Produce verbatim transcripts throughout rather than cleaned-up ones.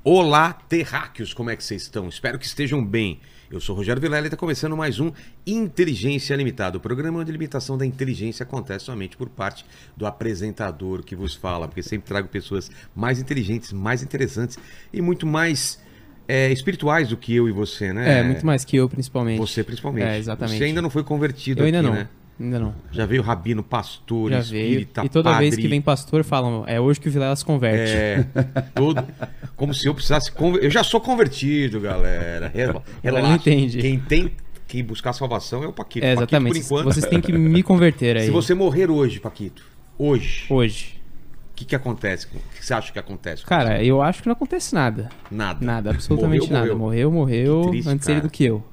Olá, terráqueos, como é que vocês estão? Espero que estejam bem. Eu sou o Rogério Vilela e está começando mais um Inteligência Limitada, o programa onde a limitação da inteligência acontece somente por parte do apresentador que vos fala, porque sempre trago pessoas mais inteligentes, mais interessantes e muito mais é, espirituais do que eu e você, né? É, muito mais que eu, principalmente. Você, principalmente. É, exatamente. Você ainda não foi convertido eu ainda aqui, não. né? Ainda não. Já veio rabino, pastor, Já espírita, veio. E toda padre. vez que vem pastor, falam, é hoje que o Vilela se converte. É, todo, como se eu precisasse converter. Eu já sou convertido, galera. Relaxa. Ela não entende. Quem tem que buscar salvação é o Paquito. É, exatamente. Paquito, por enquanto, vocês têm que me converter aí. Se você morrer hoje, Paquito, hoje, Hoje. o que, que acontece? O que você acha que acontece? Cara, eu acho que não acontece nada. Nada. Nada, absolutamente Morreu, nada. morreu. Morreu, morreu, Que triste, antes cara. ele do que eu.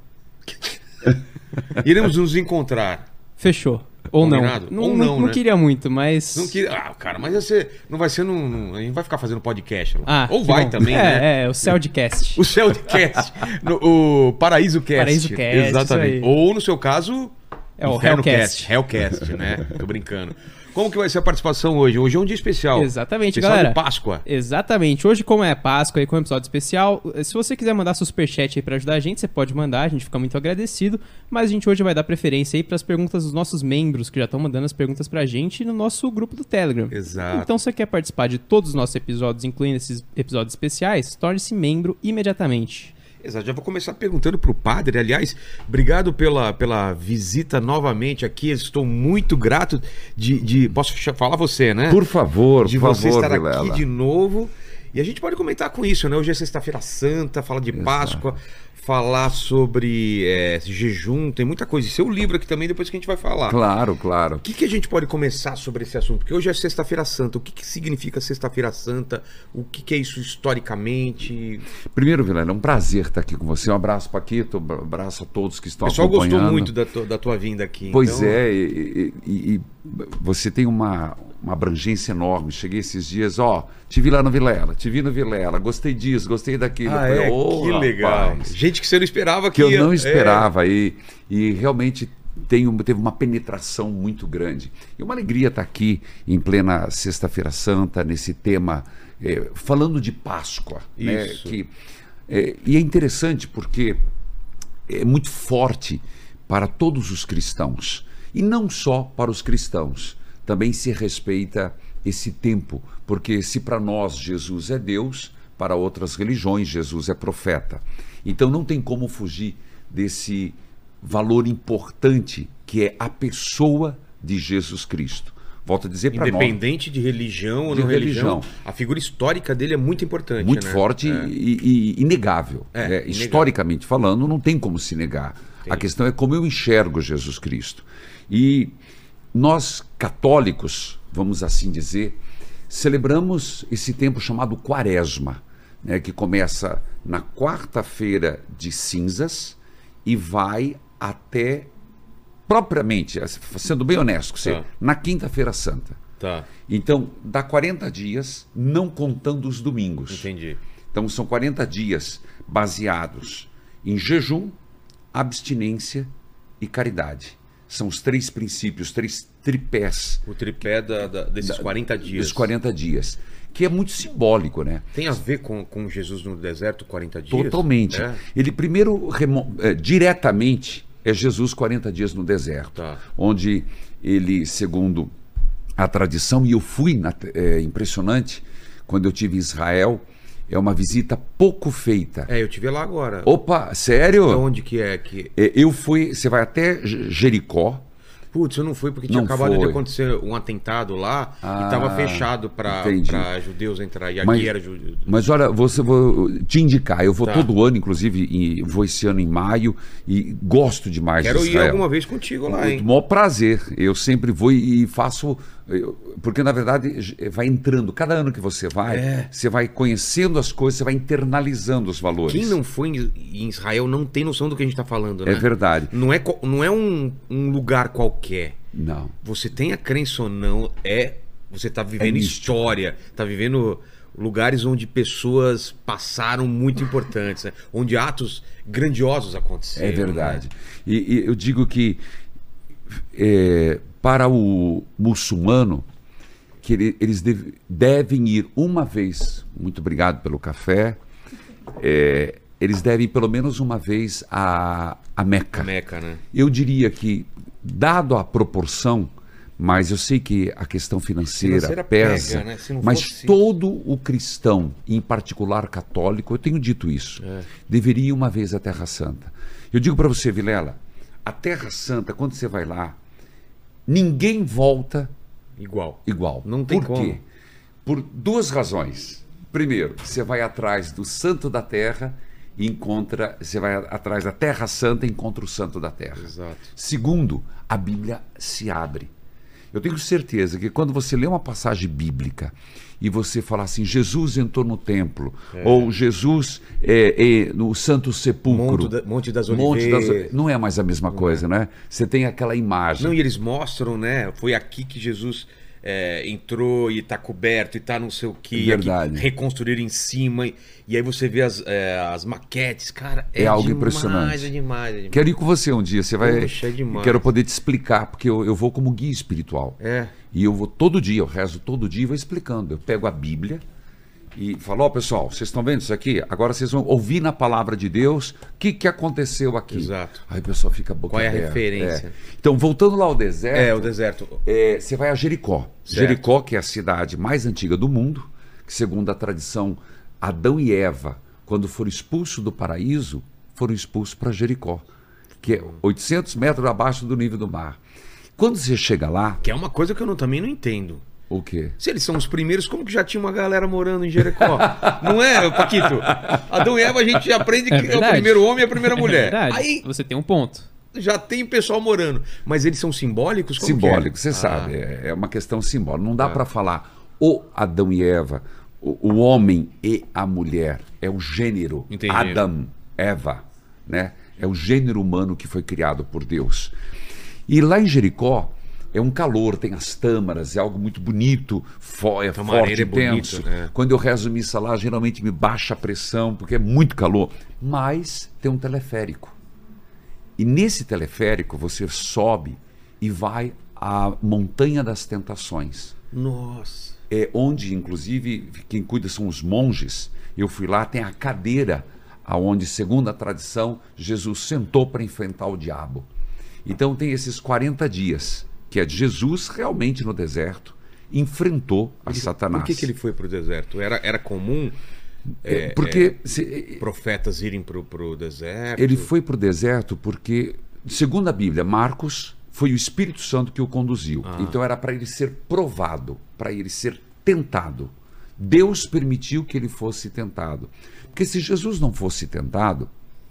Iremos nos encontrar. Fechou. Ou Combinado? não. Ou não, não, não, não né? queria muito, mas... Não que... Ah, cara, mas você não vai ser num, num- A gente vai ficar fazendo podcast lá. Ah, Ou que vai bom. também, é, né? É, o Celdcast. O Céu de Cast. no- o Paraíso Cast. Paraíso Cast, Exatamente. isso aí. Ou, no seu caso, É o Inferno Hellcast. Cast. Hellcast, né? Tô brincando. Como que vai ser a participação hoje? Hoje é um dia especial. Exatamente, especial galera. de Páscoa. Exatamente. Hoje, como é Páscoa aí, com um episódio especial, se você quiser mandar seu superchat aí pra ajudar a gente, você pode mandar, a gente fica muito agradecido. Mas a gente hoje vai dar preferência aí pras perguntas dos nossos membros, que já estão mandando as perguntas pra gente no nosso grupo do Telegram. Exato. Então, se você quer participar de todos os nossos episódios, incluindo esses episódios especiais, torne-se membro imediatamente. Exato. Já vou começar perguntando pro padre. Aliás, obrigado pela, pela visita novamente aqui. Estou muito grato de... de... Posso ch- falar você, né? Por favor, de por você favor, estar Vilela. aqui de novo. E a gente pode comentar com isso, né? Hoje é sexta-feira santa, fala de Exato. Páscoa, falar sobre é, jejum, tem muita coisa. E seu livro aqui também, depois que a gente vai falar. Claro, claro. O que, que a gente pode começar sobre esse assunto? Porque hoje é sexta-feira santa. O que, que significa sexta-feira santa? O que, que é isso historicamente? Primeiro, Vilela, é um prazer estar aqui com você. Um abraço, Paquito. Um abraço a todos que O estão pessoal acompanhando. gostou muito da, tu- da tua vinda aqui. Pois então... é, e, e- e você tem uma, uma abrangência enorme. Cheguei esses dias, ó, te vi lá no Vilela, te vi no Vilela, gostei disso, gostei daquilo. Ah, Eu falei, é? "Ô, Que legal. rapaz." Gente que você não esperava que Que eu ia- não é. esperava e, e realmente tenho, teve uma penetração muito grande. E uma alegria estar aqui em plena Sexta-feira Santa, nesse tema, eh, falando de Páscoa. Né, Isso. que, eh, e é interessante porque é muito forte para todos os cristãos. E não só para os cristãos. Também se respeita esse tempo, porque se para nós Jesus é Deus, para outras religiões Jesus é profeta. Então não tem como fugir desse valor importante que é a pessoa de Jesus Cristo. Volto a dizer para nós. Independente de religião ou De não religião, religião. a figura histórica dele é muito importante. Muito né? forte É. e, e inegável. É, né? inegável. Historicamente falando, não tem como se negar. Tem. A questão é como eu enxergo Jesus Cristo. E nós, católicos, vamos assim dizer, celebramos esse tempo chamado Quaresma, né? Que começa na quarta-feira de cinzas e vai até, propriamente, sendo bem honesto com você, Tá. na quinta-feira santa. Tá, Então, dá quarenta dias, não contando os domingos. entendi. Então, são quarenta dias baseados em jejum, abstinência e caridade. São os três princípios, três tripés O tripé da- da- desses quarenta dias. dos quarenta dias, que é muito simbólico, né? Tem a ver com, com Jesus no deserto, quarenta dias? Totalmente. É. Ele primeiro, remo- eh, diretamente, é Jesus quarenta dias no deserto, Tá. onde ele, segundo a tradição, e eu fui, na, é impressionante, quando eu tive em Israel, é uma visita pouco feita. É, eu tive lá agora. Opa, sério? Onde que é? Que... É, Eu fui, você vai até Je- Jericó. Putz, eu não fui porque tinha Não acabado de foi. acontecer um atentado lá Ah, e tava fechado para entendi. judeus entrar. E aqui Mas- era judeu. Mas olha, você vou te indicar, eu vou Tá. todo ano, inclusive, e vou esse ano em maio, e gosto demais Quero de ir Israel. alguma vez contigo lá, hein? O maior prazer. Eu sempre vou e faço. eu- Porque, na verdade, vai entrando. Cada ano que você vai, É. você vai conhecendo as coisas, você vai internalizando os valores. Quem não foi em em Israel não tem noção do que a gente tá falando, né? É verdade. Não é, co- não é um, um lugar qualquer. Não. Você tem a crença ou não, é você tá vivendo místico. história, tá vivendo lugares onde pessoas passaram muito importantes, né? Onde atos grandiosos aconteceram. É verdade. né? E, e eu digo que é, para o muçulmano, que ele- eles deve- devem ir uma vez, muito obrigado pelo café, é, eles devem pelo menos uma vez a, a Meca. A Meca, né? Eu diria que, dado a proporção, mas eu sei que a questão financeira, Financeira pesa, pega, né? Se não mas fosse- todo o cristão, em particular católico, eu tenho dito isso, É. deveria ir uma vez à Terra Santa. Eu digo para você, Vilela, a Terra Santa, quando você vai lá, ninguém volta Igual. igual. Não tem Por como. quê? Por duas razões. Primeiro, você vai atrás do Santo da Terra e encontra, você vai atrás da Terra Santa e encontra o Santo da Terra. Exato. Segundo, a Bíblia se abre. Eu tenho certeza que quando você lê uma passagem bíblica e você fala assim, Jesus entrou no templo, ou Jesus é, é, no Santo Sepulcro, Monte, da- Monte das Monte das- Oliveiras. não é mais a mesma coisa, né? Você tem aquela imagem. Não, e eles mostram, né? Foi aqui que Jesus é, entrou e está coberto e está não sei o que. Verdade. Reconstruir em cima. E, e aí você vê as, é, as maquetes, cara. É, É algo demais, impressionante. É demais, é demais. Quero ir com você um dia, você vai. Poxa, é demais. Quero poder te explicar, porque eu, eu vou como guia espiritual. É. E eu vou todo dia, eu rezo todo dia e vou explicando. Eu pego a Bíblia e falo, ó pessoal, vocês estão vendo isso aqui? Agora vocês vão ouvir na palavra de Deus o que, que aconteceu aqui. Exato. Aí o pessoal fica boca Qual é a aberta. referência? É. Então, voltando lá ao deserto, É, o deserto. é, você vai a Jericó. Certo. Jericó, que é a cidade mais antiga do mundo, que segundo a tradição, Adão e Eva, quando foram expulsos do paraíso, foram expulsos para Jericó, que é oitocentos metros abaixo do nível do mar. Quando você chega lá, Que é uma coisa que eu não- também não entendo. o quê? Se eles são os primeiros, como que já tinha uma galera morando em Jericó? Não é, Paquito? Adão e Eva a gente aprende que É é, o verdade. primeiro homem e a primeira É mulher. verdade. Aí Você tem um ponto. já tem pessoal morando. Mas eles são simbólicos? Como Simbólico, que você é? sabe, Ah, é, é uma questão simbólica. Não dá para falar o Adão e Eva, o, o homem e a mulher. É o gênero. Entendi. Adam, Eva, né? É o gênero humano que foi criado por Deus. E lá em Jericó é um calor, tem as tâmaras, é algo muito bonito, fo é Tamareira forte, é bonito, intenso. né? Quando eu rezo missa lá, geralmente me baixa a pressão, porque é muito calor. Mas tem um teleférico. E nesse teleférico você sobe e vai à Montanha das Tentações. Nossa. É onde, inclusive, quem cuida são os monges. Eu fui lá, tem a cadeira aonde, segundo a tradição, Jesus sentou para enfrentar o diabo. Então tem esses quarenta dias, que é de Jesus realmente no deserto, enfrentou a Satanás. Por que, que ele foi para o deserto? Era, era comum É, porque se- profetas irem para o deserto? ele foi para o deserto porque, segundo a Bíblia, Marcos, foi o Espírito Santo que o conduziu. Então era para ele ser provado, para ele ser tentado. Deus permitiu que ele fosse tentado. Porque se Jesus não fosse tentado,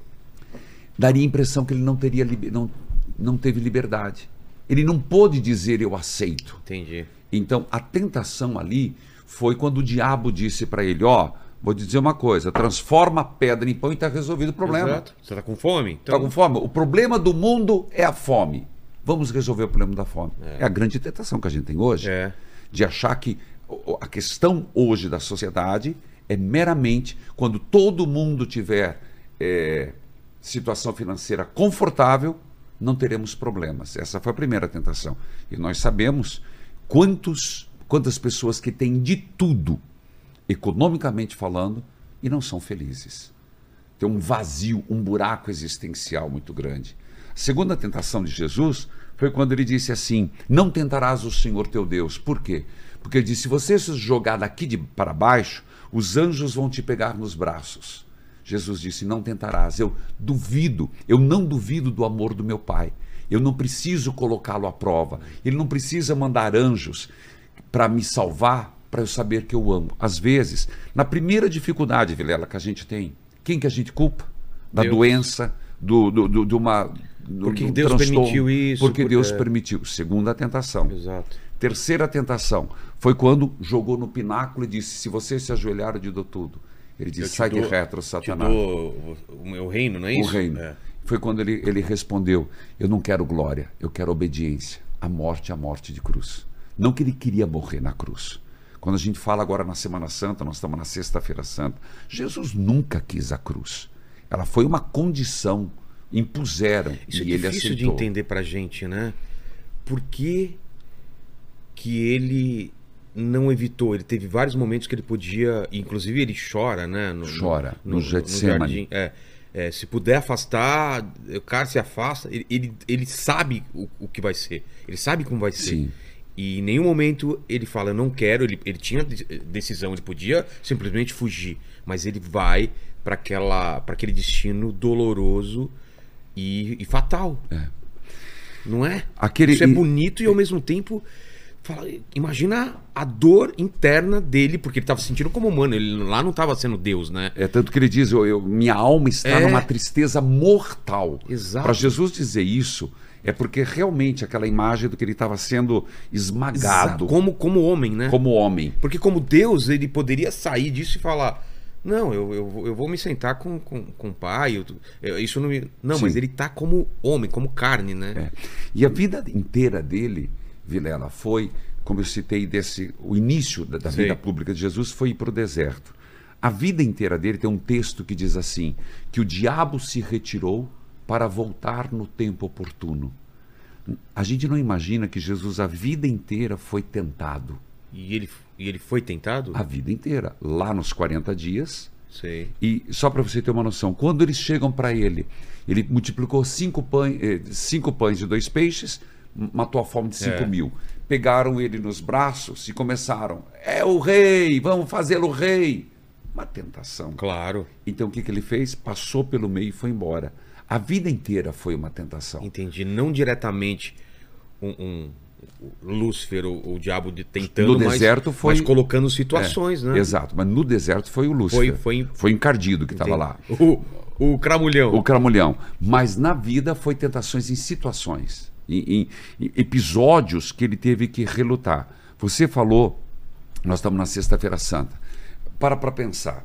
daria a impressão que ele não, teria, liber- não, não teve liberdade. Ele não pôde dizer eu aceito. Entendi. Então, a tentação ali foi quando o diabo disse para ele, ó, vou te dizer uma coisa, transforma a pedra em pão e está resolvido o problema. Exato. Você está com fome? Está com fome? O problema do mundo é a fome. Vamos resolver o problema da fome. É, a grande tentação que a gente tem hoje, É. de achar que o- a questão hoje da sociedade é meramente quando todo mundo tiver é, situação financeira confortável, não teremos problemas. Essa foi a primeira tentação. E nós sabemos quantos, quantas pessoas que têm de tudo, economicamente falando, e não são felizes. Tem um vazio, um buraco existencial muito grande. A segunda tentação de Jesus foi quando ele disse assim, não tentarás o Senhor teu Deus. Por quê? Porque ele disse, se você se jogar daqui de, para baixo, os anjos vão te pegar nos braços. Jesus disse, não tentarás. Eu duvido, eu não duvido do amor do meu Pai. Eu não preciso colocá-lo à prova. Ele não precisa mandar anjos para me salvar, para eu saber que eu amo. Às vezes, na primeira dificuldade, Vilela, que a gente tem, quem que a gente culpa? Da Deus. doença, do, do, do, de uma... Do, Porque do Deus transtorno. permitiu isso, Porque por- Deus é. permitiu. Segunda tentação. Exato. Terceira tentação foi quando jogou no pináculo e disse, se você se ajoelhar, eu te dou tudo. Ele Eu disse, te sai de dou- retro, Te Satanás. dou o, o meu reino, não é O isso? reino. É. Foi quando ele, ele respondeu, eu não quero glória, eu quero obediência. A morte, a morte de cruz. Não que ele queria morrer na cruz. Quando a gente fala agora na Semana Santa, nós estamos na Sexta-feira Santa, Jesus nunca quis a cruz. Ela foi uma condição, impuseram Isso e é ele difícil aceitou. de entender pra gente, né? Por que que ele não evitou? Ele teve vários momentos que ele podia, inclusive ele chora, né? No, Chora, no, no, no Getsemane. É, é, se puder afastar, o cara se afasta, ele, ele, ele sabe o, o que vai ser, ele sabe como vai ser. Sim. E em nenhum momento ele fala, eu não quero, ele, ele tinha decisão, ele podia simplesmente fugir, mas ele vai para aquela, para aquele destino doloroso e, e fatal. É. Não é? Aquele, Isso é bonito e ao mesmo tempo... Fala, imagina a dor interna dele, porque ele estava se sentindo como humano, ele lá não estava sendo Deus, né? É tanto que ele diz, eu, eu, minha alma está É. numa tristeza mortal. Exato. Para Jesus dizer isso, é porque realmente aquela imagem do que ele estava sendo esmagado Exato. Como, como homem, né? como homem. Porque como Deus, ele poderia sair disso e falar, não, eu, eu, eu vou me sentar com, com, com o pai, eu, eu- isso não me... Não, Sim. mas ele tá como homem, como carne, né? É. E a vida inteira dele, Vilela, foi, como eu citei, desse, o início da, da Sei. vida pública de Jesus foi ir para o deserto. A vida inteira dele tem um texto que diz assim, que o diabo se retirou para voltar no tempo oportuno. A gente não imagina que Jesus a vida inteira foi tentado. E ele, e ele foi tentado? A vida inteira. Lá nos quarenta dias. Sei. E só para você ter uma noção, quando eles chegam para ele, ele multiplicou cinco pães, eh, cinco pães e dois peixes, matou a fome de cinco É. mil. Pegaram ele nos braços e começaram, é o rei, vamos fazê-lo rei. Uma tentação. Claro, Então o que, que ele fez? Passou pelo meio e foi embora. A vida inteira foi uma tentação. entendi. Não diretamente um, um, o Lúcifer ou o diabo de tentando, No mas, deserto foi- mas colocando situações, É, né? Exato, mas no deserto foi o Lúcifer. Foi- foi- Foi encardido que estava lá. O, o cramulhão. O cramulhão. Mas na vida foi tentações em situações, em, em- em episódios que ele teve que relutar. Você falou, nós estamos na Sexta-feira Santa. Para para pensar.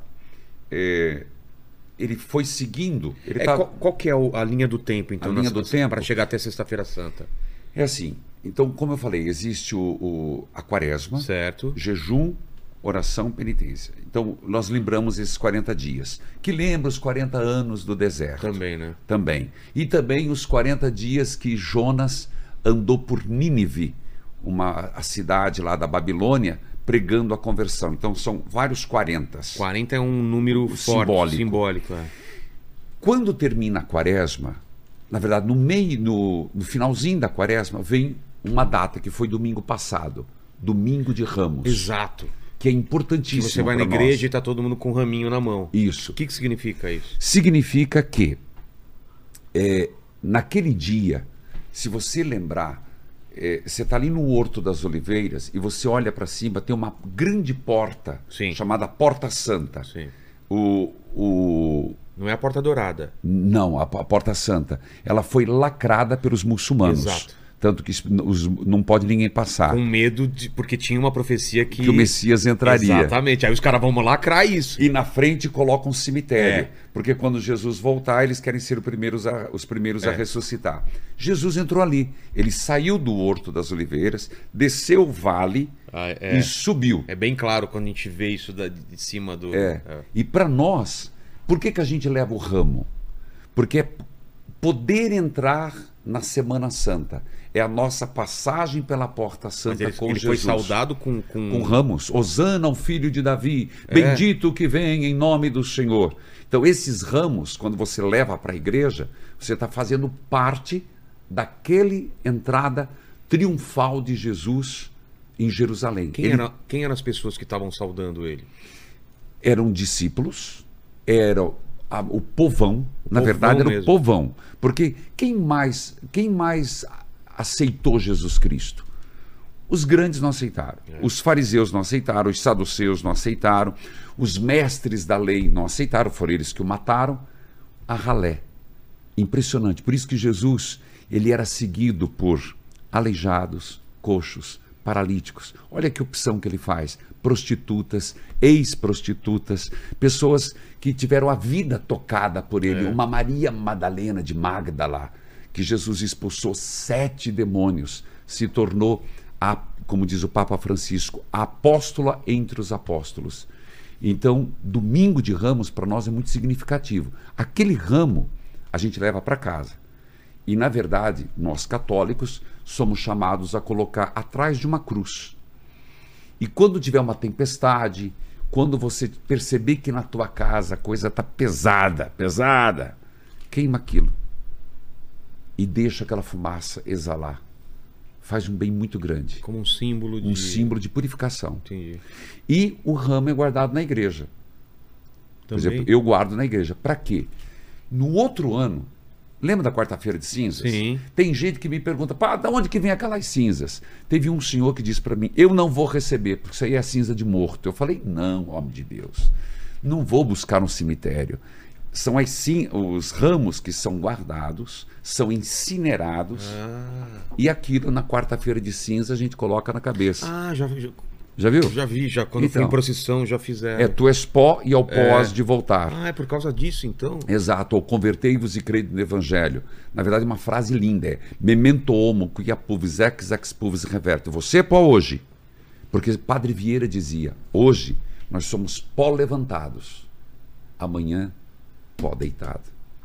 É, ele foi seguindo. Ele É, tá- qual, qual que é o- a linha do tempo, então? A linha nas- do tempo? Para chegar até Sexta-feira Santa. É assim. Então, como eu falei, existe o, o- a quaresma, Certo. jejum, oração, penitência. Então, nós lembramos esses quarenta dias, que lembra os quarenta anos do deserto. Também, né? Também. E também os quarenta dias que Jonas andou por Nínive, uma, a cidade lá da Babilônia, pregando a conversão. Então são vários quarentas. quarenta é um número forte, Simbólico. simbólico. é. Quando termina a quaresma, na verdade, no meio, no, no finalzinho da quaresma, vem uma data que foi domingo passado, domingo de Ramos, Exato. que é Que importantíssimo. você vai na pra igreja nós. e tá todo mundo com um raminho na mão. Isso. O que, que significa isso? Significa que é, naquele dia, se você lembrar, é, você está ali no Horto das Oliveiras e você olha para cima, tem uma grande porta Sim. chamada Porta Santa. Sim. O, o, Não é a porta dourada. não, a, a Porta Santa. Ela foi lacrada pelos muçulmanos. Exato. Tanto que os- não pode ninguém passar. Com medo de. Porque tinha uma profecia que. Que o Messias entraria. Exatamente. Aí os caras vão lacrar isso. E na frente colocam um cemitério. É. Porque quando Jesus voltar, eles querem ser os primeiros a, os primeiros a É. ressuscitar. Jesus entrou ali. Ele saiu do Horto das Oliveiras, desceu o vale Ah, é. e subiu. É bem claro quando a gente vê isso da- de cima do. É. E para nós, por que, que a gente leva o ramo? Porque é poder entrar na Semana Santa. É a nossa passagem pela Porta Mas Santa ele, com ele foi Jesus. saudado com. com... Com ramos. Hosana ao filho de Davi. É. Bendito que vem em nome do Senhor. Então, esses ramos, quando você leva para a igreja, você está fazendo parte daquele entrada triunfal de Jesus em Jerusalém. Quem, Ele- era, quem eram as pessoas que estavam saudando ele? Eram discípulos, era a- o povão, na povão verdade era mesmo. o povão. Porque quem mais, quem mais aceitou Jesus Cristo? Os grandes não aceitaram. É. Os fariseus não aceitaram, os saduceus não aceitaram, os mestres da lei não aceitaram, foram eles que o mataram. A ralé. Impressionante. Por isso que Jesus, ele era seguido por aleijados, coxos, paralíticos. Olha que opção que ele faz. Prostitutas, ex-prostitutas, pessoas que tiveram a vida tocada por ele. É. Uma Maria Madalena de Magdala, que Jesus expulsou sete demônios, se tornou, a, como diz o Papa Francisco, a apóstola entre os apóstolos. Então, domingo de Ramos para nós é muito significativo. Aquele ramo a gente leva para casa. E, na verdade, nós católicos somos chamados a colocar atrás de uma cruz. E quando tiver uma tempestade, quando você perceber que na tua casa a coisa está pesada, pesada, queima aquilo. E deixa aquela fumaça exalar. Faz um bem muito grande. Como um símbolo de... Um símbolo de purificação. Entendi. E o ramo é guardado na igreja. Por Também? exemplo, eu guardo na igreja. Para quê? No outro ano, lembra da quarta-feira de cinzas? Sim. Tem gente que me pergunta, pá, de onde que vem aquelas cinzas? Teve um senhor que disse para mim, eu não vou receber, porque isso aí é cinza de morto. Eu falei, não, homem de Deus, não vou buscar um cemitério. São as cin... os ramos que são guardados, são incinerados, Ah, e aquilo na quarta-feira de cinza a gente coloca na cabeça. ah já, já, Já viu? já vi, já quando Então. fui em procissão já fizeram. É, tu és pó e ao pó has de voltar. Ah, é por causa disso então? Exato, ou convertei-vos e crede no Evangelho. Na verdade, uma frase linda é memento homo, quia pulvis ex ex pulvis reverte. Você é pó hoje. Porque Padre Vieira dizia, hoje nós somos pó levantados, amanhã pó deitado.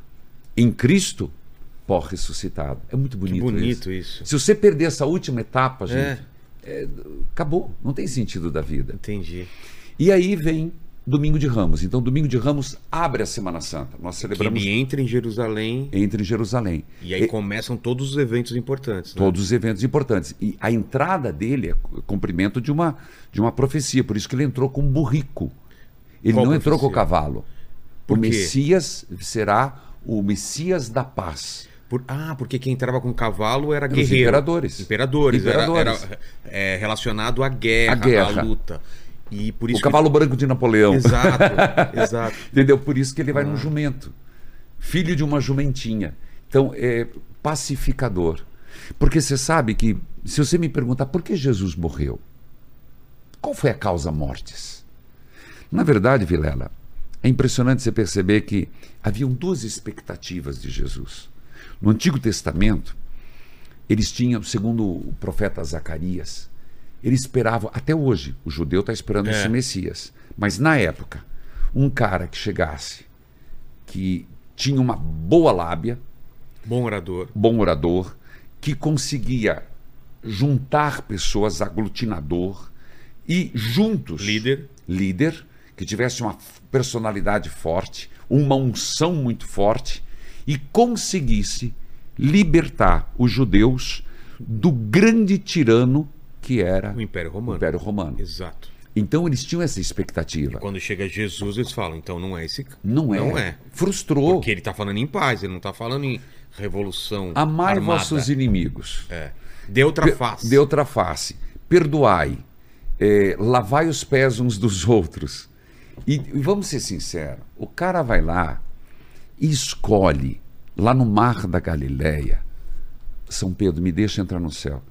Em Cristo, pó ressuscitado. É muito bonito, Que bonito isso. isso. Se você perder essa última etapa, gente, É. é, acabou. Não tem sentido da vida. Entendi. E aí vem Domingo de Ramos. Então, Domingo de Ramos abre a Semana Santa. Nós Que celebramos ele entra em Jerusalém entre em Jerusalém. e aí começam todos os eventos importantes. Né? Todos os eventos importantes. E a entrada dele é cumprimento de uma, de uma profecia. Por isso que ele entrou com um burrico. Ele Qual não entrou com o profecia? cavalo. Por O quê? Messias será o Messias da paz. Por- ah, porque quem entrava com cavalo era Os guerreiro. imperadores. Imperadores. Era- Imperadores. Era, é, relacionado à guerra, À guerra. à luta. E por isso O cavalo branco de Napoleão. Que... Exato, exato. Entendeu? Por isso que ele vai Ah. num jumento. Filho de uma jumentinha. Então, é pacificador. Porque você sabe que, se você me perguntar por que Jesus morreu, qual foi a causa mortis? Na verdade, Vilela, é impressionante você perceber que haviam duas expectativas de Jesus. No Antigo Testamento, eles tinham, segundo o profeta Zacarias, eles esperavam, até hoje, o judeu está esperando É. esse Messias. Mas na época, um cara que chegasse, que tinha uma boa lábia, Bom orador. bom orador, que conseguia juntar pessoas, aglutinador, e juntos, Líder. líder, que tivesse uma personalidade forte, uma unção muito forte, e conseguisse libertar os judeus do grande tirano que era O Império o Romano. Império Romano. Exato. Então eles tinham essa expectativa. Quando chega Jesus, eles falam, então não é esse cara. Não é. Não é. Frustrou. Porque ele está falando em paz, ele não está falando em revolução Amai armada. vossos inimigos. É. De outra Pe- face. De outra face. Perdoai. É, lavai os pés uns dos outros. E, e vamos ser sinceros, o cara vai lá e escolhe, lá no mar da Galileia, São Pedro, me deixa entrar no céu.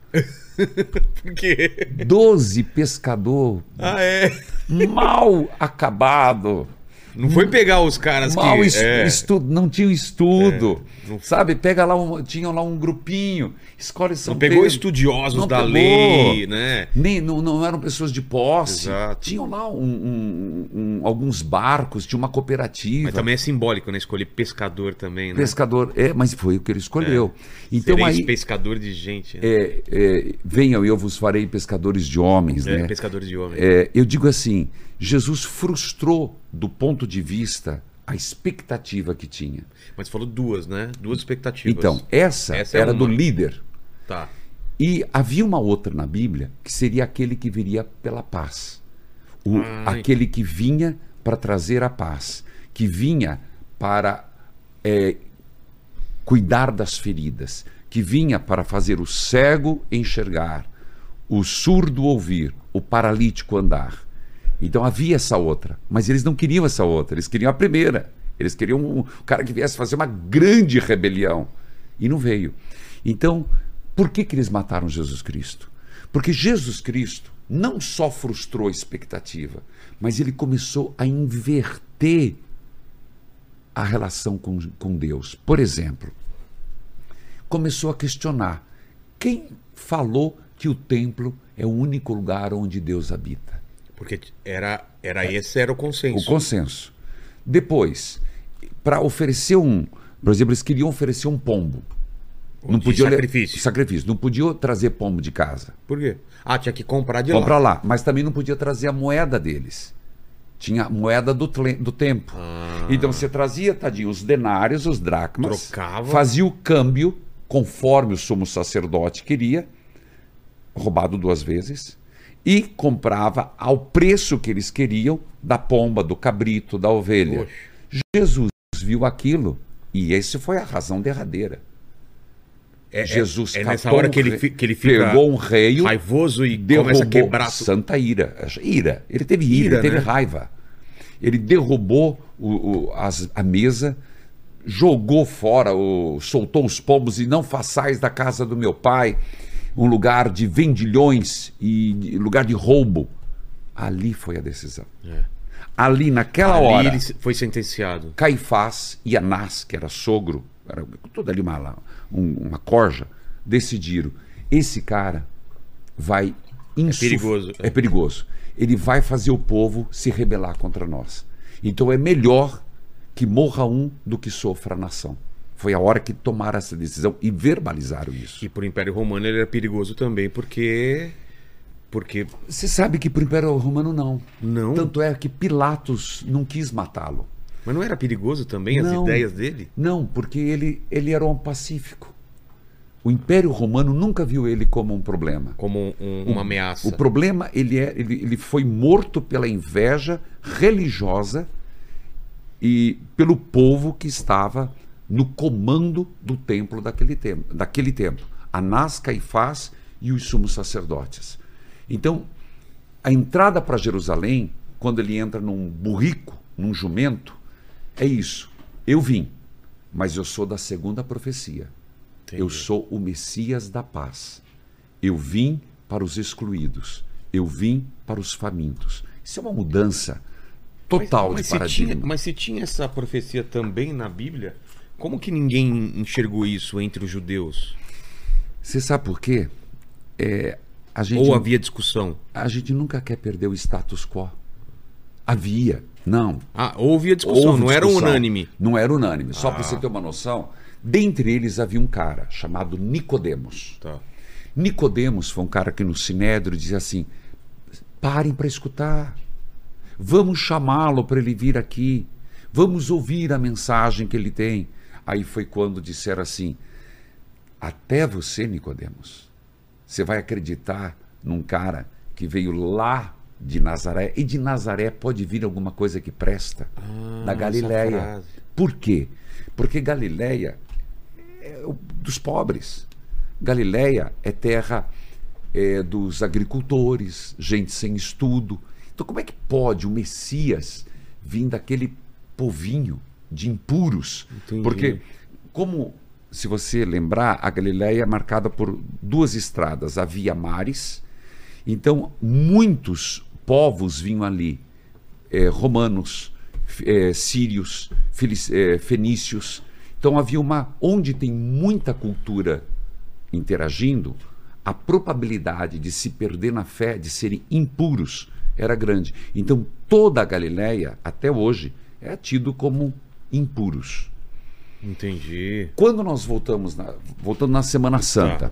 Por quê? Doze pescador Ah, é. mal acabado. Não foi pegar os caras Mal que... es- é. estu- não tinha estudo. É, não- Sabe, pega lá um, tinham lá um grupinho, escolhe São Não pegou Pedro. estudiosos Não da pegou. lei, né? Nem, não, não eram pessoas de posse. Exato. Tinham lá um- um- um- alguns barcos, tinha uma cooperativa. Mas também é simbólico, né? Escolher pescador também, né? Pescador, é, mas foi o que ele escolheu. Então Sereis aí, pescador de gente. Né? é, é, venham e eu vos farei pescadores de homens, É, né? pescadores de homens. É, eu digo assim, Jesus frustrou do ponto de vista a expectativa que tinha. Mas você falou duas, né? Duas expectativas. Então, essa, Essa é era do uma. líder. Tá. E havia uma outra na Bíblia que seria aquele que viria pela paz. O, Ai. aquele que vinha para trazer a paz, que vinha para é, cuidar das feridas, que vinha para fazer o cego enxergar, o surdo ouvir, o paralítico andar. Então havia essa outra, mas eles não queriam essa outra, eles queriam a primeira. Eles queriam um cara que viesse fazer uma grande rebelião. E não veio. Então, por que que eles mataram Jesus Cristo? Porque Jesus Cristo não só frustrou a expectativa, mas ele começou a inverter a relação com, com Deus. Por exemplo, começou a questionar: quem falou que o templo é o único lugar onde Deus habita? Porque era, era esse era o consenso. O consenso. Depois, para oferecer um... Por exemplo, eles queriam oferecer um pombo. Não De podia sacrifício. sacrifício. Não podia trazer pombo de casa. Por quê? Ah, tinha que comprar de Comprar lá. lá. Mas também não podia trazer a moeda deles. Tinha a moeda do, tle- do tempo. Ah. Então você trazia, tadinho, os denários, os dracmas. Trocava. Fazia o câmbio conforme o sumo sacerdote queria. Roubado duas vezes. E comprava ao preço que eles queriam da pomba, do cabrito, da ovelha. Poxa. Jesus viu aquilo. E essa foi a razão derradeira. É, Jesus é, é nessa catou hora um que ele, rei- fi- que ele fica pegou um rei, raivoso e derrubou começa a quebrar tudo. santa ira. Ira. Ele teve ira, Ira, ele teve né? raiva. Ele derrubou o, o- as- a mesa, jogou fora, o, soltou os pombos e não façais da casa do meu pai um lugar de vendilhões e de- lugar de roubo. Ali foi a decisão. É. Ali, naquela Ali hora, ele foi sentenciado. Caifás e Anás, que era sogro, era toda ali uma, um- uma corja, decidiram: esse cara vai insuf... perigoso. É perigoso. Ele vai fazer o povo se rebelar contra nós. Então é melhor que morra um do que sofra a nação. Foi a hora que tomaram essa decisão e verbalizaram isso. E pro Império Romano ele era perigoso também, porque... Porque... Você sabe que para o Império Romano não. Não? Tanto é que Pilatos não quis matá-lo. Mas não era perigoso também Não. as ideias dele? Não, porque ele, ele era um pacífico. O Império Romano nunca viu ele como um problema. Como um- uma ameaça. O problema, ele, é, ele, ele foi morto pela inveja religiosa e pelo povo que estava no comando do templo daquele tempo. Daquele tempo. Anás, Caifás e os sumos sacerdotes. Então, a entrada para Jerusalém, quando ele entra num burrico, num jumento, é isso. Eu vim, mas eu sou da segunda profecia. Entendi. Eu sou o Messias da paz. Eu vim para os excluídos. Eu vim para os famintos. Isso é uma mudança total mas, de se paradigma. tinha, mas se tinha essa profecia também na Bíblia, como que ninguém enxergou isso entre os judeus? Você sabe por quê? É, a gente, Ou havia discussão? a gente nunca quer perder o status quo. Havia. Não. Ah, houve a discussão, Houve não era discussão. unânime. Não era unânime. Só Ah. para você ter uma noção, dentre eles havia um cara chamado Nicodemos. Tá. Nicodemos foi um cara que no Sinédrio dizia assim: parem para escutar, vamos chamá-lo para ele vir aqui, vamos ouvir a mensagem que ele tem. Aí foi quando disseram assim: até você, Nicodemos, você vai acreditar num cara que veio lá de Nazaré, e de Nazaré pode vir alguma coisa que presta, Ah, da essa Galileia. frase. Por quê? Porque Galileia é o- dos pobres. Galileia é terra é, dos agricultores, gente sem estudo. Então como é que pode o Messias vir daquele povinho de impuros? Entendi. Porque, como, se você lembrar, a Galileia é marcada por duas estradas, a Via Maris. Então muitos povos vinham ali, é, romanos, é, sírios, felic- é, fenícios. Então havia uma, onde tem muita cultura interagindo, a probabilidade de se perder na fé, de serem impuros, era grande. Então toda a Galileia, até hoje, é tido como impuros. Entendi. Quando nós voltamos, na, voltando na Semana Santa, Tá.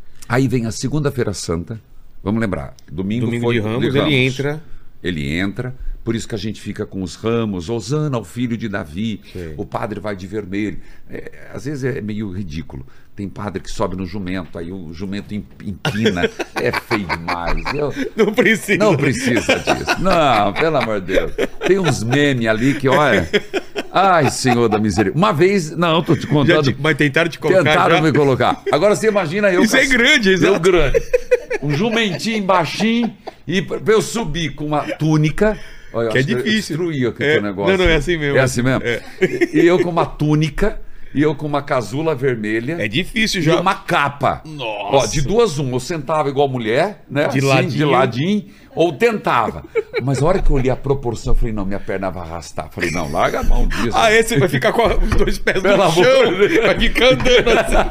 aí vem a Segunda-feira Santa, vamos lembrar, domingo, Domingo foi de Ramos, ele entra. Ele entra, por isso que a gente fica com os ramos, Hosana, o filho de Davi, Sei. o padre vai de vermelho. É, às vezes é meio ridículo. Tem padre que sobe no jumento, aí o jumento em- empina. É feio demais. Eu, Não precisa. não precisa disso. Não, pelo amor de Deus. Tem uns memes ali que, olha. Ai, Senhor da misericórdia. Uma vez, não, tô te Já contando. te- mas tentaram te colocar Tentaram já? me colocar. Agora você imagina eu. Isso com é as- grande, Eu exato. grande. Um jumentinho baixinho e pra eu subir com uma túnica. Olha, eu Que é acho eu difícil. destruí aqui É, o negócio. não, não, é assim mesmo. É assim mesmo? É. E eu com uma túnica, e eu com uma casula vermelha. É difícil E já. uma capa. Nossa. Ó, de duas uma. Eu sentava igual mulher, né? De Assim, ladinho. De ladinho. Ou tentava. Mas a hora que eu olhei a proporção, eu falei, não, minha perna vai arrastar. Eu falei, não, larga a mão disso. Ah, esse vai ficar com a- os dois pés Pelo no amor chão. de Deus. Vai ficar andando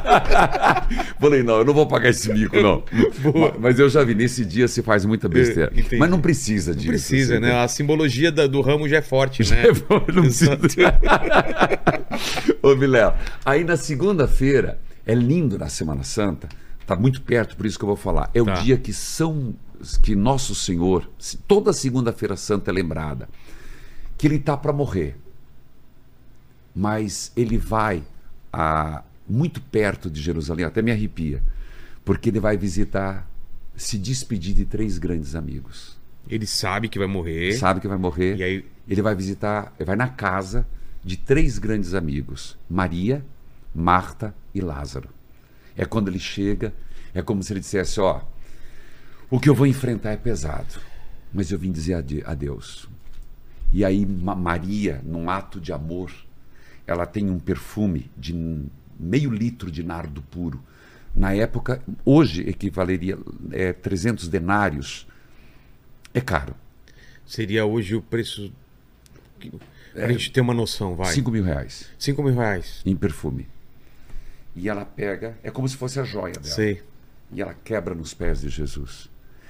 assim. Falei, não, eu não vou pagar esse mico, não. Boa. Mas, mas eu já vi, nesse dia se faz muita besteira. É, entendi. Mas não precisa disso. Precisa, assim, né? A simbologia da- do ramo já é forte, né? Não precisa. Exato. Ô, Vilela, aí na segunda-feira é lindo na Semana Santa, está muito perto, por isso que eu vou falar. É Tá. o dia que São, que Nosso Senhor, toda segunda-feira santa é lembrada, que ele está para morrer. Mas ele vai a, muito perto de Jerusalém, até me arrepia, porque ele vai visitar, se despedir de três grandes amigos. Ele sabe que vai morrer. Sabe que vai morrer. E aí, Ele vai visitar, ele vai na casa de três grandes amigos, Maria, Marta e Lázaro. É quando ele chega, é como se ele dissesse, ó, o que eu vou enfrentar é pesado, mas eu vim dizer ade- adeus. E aí Ma- Maria, num ato de amor, ela tem um perfume de n- meio litro de nardo puro. Na época, hoje equivaleria é, trezentos denários. É caro. seria hoje o preço... que- Pra gente ter uma noção, vai. Cinco mil reais Cinco mil reais. em perfume. E ela pega, é como se fosse a joia dela. Sei. E ela quebra nos pés de Jesus.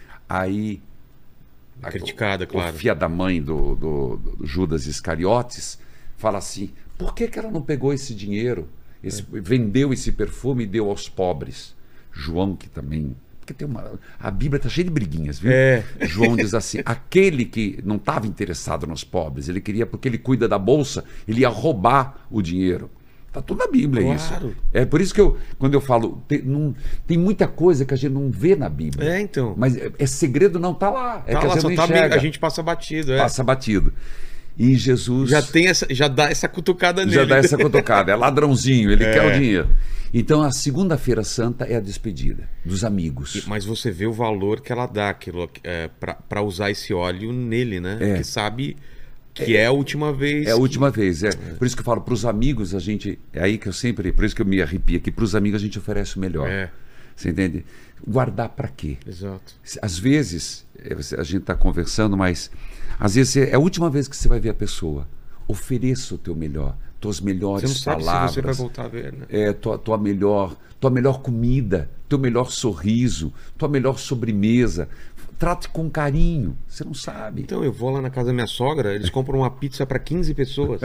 Aí a- Criticada, o, claro. o filho da mãe do, do- do Judas Iscariotes fala assim, por que, que ela não pegou esse dinheiro, esse- vendeu esse perfume e deu aos pobres? João, que também... Porque tem uma, a Bíblia está cheia de briguinhas, viu? É. João diz assim, aquele que não estava interessado nos pobres, ele queria, porque ele cuida da bolsa, ele ia roubar o dinheiro. Está tudo na Bíblia Claro. isso. É por isso que eu, quando eu falo, tem, não- tem muita coisa que a gente não vê na Bíblia. É, então. Mas é, é segredo não tá lá. É Tá que lá, a gente só não tá meio- enxerga. a gente passa batido, é. Passa batido. E Jesus Já tem essa, já dá essa cutucada nele. já dá essa cutucada. É ladrãozinho, ele É. quer o dinheiro. Então a segunda-feira santa é a despedida dos amigos. Mas você vê o valor que ela dá aquilo, é, pra usar esse óleo nele, né? É. Porque sabe que é, a última vez. É a que- última vez, é. Por isso que eu falo, para os amigos, a gente. É aí que eu sempre. Por isso que eu me arrepio aqui. Para os amigos a gente oferece o melhor. É. Você entende? Guardar para quê? Exato. Às vezes, é, você- a gente está conversando, mas às vezes é a última vez que você vai ver a pessoa. Ofereça o teu melhor, tuas Você melhores não sabe palavras. se você vai voltar a ver, né? É, tua, tua melhor, tua melhor comida, teu melhor sorriso, tua melhor sobremesa. Trate com carinho. Você não sabe. Então, eu vou lá na casa da minha sogra, eles compram uma pizza pra quinze pessoas.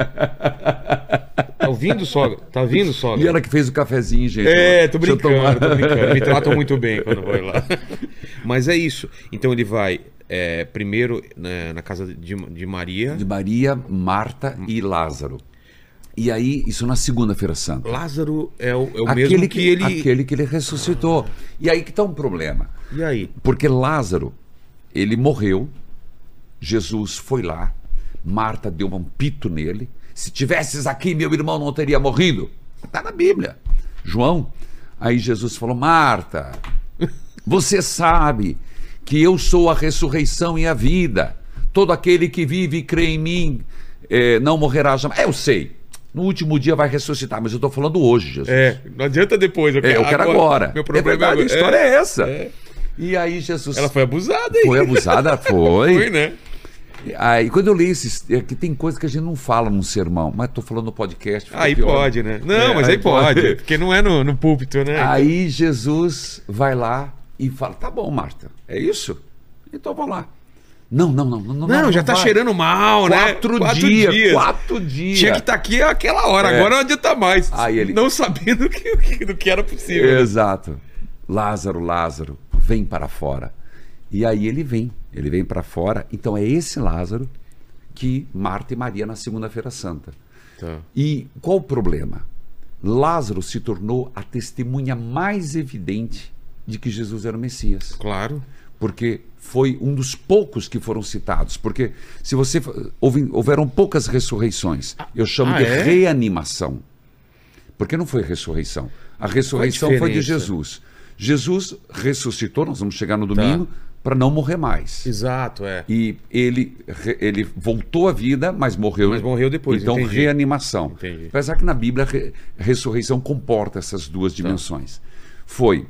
Tá ouvindo, sogra? Tá ouvindo, sogra? E ela que fez o cafezinho, gente. É, tô Deixa eu brincando, tomar. tô brincando. Me tratam muito bem quando eu vou lá. Mas é isso. Então ele vai é, primeiro né, na casa de, de Maria. De Maria, Marta e Lázaro. E aí, isso na segunda-feira santa. Lázaro é o, é o aquele mesmo que, ele. Aquele que ele ressuscitou. E aí que está um problema. E aí? Porque Lázaro, ele morreu, Jesus foi lá, Marta deu um pito nele. Se tivesses aqui, meu irmão não teria morrido. Está na Bíblia. João. Aí Jesus falou, Marta, você sabe que eu sou a ressurreição e a vida. Todo aquele que vive e crê em mim eh, não morrerá jamais. Eu sei. No último dia vai ressuscitar, mas eu estou falando hoje, Jesus. É, não adianta depois. Eu É, eu quero agora. Meu problema é verdade, é, a história é, essa. é. E aí Jesus... Ela foi abusada, hein? Foi abusada? Foi. Foi, né? Aí quando eu leio esses... É que tem coisa que a gente não fala num sermão, mas estou falando no podcast. fica Aí pior. pode, né? Não, É, mas aí aí pode. pode. Porque não é no, no púlpito, né? Aí Jesus vai lá e fala, tá bom, Marta, é isso? Então vou lá. Não, não, não. Não, Não, já tá vai. cheirando mal, Quatro né? dias, quatro dias. Tinha que estar aqui aquela hora, É. agora não adianta mais. Aí ele- Não sabendo que, que- do que era possível. Exato. Lázaro, Lázaro, vem para fora. E aí ele vem, ele vem para fora. Então é esse Lázaro que Marta e Maria na segunda-feira santa. Tá. E qual o problema? Lázaro se tornou a testemunha mais evidente de que Jesus era o Messias. Claro. Porque foi um dos poucos que foram citados. Porque se você houve, houveram poucas ressurreições. Eu chamo Ah, de é? reanimação. Porque não foi ressurreição. A ressurreição Qual a foi de diferença? Jesus. Jesus ressuscitou, nós vamos chegar no domingo, para não morrer mais. Exato, é. E ele, re- ele voltou à vida, mas morreu. Mas morreu depois, Então, entendi. reanimação. Entendi. Apesar que na Bíblia, re- ressurreição comporta essas duas dimensões. Foi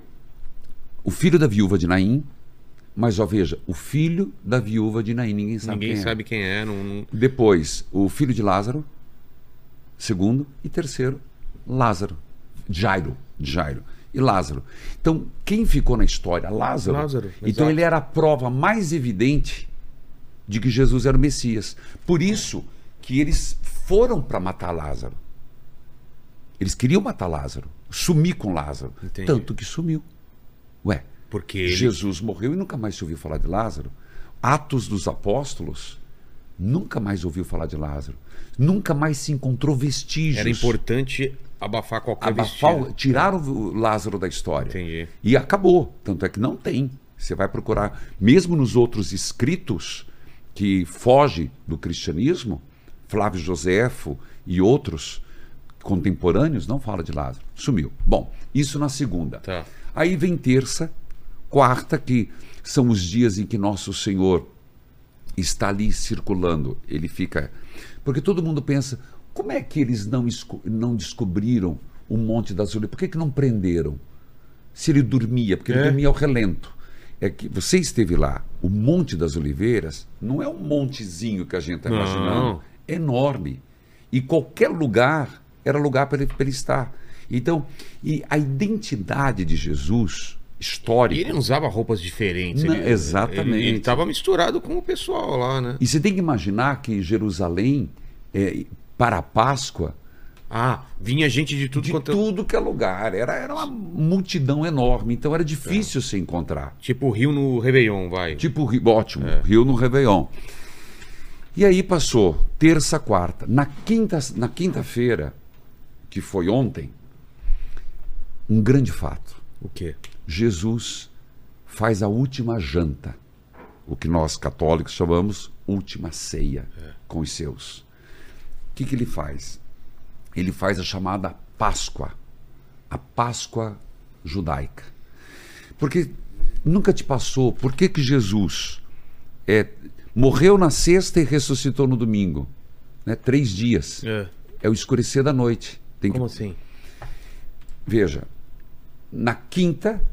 o filho da viúva de Naim, mas, ó, veja, o filho da viúva de Naim, ninguém sabe Ninguém quem é. sabe quem é. Não, não- Depois, o filho de Lázaro, segundo, e terceiro, Lázaro, Jairo, Jairo e Lázaro. Então, quem ficou na história? Lázaro. Lázaro, Então, exato. ele era a prova mais evidente de que Jesus era o Messias. Por isso que eles foram para matar Lázaro. Eles queriam matar Lázaro. sumir com Lázaro. Entendi. Tanto que sumiu. Ué, Porque ele... Jesus morreu e nunca mais se ouviu falar de Lázaro. Atos dos Apóstolos, nunca mais ouviu falar de Lázaro. Nunca mais se encontrou vestígios. Era importante abafar qualquer Abafar, vestígio. tiraram o Lázaro da história. Entendi. E acabou. Tanto é que não tem. Você vai procurar, mesmo nos outros escritos que foge do cristianismo, Flávio Joséfo e outros contemporâneos, não fala de Lázaro. Sumiu. Bom, isso na segunda. Tá. Aí vem terça, quarta, que são os dias em que Nosso Senhor está ali circulando. Ele fica... Porque todo mundo pensa, como é que eles não, não descobriram o Monte das Oliveiras? Por que, que não prenderam? Se ele dormia, porque ele É. dormia ao relento. É que você esteve lá, o Monte das Oliveiras não é um montezinho que a gente está Não. imaginando, é enorme. E qualquer lugar era lugar para ele, para ele estar. Então, e a identidade de Jesus, histórica. E ele não usava roupas diferentes. Não, ele, exatamente. Ele estava misturado com o pessoal lá, né? E você tem que imaginar que em Jerusalém, é, para a Páscoa, Ah, vinha gente de tudo de quanto... tudo que é lugar, era, era uma multidão enorme, então era difícil se encontrar. Tipo o Rio no Réveillon, vai. Tipo, Rio- ótimo, Rio no Réveillon. E aí passou terça, quarta. Na quinta, na quinta-feira, que foi ontem, um grande fato. O quê? Jesus faz a última janta, o que nós católicos chamamos última ceia com os seus. O que, que ele faz? Ele faz a chamada Páscoa, a Páscoa judaica. Porque nunca te passou, por que, que Jesus é, morreu na sexta e ressuscitou no domingo? Né? Três dias. É. É o escurecer da noite. Tem que... Como assim? Veja, na quinta,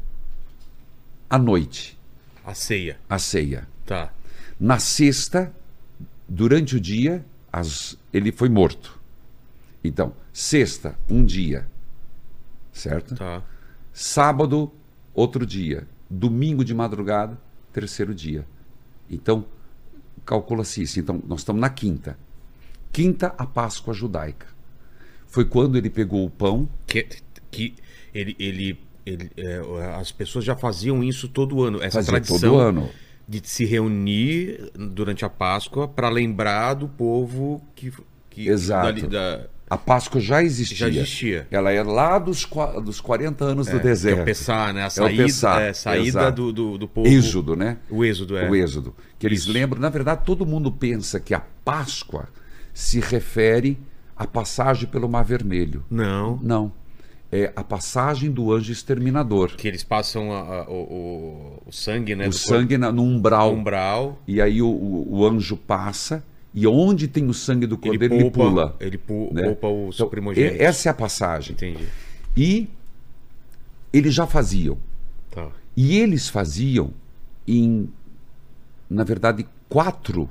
à noite, A ceia. a ceia. Tá. Na sexta, durante o dia, as... ele foi morto. Então, sexta, um dia, certo? Tá. Sábado, outro dia. Domingo de madrugada, terceiro dia. Então, calcula-se isso. Então, nós estamos na quinta. Quinta, a Páscoa judaica. Foi quando ele pegou o pão. Que, que ele... ele, ele é, as pessoas já faziam isso todo ano. Essa Fazia tradição todo ano. de se reunir durante a Páscoa para lembrar do povo que... que Exato. dali- da, A Páscoa já existia. Já existia. Ela é lá dos, qua- dos quarenta anos do é, deserto. É o Pessá, né? A É o saída, Pessá, é, saída exato. do, do, do povo. Êxodo, né? O êxodo, é. O êxodo. Que eles Isso. lembram, na verdade, todo mundo pensa que a Páscoa se refere à passagem pelo Mar Vermelho. Não. Não. É a passagem do anjo exterminador. Que eles passam a- a- o, o, o sangue, né? O do sangue na- no umbral. corpo, umbral. E aí o, o, o anjo passa, e onde tem o sangue do cordeiro, ele, poupa, pula. Ele pu, né? poupa o seu Então, primogênito. e- essa é a passagem. Entendi. E eles já faziam. Tá. E eles faziam em, na verdade, quatro,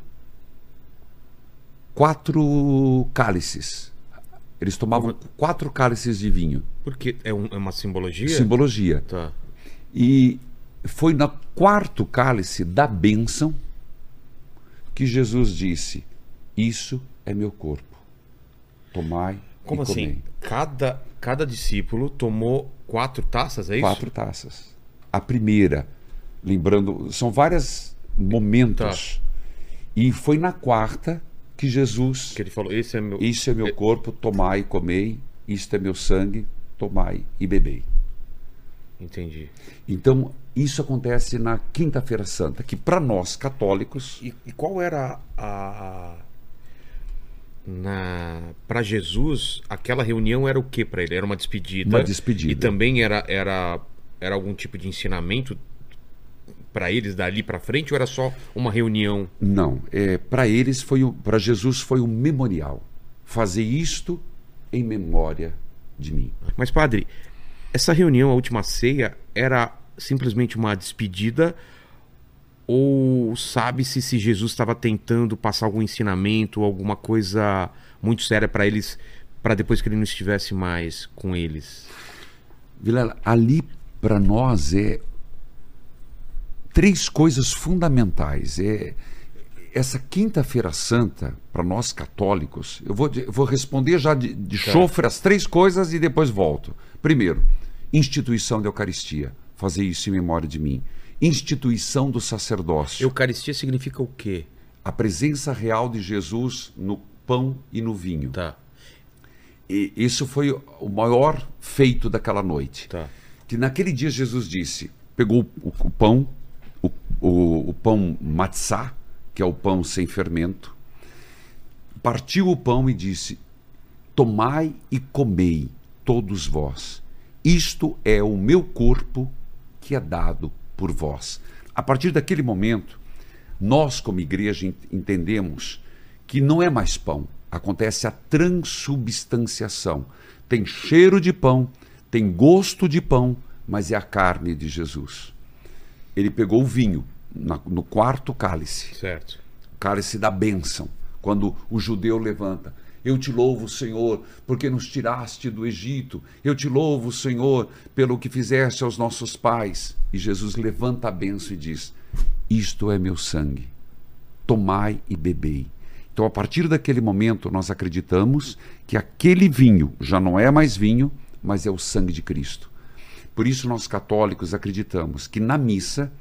quatro cálices. Eles tomavam quatro cálices de vinho. Porque é, um- é uma simbologia? Simbologia. Tá. E foi no quarto cálice da bênção que Jesus disse: isso é meu corpo. Tomai Como e comei. assim? Cada, cada discípulo tomou quatro taças, é isso? Quatro taças. A primeira, lembrando, são vários momentos. E foi na quarta que Jesus, Que ele falou, esse é meu... isso é meu corpo, tomai e comei, isto é meu sangue, tomai e bebei. Entendi. Então, isso acontece na Quinta-feira Santa, que para nós católicos, E, e qual era a... a- na para Jesus, aquela reunião era o que para ele? Era uma despedida? Uma despedida. E também era, era, era algum tipo de ensinamento para eles dali para frente ou era só uma reunião? não, é, para eles foi, para Jesus foi um memorial. Fazer isto em memória de mim. Mas, padre, essa reunião, a última ceia, era simplesmente uma despedida ou sabe-se se Jesus estava tentando passar algum ensinamento, alguma coisa muito séria para eles, para depois que ele não estivesse mais com eles? Vilela, ali para nós é três coisas fundamentais. É, essa Quinta-feira Santa, para nós católicos, eu vou, eu vou responder já de, de Tá. chofre as três coisas e depois volto. Primeiro, instituição da Eucaristia. Fazer isso em memória de mim. Instituição do sacerdócio. Eucaristia significa o quê? A presença real de Jesus no pão e no vinho. Tá, E isso foi o maior feito daquela noite. tá. Que naquele dia Jesus disse, pegou o, o pão, o, o, o pão matzá, que é o pão sem fermento, partiu o pão e disse, tomai e comei todos vós. Isto é o meu corpo que é dado por vós. A partir daquele momento, nós como igreja ent- entendemos que não é mais pão, acontece a transubstanciação. Tem cheiro de pão, tem gosto de pão, mas é a carne de Jesus. Ele pegou o vinho na- no quarto cálice, Certo. o cálice da bênção, quando o judeu levanta. Eu te louvo, Senhor, porque nos tiraste do Egito. Eu te louvo, Senhor, pelo que fizeste aos nossos pais. E Jesus levanta a bênção e diz, isto é meu sangue, tomai e bebei. Então, a partir daquele momento, nós acreditamos que aquele vinho já não é mais vinho, mas é o sangue de Cristo. Por isso, nós católicos acreditamos que na missa,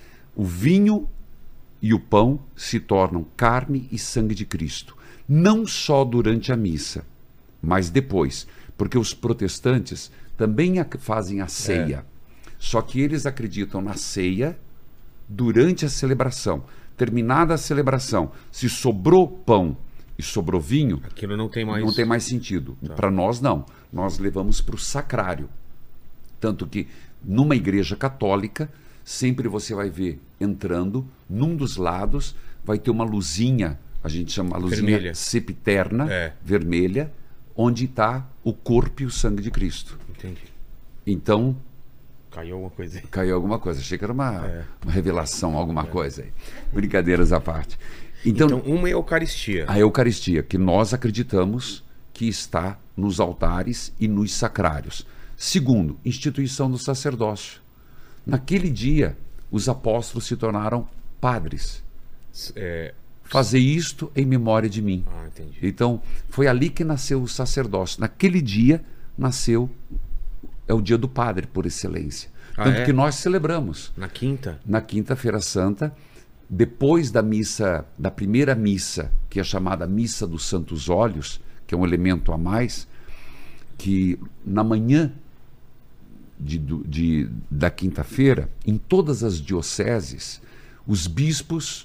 o vinho e o pão se tornam carne e sangue de Cristo. Não só durante a missa, mas depois. Porque os protestantes também a- fazem a ceia. Só que eles acreditam na ceia durante a celebração. Terminada a celebração, se sobrou pão e sobrou vinho, Aquilo não tem mais... não tem mais sentido. Para nós, não. Nós levamos para o sacrário. Tanto que, numa igreja católica, sempre você vai ver entrando, num dos lados, vai ter uma luzinha, a gente chama a luzinha Vermelha. sepiterna, É. vermelha, onde está o corpo e o sangue de Cristo. Entendi. Então, Caiu alguma coisa aí. caiu alguma coisa. Achei que era uma, É. uma revelação, alguma coisa aí. Brincadeiras à parte. Então, Então, uma é a Eucaristia. a Eucaristia, que nós acreditamos que está nos altares e nos sacrários. Segundo, instituição do sacerdócio. Naquele dia, os apóstolos se tornaram padres. É... Fazer isto em memória de mim. Ah, entendi. Então, foi ali que nasceu o sacerdócio. Naquele dia, nasceu, é o dia do padre, por excelência. Ah, Tanto é? que nós celebramos. Na quinta? Na Quinta-feira Santa, depois da missa, da primeira missa, que é chamada Missa dos Santos Óleos, que é um elemento a mais, que na manhã de, do- de- da quinta-feira, em todas as dioceses, os bispos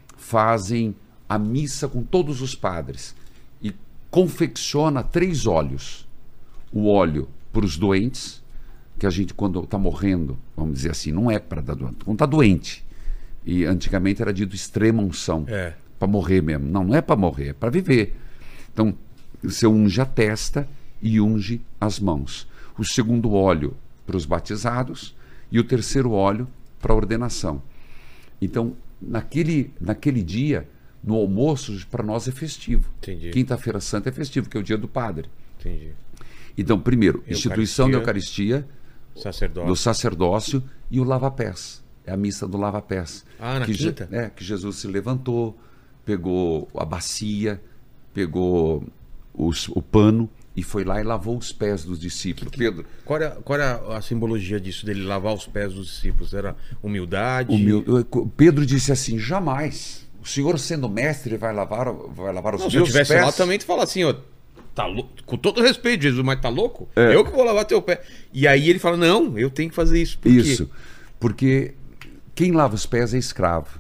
fazem a missa com todos os padres e confecciona três óleos. O óleo para os doentes, que a gente, quando está morrendo, vamos dizer assim, não é para dar doente, quando está doente. E antigamente era dito extrema unção, É. para morrer mesmo. Não, não é para morrer, é para viver. Então, você unge a testa e unge as mãos. O segundo óleo para os batizados e o terceiro óleo para a ordenação. Então, naquele, naquele dia, no almoço, para nós é festivo. Entendi. Quinta-feira Santa é festivo, que é o dia do padre. Entendi. Então, primeiro, instituição da Eucaristia, Sacerdócio. do sacerdócio e o lava-pés. É a missa do lava-pés. Ah, na que Je- quinta? É, que Jesus se levantou, pegou a bacia, pegou os- o pano e foi lá e lavou os pés dos discípulos. Pedro, Qual era, qual era a simbologia disso, dele lavar os pés dos discípulos? Era humildade? humil- Pedro disse assim, jamais. O senhor sendo mestre vai lavar, vai lavar os Não, se eu meus tivesse pés? lá também, tu fala assim, ó, tá louco? Com todo respeito, Jesus, mas tá louco? É. Eu que vou lavar teu pé. E aí ele fala, não, eu tenho que fazer isso. Por quê? Isso, porque quem lava os pés é escravo.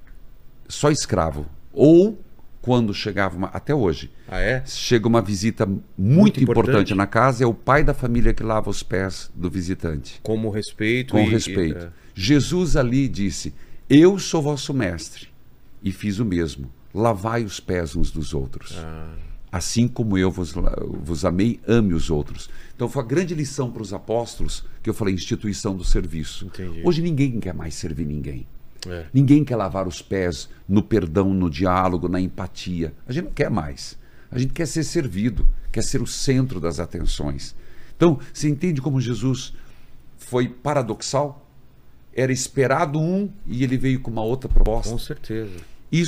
Só escravo. Ou quando chegava, uma, até hoje, Ah, é? chega uma visita muito, Muito importante. importante. na casa, é o pai da família que lava os pés do visitante. Como respeito. Com e- respeito. e- é. Jesus ali disse, eu sou vosso mestre. E fiz o mesmo. Lavai os pés uns dos outros. Ah, Assim como eu vos, vos amei, ame os outros. Então foi a grande lição para os apóstolos que eu falei, instituição do serviço. Entendi. Hoje ninguém quer mais servir ninguém. é. Ninguém quer lavar os pés no perdão, no diálogo, na empatia. A gente não quer mais. A gente quer ser servido, quer ser o centro das atenções. Então, você entende como Jesus foi paradoxal? Era esperado um e ele veio com uma outra proposta. Com certeza. Isso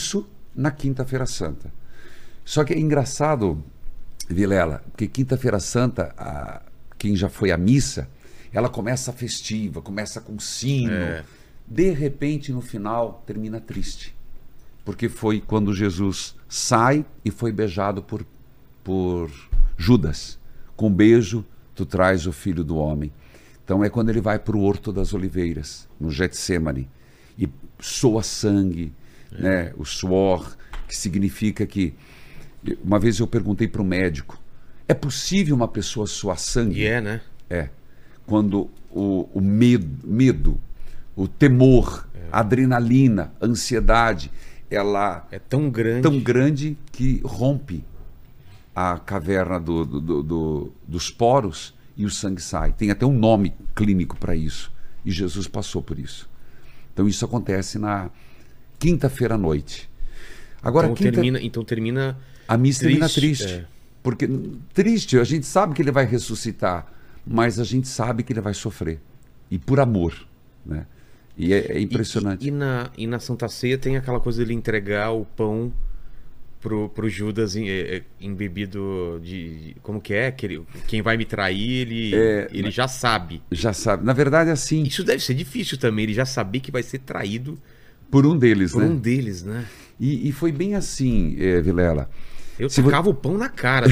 na Quinta-feira Santa. Só que é engraçado, Vilela, porque Quinta-feira Santa, a, quem já foi à missa, ela começa festiva, começa com sino. É. De repente, no final, termina triste. Porque foi quando Jesus sai e foi beijado por, por Judas. Com beijo, tu traz o Filho do Homem. Então é quando ele vai para o Horto das Oliveiras, no Getsêmani, e soa sangue, é. né, o suor, que significa que... Uma vez eu perguntei para o médico, é possível uma pessoa suar sangue? E é, né? É. Quando o, o medo, medo, o temor, é. a adrenalina, a ansiedade, ela é tão grande, tão grande que rompe a caverna do, do, do, do, dos poros e o sangue sai. Tem até um nome clínico para isso. E Jesus passou por isso. Então isso acontece na quinta-feira à noite. Agora, então, quinta... termina, então termina... A missa triste, termina triste. É. Porque, triste, a gente sabe que ele vai ressuscitar, mas a gente sabe que ele vai sofrer. E por amor, né? E é, é impressionante. E, e, na, e na Santa Ceia tem aquela coisa dele entregar o pão pro, pro Judas em, é, embebido de, de... Como que é? Que ele, quem vai me trair, ele, é, ele já sabe. Já sabe. Na verdade, é assim... Isso deve ser difícil também, ele já saber que vai ser traído... Por um deles, por né? Por um deles, né? E, e foi bem assim, é, Vilela. Eu Se tacava vo... o pão na cara.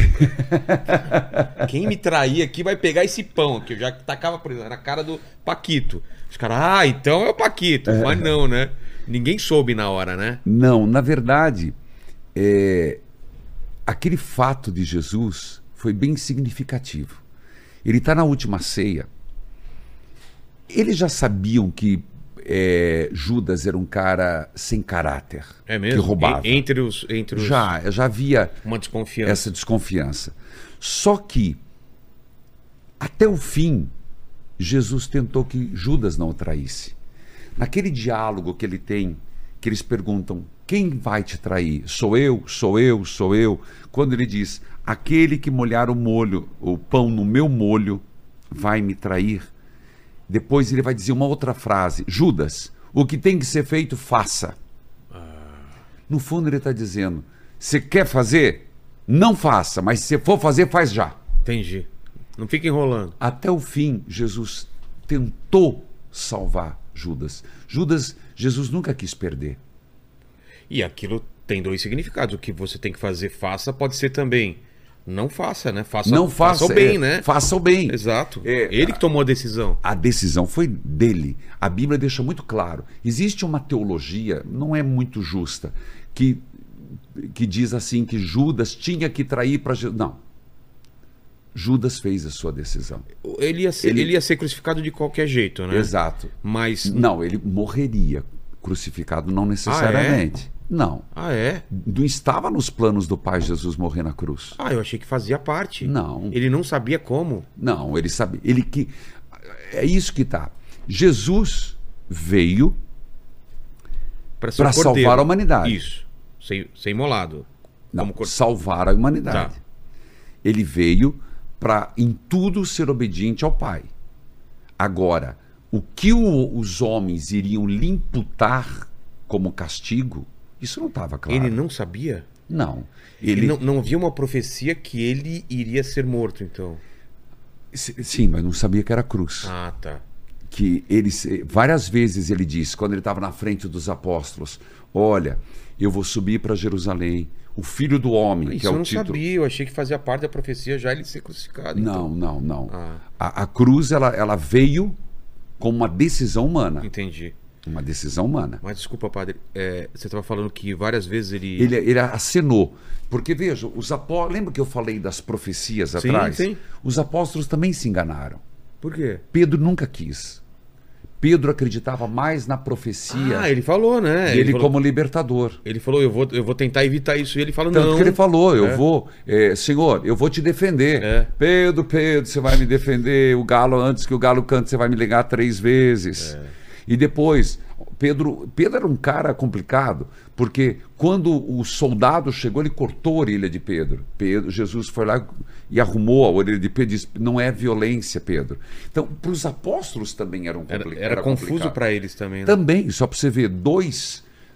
Quem me trair aqui vai pegar esse pão, que eu já tacava por exemplo, na cara do Paquito. Os caras, ah, então é o Paquito. É. Mas não, né? Ninguém soube na hora, né? Não, na verdade, é... aquele fato de Jesus foi bem significativo. Ele está na última ceia. Eles já sabiam que É, Judas era um cara sem caráter, é mesmo? que roubava. E, entre os, entre os... Já, já havia uma desconfiança. essa desconfiança. Só que, até o fim, Jesus tentou que Judas não o traísse. Naquele diálogo que ele tem, que eles perguntam, quem vai te trair? Sou eu, sou eu, sou eu. Quando ele diz, aquele que molhar o molho, o pão no meu molho, vai me trair. Depois ele vai dizer uma outra frase. Judas, o que tem que ser feito, faça. Ah. No fundo ele está dizendo, você quer fazer? Não faça, mas se for fazer, faz já. Entendi. Não fica enrolando. Até o fim, Jesus tentou salvar Judas. Judas, Jesus nunca quis perder. E aquilo tem dois significados. O que você tem que fazer, faça, pode ser também... Não faça, né? Faça, não faça, faça o bem, é, né? Faça o bem. Exato. É, Ele que tomou a decisão. A decisão foi dele. A Bíblia deixa muito claro. Existe uma teologia, não é muito justa, que, que diz assim que Judas tinha que trair para Jesus. Não. Judas fez a sua decisão. Ele ia, ser, ele... ele ia ser crucificado de qualquer jeito, né? Exato. Mas... Não, ele morreria crucificado, não necessariamente. Ah, é? Não. Ah, é? Não estava nos planos do Pai Jesus morrer na cruz. Ah, eu achei que fazia parte. Não. Ele não sabia como. Não, ele sabia. Ele que... É isso que tá. Jesus veio para salvar a humanidade. Isso. Ser, ser imolado. Não, como... salvar a humanidade. Tá. Ele veio para, em tudo, ser obediente ao Pai. Agora, o que o, os homens iriam lhe imputar como castigo... Isso não estava claro. Ele não sabia? Não. Ele, ele não, não havia uma profecia que ele iria ser morto, então? Sim, mas não sabia que era cruz. Ah, tá. Que ele, várias vezes ele disse, quando ele estava na frente dos apóstolos, olha, eu vou subir para Jerusalém, o Filho do Homem, Isso que é o eu não título... sabia, eu achei que fazia parte da profecia já ele ser crucificado. Não, então. não, não. Ah. A, a cruz, ela, ela veio como uma decisão humana. Entendi. Uma decisão humana. Mas desculpa, padre, é, você estava falando que várias vezes ele... Ele, ele acenou. Porque, veja, os apóstolos... Lembra que eu falei das profecias sim, atrás? Sim. Os apóstolos também se enganaram. Por quê? Pedro nunca quis. Pedro acreditava mais na profecia. Ah, ele falou, né? Ele, ele falou, como libertador. Ele falou, eu vou, eu vou tentar evitar isso. E ele falou, Tanto não. que ele falou, eu é. vou... É, Senhor, eu vou te defender. É. Pedro, Pedro, você vai me defender. O galo, antes que o galo cante, você vai me ligar três vezes. É. E depois... Pedro, Pedro era um cara complicado, porque quando o soldado chegou, ele cortou a orelha de Pedro. Pedro, Jesus foi lá e arrumou a orelha de Pedro e disse, não é violência, Pedro. Então, para os apóstolos também era um compli- era, era, era confuso para eles também. Né? Também, só para você ver, dois,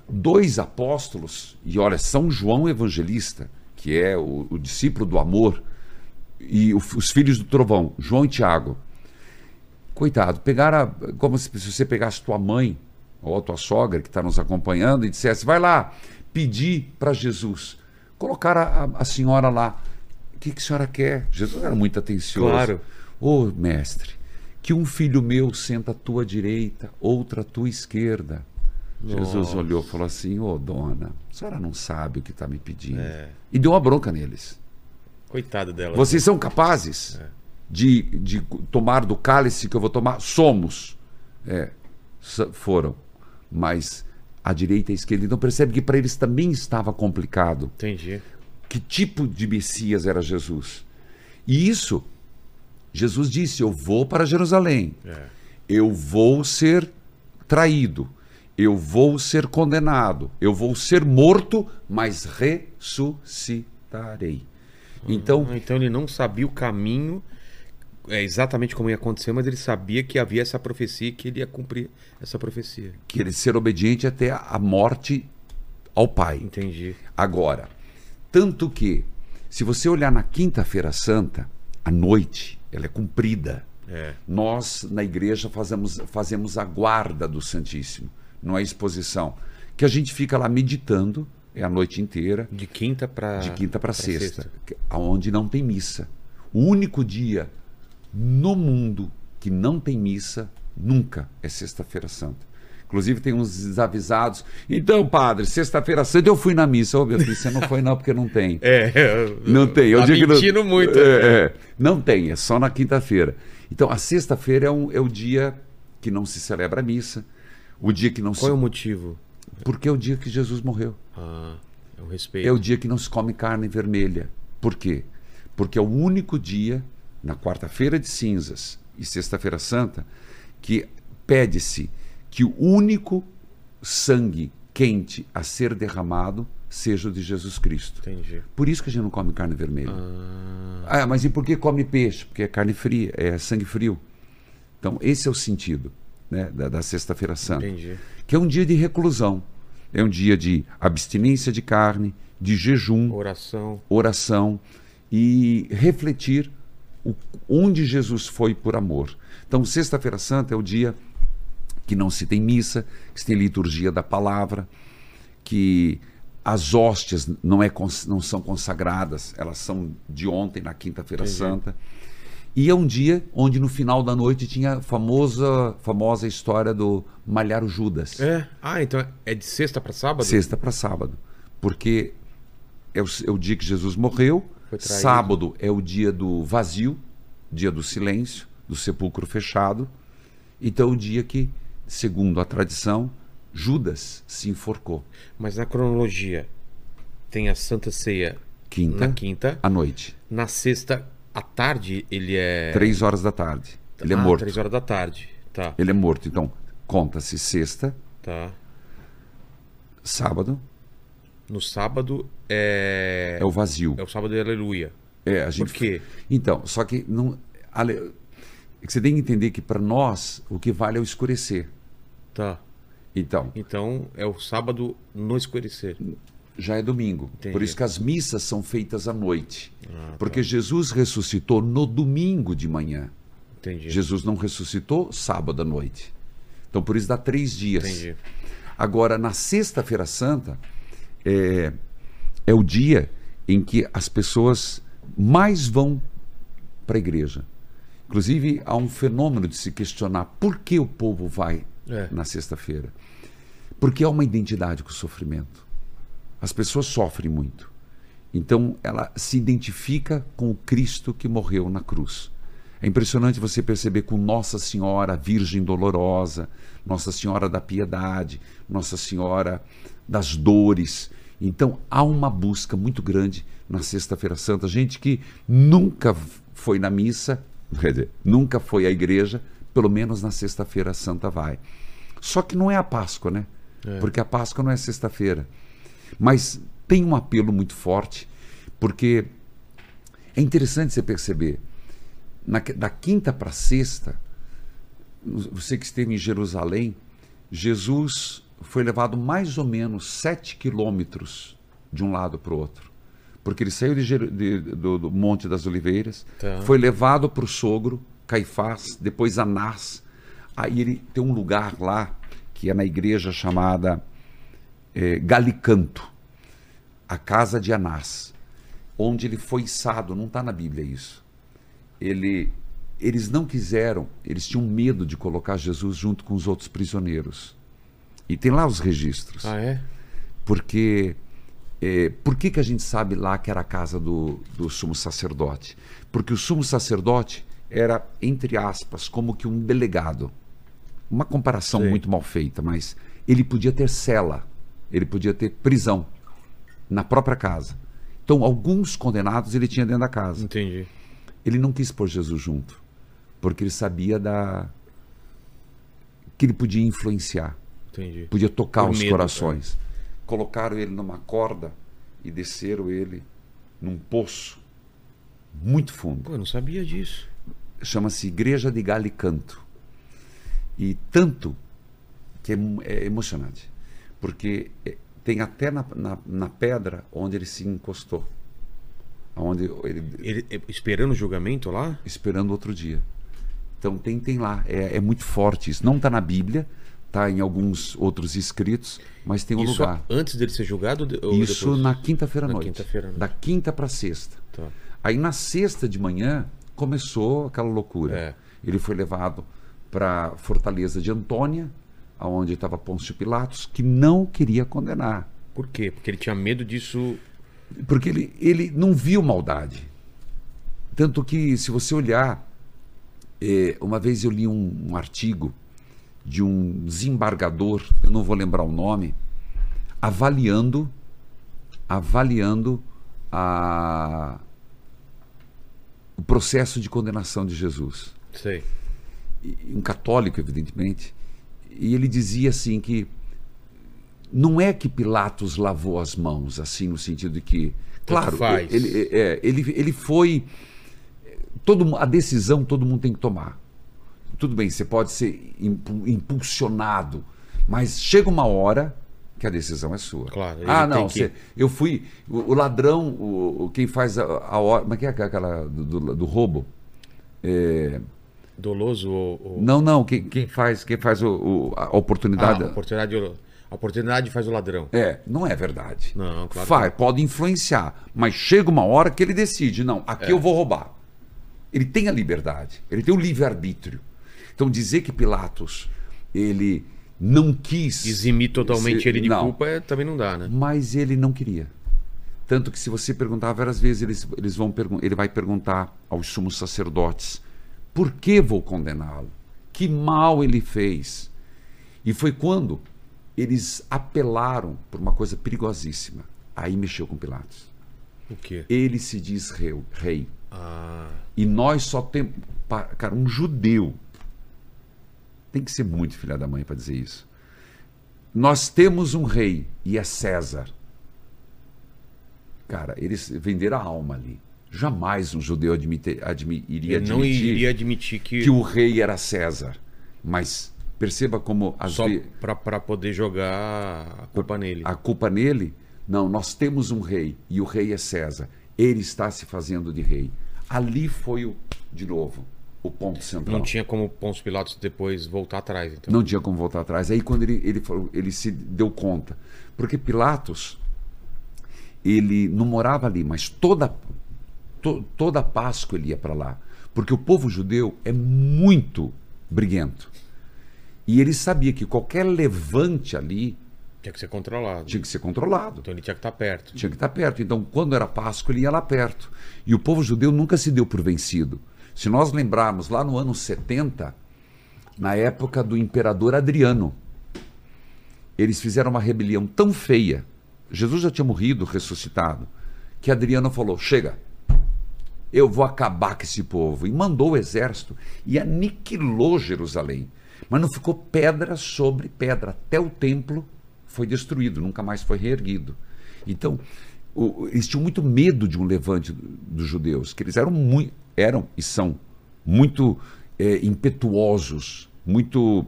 dois apóstolos, e olha, São João Evangelista, que é o, o discípulo do amor, e o, os filhos do trovão, João e Tiago, coitado, pegaram, a, como se, se você pegasse tua mãe, ou a tua sogra que está nos acompanhando, e dissesse, vai lá, pedir para Jesus. Colocaram a, a senhora lá. O que, que a senhora quer? Jesus era muito atencioso. Claro. Ô, mestre, que um filho meu senta à tua direita, outra à tua esquerda. Nossa. Jesus olhou e falou assim, ô, dona, a senhora não sabe o que está me pedindo. É. E deu uma bronca neles. Coitado dela. Vocês são capazes É. de, de tomar do cálice que eu vou tomar? Somos. É, foram. Mas a direita e a esquerda. Então percebe que para eles também estava complicado. Entendi. Que tipo de Messias era Jesus? E isso, Jesus disse, eu vou para Jerusalém. É. Eu vou ser traído. Eu vou ser condenado. Eu vou ser morto, mas ressuscitarei. Então, Ah, então ele não sabia o caminho, é exatamente como ia acontecer, mas ele sabia que havia essa profecia e que ele ia cumprir essa profecia. que ele ser obediente até a morte ao Pai. Entendi. Agora, tanto que, se você olhar na Quinta-feira Santa, à noite, ela é cumprida. É. Nós, na igreja, fazemos, fazemos a guarda do Santíssimo, não é exposição. Que a gente fica lá meditando, é a noite inteira, De quinta para de quinta para sexta, aonde não tem missa. O único dia no mundo que não tem missa, nunca, é Sexta-feira Santa. Inclusive tem uns desavisados. Então, padre, Sexta-feira Santa eu fui na missa. Ô, meu filho, você não foi não, porque não tem. É, Não tem. Eu tá digo que não- mentindo muito. É, é. Não tem, é só na quinta-feira. Então, a sexta-feira é, um- é o dia que não se celebra a missa, o dia que não Qual é se... o motivo? Porque é o dia que Jesus morreu. Ah, é o respeito. É o dia que não se come carne vermelha. Por quê? Porque é o único dia, na quarta-feira de cinzas e sexta-feira santa, que pede-se que o único sangue quente a ser derramado seja o de Jesus Cristo. Entendi. Por isso que a gente não come carne vermelha. Ah, Ah, mas e por que come peixe? Porque é carne fria, é sangue frio. Então, esse é o sentido, né, da, da Sexta-feira Santa. entendi. Que é um dia de reclusão. É um dia de abstinência de carne, de jejum, Oração. oração e refletir o, onde Jesus foi por amor. Então, Sexta-feira Santa é o dia que não se tem missa, que se tem liturgia da palavra, que as hóstias não, é, cons- não são consagradas, elas são de ontem, na Quinta-feira Entendi. Santa. E é um dia onde no final da noite tinha a famosa, famosa história do malhar o Judas. É. Ah, então é de sexta para sábado? Sexta para sábado. Porque é o, é o dia que Jesus morreu, Foi traído. sábado é o dia do vazio, dia do silêncio, do sepulcro fechado. Então é o dia que, segundo a tradição, Judas se enforcou. Mas na cronologia tem a Santa Ceia Quinta, na quinta. à noite, Na sexta à tarde ele é. três horas da tarde. Ele é Ah, morto. Três horas da tarde. Tá, Ele é morto. Então, conta-se sexta, tá. sábado, No sábado é. é o vazio. É o sábado de aleluia. É, a gente... Por quê? Então, só que não. ale- é que você tem que entender que para nós o que vale é o escurecer. Tá. Então, Então é o sábado no escurecer. já é domingo. Entendi. Por isso que as missas são feitas à noite. Ah, Porque tá. Jesus ressuscitou no domingo de manhã. Entendi. Jesus não ressuscitou sábado à noite. Então, por isso dá três dias. Entendi. Agora, na Sexta-feira Santa, é, é o dia em que as pessoas mais vão para a igreja. Inclusive, há um fenômeno de se questionar por que o povo vai É. na sexta-feira. Porque há uma identidade com o sofrimento. As pessoas sofrem muito. Então, ela se identifica com o Cristo que morreu na cruz. É impressionante você perceber com Nossa Senhora Virgem Dolorosa, Nossa Senhora da Piedade, Nossa Senhora das Dores. Então, há uma busca muito grande na Sexta-feira Santa. Gente que nunca foi na missa, quer dizer, nunca foi à igreja, pelo menos na Sexta-feira Santa vai. Só que não é a Páscoa, né? É. Porque a Páscoa não é sexta-feira. Mas tem um apelo muito forte, porque é interessante você perceber, na, da quinta para sexta, você que esteve em Jerusalém, Jesus foi levado mais ou menos sete quilômetros de um lado para o outro. Porque ele saiu de, de, do, do Monte das Oliveiras, Tá. foi levado para o sogro, Caifás, depois Anás. Aí ele tem um lugar lá, que é na igreja chamada é, Galicanto, a casa de Anás, onde ele foi içado. Não está na Bíblia isso. Ele, eles não quiseram, eles tinham medo de colocar Jesus junto com os outros prisioneiros. E tem lá os registros. Ah, é? Porque, é, por que, que a gente sabe lá que era a casa do, do sumo sacerdote? Porque o sumo sacerdote era, entre aspas, como que um delegado. Uma comparação Sei. muito mal feita, mas ele podia ter cela, ele podia ter prisão na própria casa. Então, alguns condenados ele tinha dentro da casa. Entendi. Ele não quis pôr Jesus junto, porque ele sabia da que ele podia influenciar. Entendi. Podia tocar Por os medo, corações. Colocaram ele numa corda e desceram ele num poço muito fundo. Pô, eu não sabia disso. Chama-se Igreja de Galicanto. E tanto que é, é emocionante, porque é, tem até na, na, na pedra onde ele se encostou, onde ele, Ele, é, esperando o julgamento lá? esperando outro dia. Então tem, tem lá, é, é muito forte isso. Não está na Bíblia, está em alguns outros escritos, mas tem um Isso lugar. antes dele ser julgado? ou Isso depois? na quinta-feira à Na noite. quinta-feira à noite. Da quinta para sexta. Tá. Aí na sexta de manhã começou aquela loucura. É. Ele foi levado para a fortaleza de Antônia, onde estava Pôncio Pilatos, que não queria condenar. Por quê? Porque ele tinha medo disso. Porque ele, ele não viu maldade. Tanto que, se você olhar, eh, uma vez eu li um, um artigo de um desembargador, eu não vou lembrar o nome, avaliando, avaliando a, o processo de condenação de Jesus. Sei. Um católico, evidentemente, e ele dizia assim que não é que Pilatos lavou as mãos, assim, no sentido de que, claro, faz. ele, é, ele, ele foi, todo, a decisão todo mundo tem que tomar. Tudo bem, você pode ser impu- impulsionado, mas chega uma hora que a decisão é sua. Claro, ele Ah, tem não, que- você, eu fui, o, o ladrão, o, o- quem faz a, a hora, mas que é aquela do, do, do roubo? É, Doloso ou. ou... não, não, quem, quem faz, quem faz o, o- a Ah, oportunidade. a oportunidade, a oportunidade faz o ladrão. É, não é verdade. Não, claro Faz, que pode influenciar, mas chega uma hora que ele decide, não, aqui É. eu vou roubar. Ele tem a liberdade, ele tem o livre-arbítrio. Então dizer que Pilatos, ele não quis... Eximir totalmente se- ele de não, culpa é- também não dá, né? mas ele não queria. Tanto que se você perguntar várias vezes, eles, eles vão pergun- ele vai perguntar aos sumos sacerdotes, por que vou condená-lo? Que mal ele fez? E foi quando eles apelaram por uma coisa perigosíssima. Aí mexeu com Pilatos. O quê? Ele se diz rei. rei. Ah, E nós só temos... pa- Cara, um judeu tem que ser muito filha da mãe para dizer isso. Nós temos um rei e é César. Cara, eles venderam a alma ali. Jamais um judeu admite, admi, iria ele não admitir iria admitir que. que o rei era César. Mas perceba como às Só vezes pra, pra poder jogar a culpa nele. a culpa nele. Não, nós temos um rei e o rei é César. Ele está se fazendo de rei. Ali foi o, de novo, o ponto central. Não tinha como Pôncio Pilatos depois voltar atrás, então. Não tinha como voltar atrás. Aí quando ele, ele, falou, ele se deu conta. Porque Pilatos, ele não morava ali, mas toda, to, toda Páscoa ele ia para lá. Porque o povo judeu é muito briguento. E ele sabia que qualquer levante ali Tinha que ser controlado. tinha que ser controlado. Então ele tinha que estar perto. Tinha que estar perto. Então, quando era Páscoa, ele ia lá perto. E o povo judeu nunca se deu por vencido. Se nós lembrarmos, lá no ano setenta, na época do imperador Adriano, eles fizeram uma rebelião tão feia, Jesus já tinha morrido, ressuscitado, que Adriano falou, chega, eu vou acabar com esse povo. E mandou o exército e aniquilou Jerusalém. Mas não ficou pedra sobre pedra. Até o templo foi destruído, nunca mais foi reerguido. Então, o, eles tinham muito medo de um levante do- dos judeus, que eles eram, muito, eram e são muito é, impetuosos, muito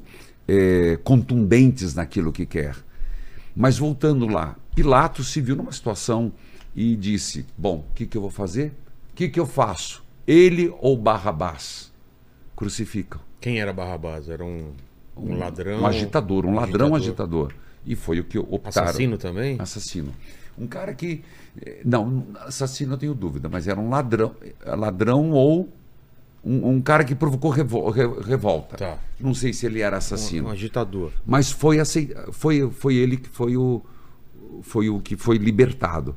é, contundentes naquilo que quer. Mas voltando lá, Pilatos se viu numa situação e disse, bom, o que, que eu vou fazer? O que, que eu faço? Ele ou Barrabás? Crucificam. Quem era Barrabás? Era um, um ladrão? Um agitador, um ladrão agitador. agitador. E foi o que optaram. Assassino também? Assassino. Um cara que... Não, assassino eu tenho dúvida, mas era um ladrão, ladrão ou um, um cara que provocou revol, revolta. Tá. Não sei se ele era assassino. Um, um agitador. Mas foi, foi, foi ele que foi o, foi o que foi libertado.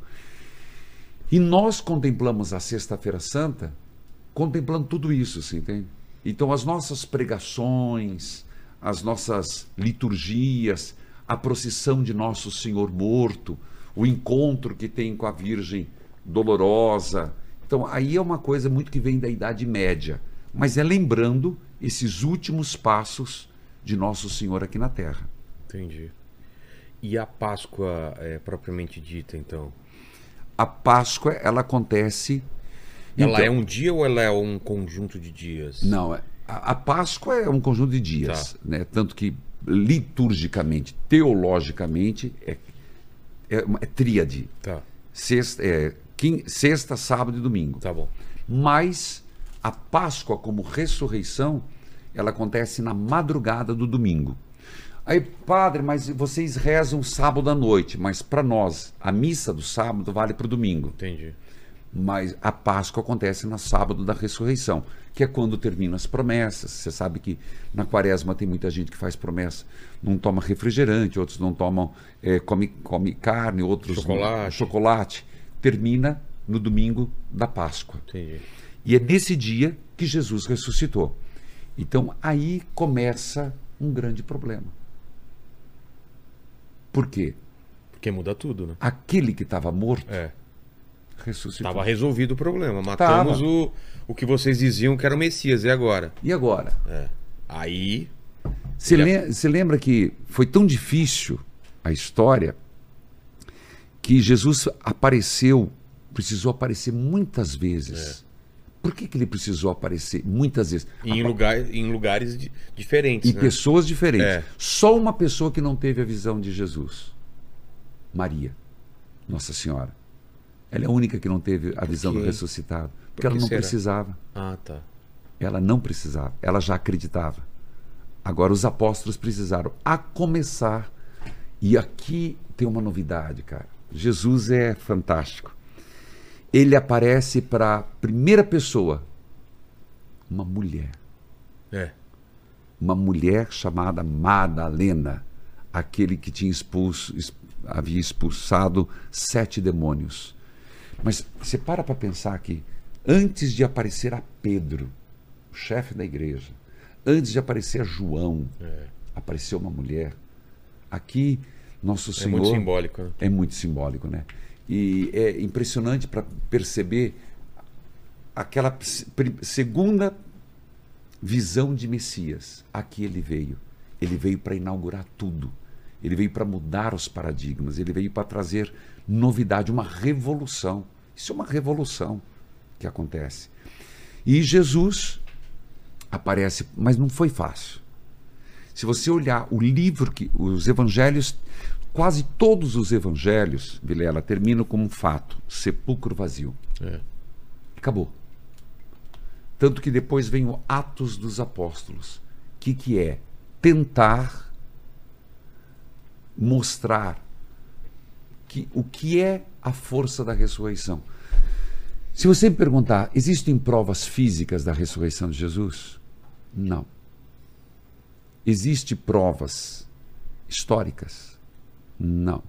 E nós contemplamos a Sexta-feira Santa contemplando tudo isso, você entende? Então as nossas pregações, as nossas liturgias, a procissão de Nosso Senhor morto, o encontro que tem com a Virgem dolorosa. Então aí é uma coisa muito que vem da Idade Média, mas é lembrando esses últimos passos de Nosso Senhor aqui na Terra. Entendi. E a Páscoa é propriamente dita, então? A Páscoa, ela acontece... Ela então, é um dia ou ela é um conjunto de dias? Não, a, a Páscoa é um conjunto de dias, Tá. né? Tanto que liturgicamente, teologicamente, é, é, uma, é tríade. Tá. Sexta, é, quim, sexta, sábado e domingo. Tá bom. Mas a Páscoa como ressurreição, ela acontece na madrugada do domingo. Aí, padre, mas vocês rezam sábado à noite, mas para nós, a missa do sábado vale para o domingo. Entendi. Mas a Páscoa acontece no sábado da ressurreição, que é quando terminam as promessas. Você sabe que na quaresma tem muita gente que faz promessa, não toma refrigerante, outros não tomam, é, come, come carne, outros Chocolate. Não, chocolate. Termina no domingo da Páscoa. Entendi. E é nesse dia que Jesus ressuscitou. Então aí começa um grande problema. Por quê? Porque muda tudo, né? Aquele que estava morto É. ressuscitou. Tava resolvido o problema. Matamos o, o que vocês diziam que era o Messias. E agora? E agora? É. Aí... Você Ele- le- você lembra que foi tão difícil a história que Jesus apareceu, precisou aparecer muitas vezes. Por que, que ele precisou aparecer muitas vezes? E em, Apa- lugar, em lugares di- diferentes, E né? pessoas diferentes. É. Só uma pessoa que não teve a visão de Jesus. Maria, Nossa Senhora. Ela é a única que não teve a visão do quê? ressuscitado. Porque Por ela que não será? precisava. Ah, tá. Ela não precisava. Ela já acreditava. Agora os apóstolos precisaram. A começar. E aqui tem uma novidade, cara. Jesus é fantástico. Ele aparece para a primeira pessoa. Uma mulher. É. Uma mulher chamada Madalena. Aquele que tinha expulso, es- havia expulsado sete demônios. Mas você para para pensar que antes de aparecer a Pedro, o chefe da igreja, antes de aparecer a João, É. apareceu uma mulher. Aqui, Nosso É Senhor... muito simbólico, né? É muito simbólico, né? E é impressionante para perceber aquela ps- pri- segunda visão de Messias. Aqui ele veio. Ele veio para inaugurar tudo. Ele veio para mudar os paradigmas. Ele veio para trazer novidade, uma revolução. Isso é uma revolução que acontece. E Jesus aparece, mas não foi fácil. Se você olhar o livro que os evangelhos, quase todos os evangelhos, Vilela, terminam como um fato: sepulcro vazio. É. Acabou. Tanto que depois vem o Atos dos Apóstolos, que que é tentar mostrar que o que é a força da ressurreição. Se você me perguntar, existem provas físicas da ressurreição de Jesus? Não. Existem provas históricas? Não.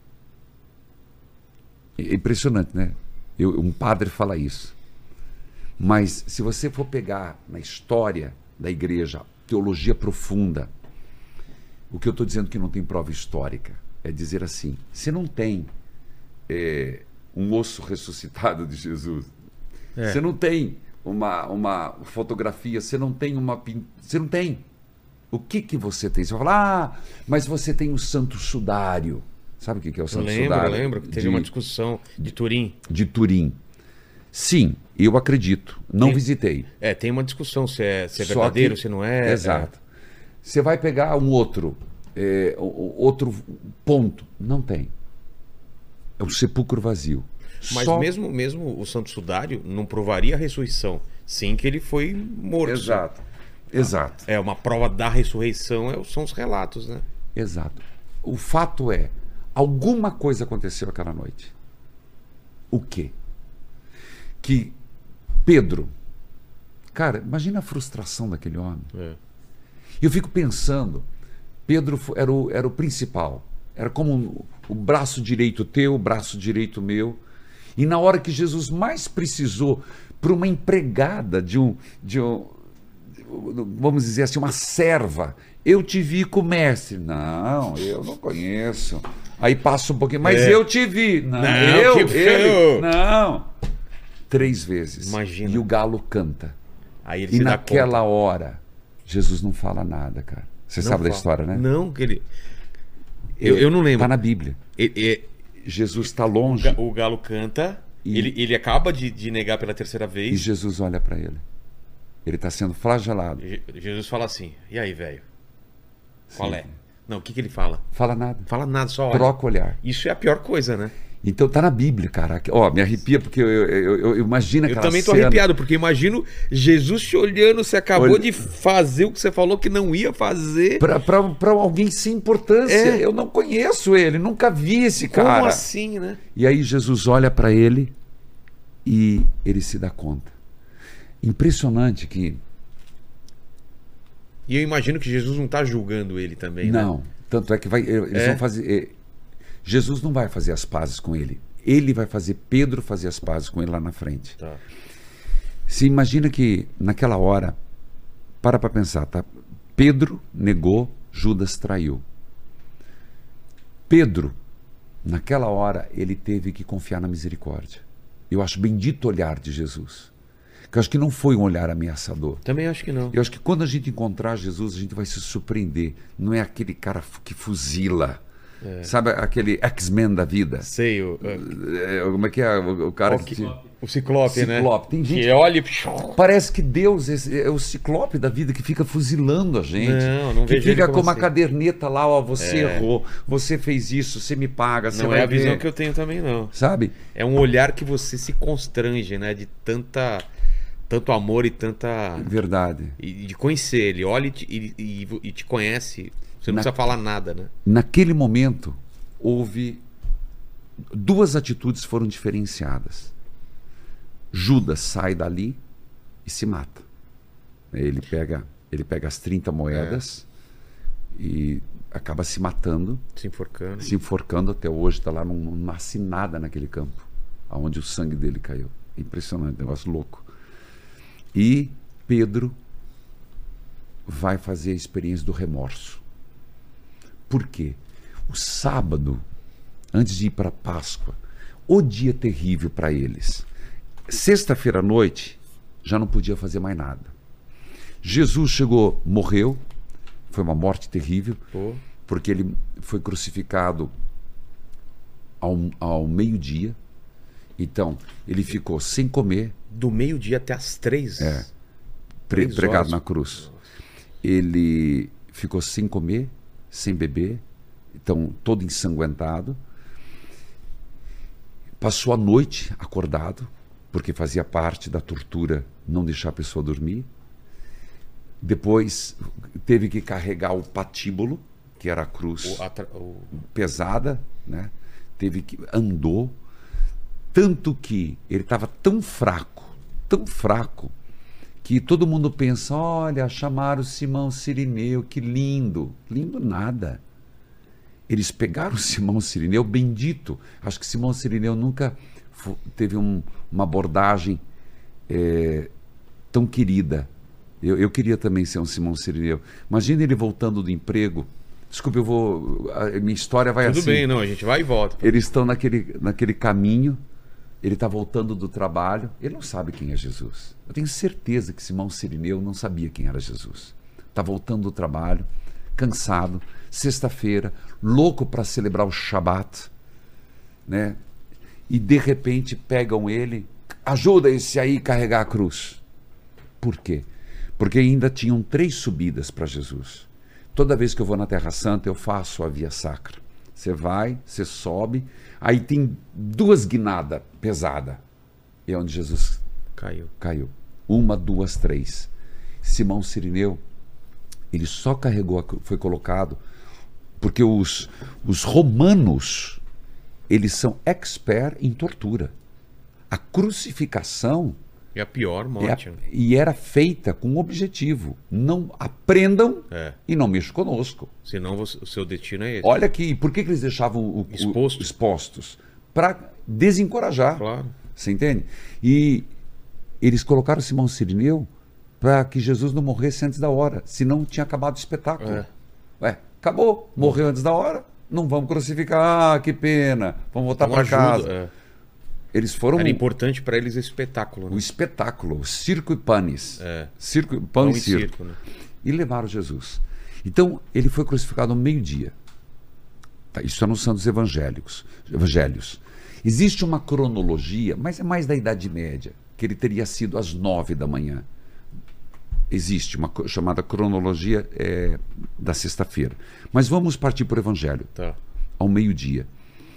É impressionante, né? Eu, um padre fala isso. Mas se você for pegar na história da igreja, teologia profunda, o que eu estou dizendo que não tem prova histórica é dizer assim: você não tem é, um osso ressuscitado de Jesus, É. você não tem uma, uma fotografia, você não tem uma pin- você não tem. O que que você tem? Você vai falar, ah, mas você tem o Santo Sudário. Sabe o que que é o Eu Santo lembro, Sudário? eu lembro que teve de, uma discussão de Turim. de Turim. Sim, eu acredito. Não Tem- visitei. É, tem uma discussão se é, se é Só verdadeiro, que- se não é. Exato. Você vai pegar um outro, é, outro ponto. Não tem. É um sepulcro vazio. Mas Só... mesmo, mesmo o Santo Sudário não provaria a ressurreição, sim que ele foi morto. Exato. Exato. É, uma prova da ressurreição é, são os relatos, né? Exato. O fato é, alguma coisa aconteceu aquela noite. O quê? Que Pedro... Cara, imagina a frustração daquele homem. É. Eu fico pensando, Pedro era o, era o principal. Era como um, o braço direito teu, o braço direito meu. E na hora que Jesus mais precisou, para uma empregada de um, de um, vamos dizer assim, uma serva, eu te vi com o mestre. Não, eu não conheço. Aí passa um pouquinho, mas é. eu te vi. Não, não eu, que ele, não. Três vezes. Imagina. E o galo canta. Aí ele e se naquela dá conta. hora, Jesus não fala nada, cara. Você Não sabe fala. da história, né? Não, que ele... Eu, eu não lembro. Está na Bíblia. E- e- Jesus está o, longe ga- o galo canta, E- ele, ele acaba de, de negar pela terceira e vez. Jesus olha para ele. Ele está sendo flagelado. Je- Jesus fala assim, e aí, velho? Qual Sim. é? Não, o que, que ele fala? Fala nada. Fala nada, só olha. Troca o olhar. Isso é a pior coisa, né? Então tá na Bíblia, cara. Ó, me arrepia porque eu, eu, eu, eu imagino Eu aquela também tô cena. arrepiado, porque imagino Jesus te olhando, você acabou Olha- de fazer o que você falou que não ia fazer. Para alguém sem importância. É. Eu não conheço ele, nunca vi esse Como cara. assim, né? E aí Jesus olha para ele e ele se dá conta. Impressionante que... E eu imagino que Jesus não tá julgando ele também, né? Não, tanto é que vai, eles É? vão fazer... eh, Jesus não vai fazer as pazes com ele. Ele vai fazer Pedro fazer as pazes com ele lá na frente. Tá. Você imagina que naquela hora, para para pensar, tá? Pedro negou, Judas traiu. Pedro, naquela hora, ele teve que confiar na misericórdia. Eu acho bendito o olhar de Jesus. Que eu acho que não foi um olhar ameaçador. Também acho que não. Eu acho que quando a gente encontrar Jesus, a gente vai se surpreender. Não é aquele cara que fuzila. É. Sabe aquele X-Men da vida? Sei, o, É, como é que é o, o cara o, que... que- o ciclope, né? Ciclope. Tem gente que olha e... Parece que Deus é, é o ciclope da vida que fica fuzilando a gente. Não, não que vejo ele fica como com uma assim. caderneta lá, ó, você É. errou, você fez isso, você me paga, você Não vai é a visão ver. que eu tenho também, não. Sabe? É um olhar que você se constrange, né? De tanta... Tanto amor e tanta... Verdade. E de conhecer ele. Olha e te, e, e- e te conhece. Você não Na- precisa falar nada, né? Naquele momento, houve... Duas atitudes foram diferenciadas. Judas sai dali e se mata. Ele pega, ele pega as trinta moedas e acaba se matando, Se enforcando. se enforcando até hoje, está lá, não, não nasce nada naquele campo, aonde o sangue dele caiu. Impressionante, negócio louco. E Pedro vai fazer a experiência do remorso. Por quê? O sábado, antes de ir para a Páscoa, o dia terrível para eles. Sexta-feira à noite, já não podia fazer mais nada. Jesus chegou, morreu, foi uma morte terrível, Pô. porque ele foi crucificado ao, ao meio-dia. Então, ele ficou sem comer, Do meio-dia até as três. É. pre- Três pregado horas. na cruz. Ele ficou sem comer, sem beber, então todo ensanguentado. Passou a noite acordado, porque fazia parte da tortura não deixar a pessoa dormir. Depois teve que carregar o patíbulo, que era a cruz O, atra- o- pesada, né? Teve que andou, tanto que ele estava tão fraco, tão fraco, que todo mundo pensa, olha, chamaram Simão Cirineu, que lindo. Lindo nada. Eles pegaram o Simão Cirineu, bendito. Acho que Simão Cirineu nunca fo- teve um- uma abordagem eh, tão querida. Eu, eu queria também ser um Simão Cirineu. Imagina ele voltando do emprego. Desculpe, eu vou. A minha história vai Tudo assim. bem, não, a gente vai e volta. Eles estão naquele, naquele caminho, ele está voltando do trabalho, ele não sabe quem é Jesus. Eu tenho certeza que Simão Cirineu não sabia quem era Jesus. Está voltando do trabalho, cansado, sexta-feira, louco para celebrar o Shabat, né? E de repente pegam ele, ajuda esse aí a carregar a cruz. Por quê? Porque ainda tinham três subidas para Jesus. Toda vez que eu vou na Terra Santa, eu faço a via sacra. Você vai, você sobe, aí tem duas guinadas pesadas. E é onde Jesus Caiu. caiu. Uma, duas, três. Simão Cirineu, ele só carregou, a, foi colocado, porque os, os romanos, eles são expert em tortura. A crucificação É a pior é morte. a, né? e era feita com um objetivo. Não aprendam É. e não mexam conosco. Senão você- o seu destino é esse. Olha aqui, por que, que eles deixavam o, o- Exposto. expostos? Para desencorajar. Claro. Você entende? E eles colocaram Simão Cirineu para que Jesus não morresse antes da hora, senão tinha acabado o espetáculo. É. Ué, acabou, morreu antes da hora, não vamos crucificar, ah, que pena, vamos voltar Então para ajuda, casa. é. Eles foram Era importante para eles esse espetáculo. o Né? espetáculo, o circo e panes. É. Circo, pão, Pão e e circo. circo, né? E levaram Jesus. Então, ele foi crucificado ao meio-dia. Tá, isso não são dos evangélicos, evangelhos. Existe uma cronologia, mas é mais da Idade Média, que ele teria sido às nove da manhã. Existe uma co- chamada cronologia é, da sexta-feira. Mas vamos partir para o evangelho, Tá. ao meio-dia.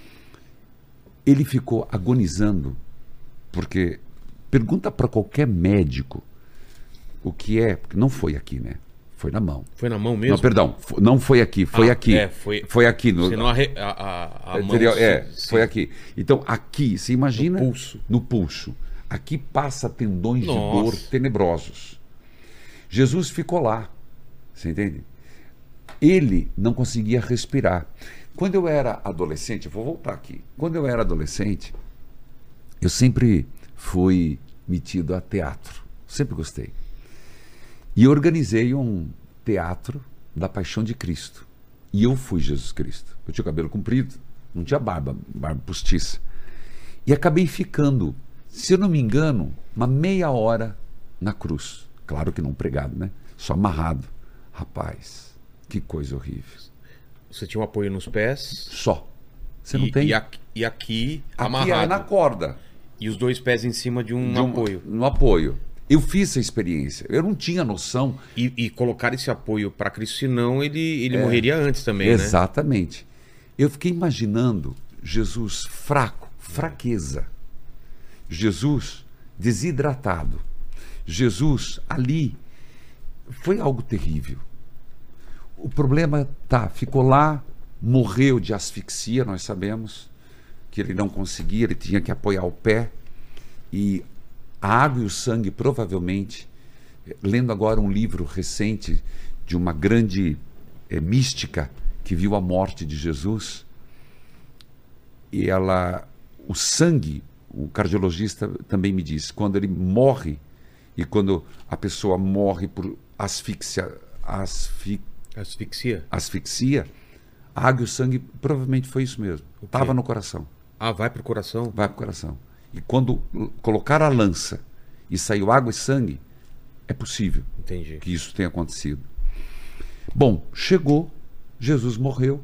Ele ficou agonizando, porque pergunta para qualquer médico o que é, porque não foi aqui, né? Foi na mão. Foi na mão mesmo? Não, perdão, fo- não foi aqui, foi Ah, aqui. é, foi- foi aqui. No, Senão a, re- a, a, a é, mão... teria- se- é, se- foi aqui. Então, aqui, você imagina... No pulso. No pulso. Aqui passa tendões Nossa. de dor tenebrosos. Jesus ficou lá, você entende? Ele não conseguia respirar. Quando eu era adolescente, eu vou voltar aqui. Quando eu era adolescente, eu sempre fui metido a teatro. Sempre gostei. E eu organizei um teatro da Paixão de Cristo. E eu fui Jesus Cristo. Eu tinha cabelo comprido, não tinha barba, barba postiça. E acabei ficando, se eu não me engano, uma meia hora na cruz. Claro que não pregado, né? Só amarrado. Rapaz, que coisa horrível. Você tinha um apoio nos pés. Só. Você não e, tem? E aqui, e aqui Aqui amarrado. é na corda. E os dois pés em cima de um de um- apoio. No apoio. Eu fiz essa experiência. Eu não tinha noção. E, e colocar esse apoio para Cristo, senão ele, ele É. morreria antes também, né? Exatamente. Eu fiquei imaginando Jesus fraco, fraqueza. Jesus desidratado. Jesus ali. Foi algo terrível. O problema, tá, ficou lá, morreu de asfixia, nós sabemos que ele não conseguia, ele tinha que apoiar o pé. E a água e o sangue, provavelmente, lendo agora um livro recente de uma grande eh, mística que viu a morte de Jesus, e ela, o sangue, o cardiologista também me disse, quando ele morre, e quando a pessoa morre por asfixia, asfi, Asfixia? asfixia, a água e o sangue, provavelmente foi isso mesmo. quê? Estava no coração. Ah, vai pro coração? Vai para o coração. E quando l- colocar a lança e saiu água e sangue, é possível Entendi. que isso tenha acontecido. Bom, chegou, Jesus morreu.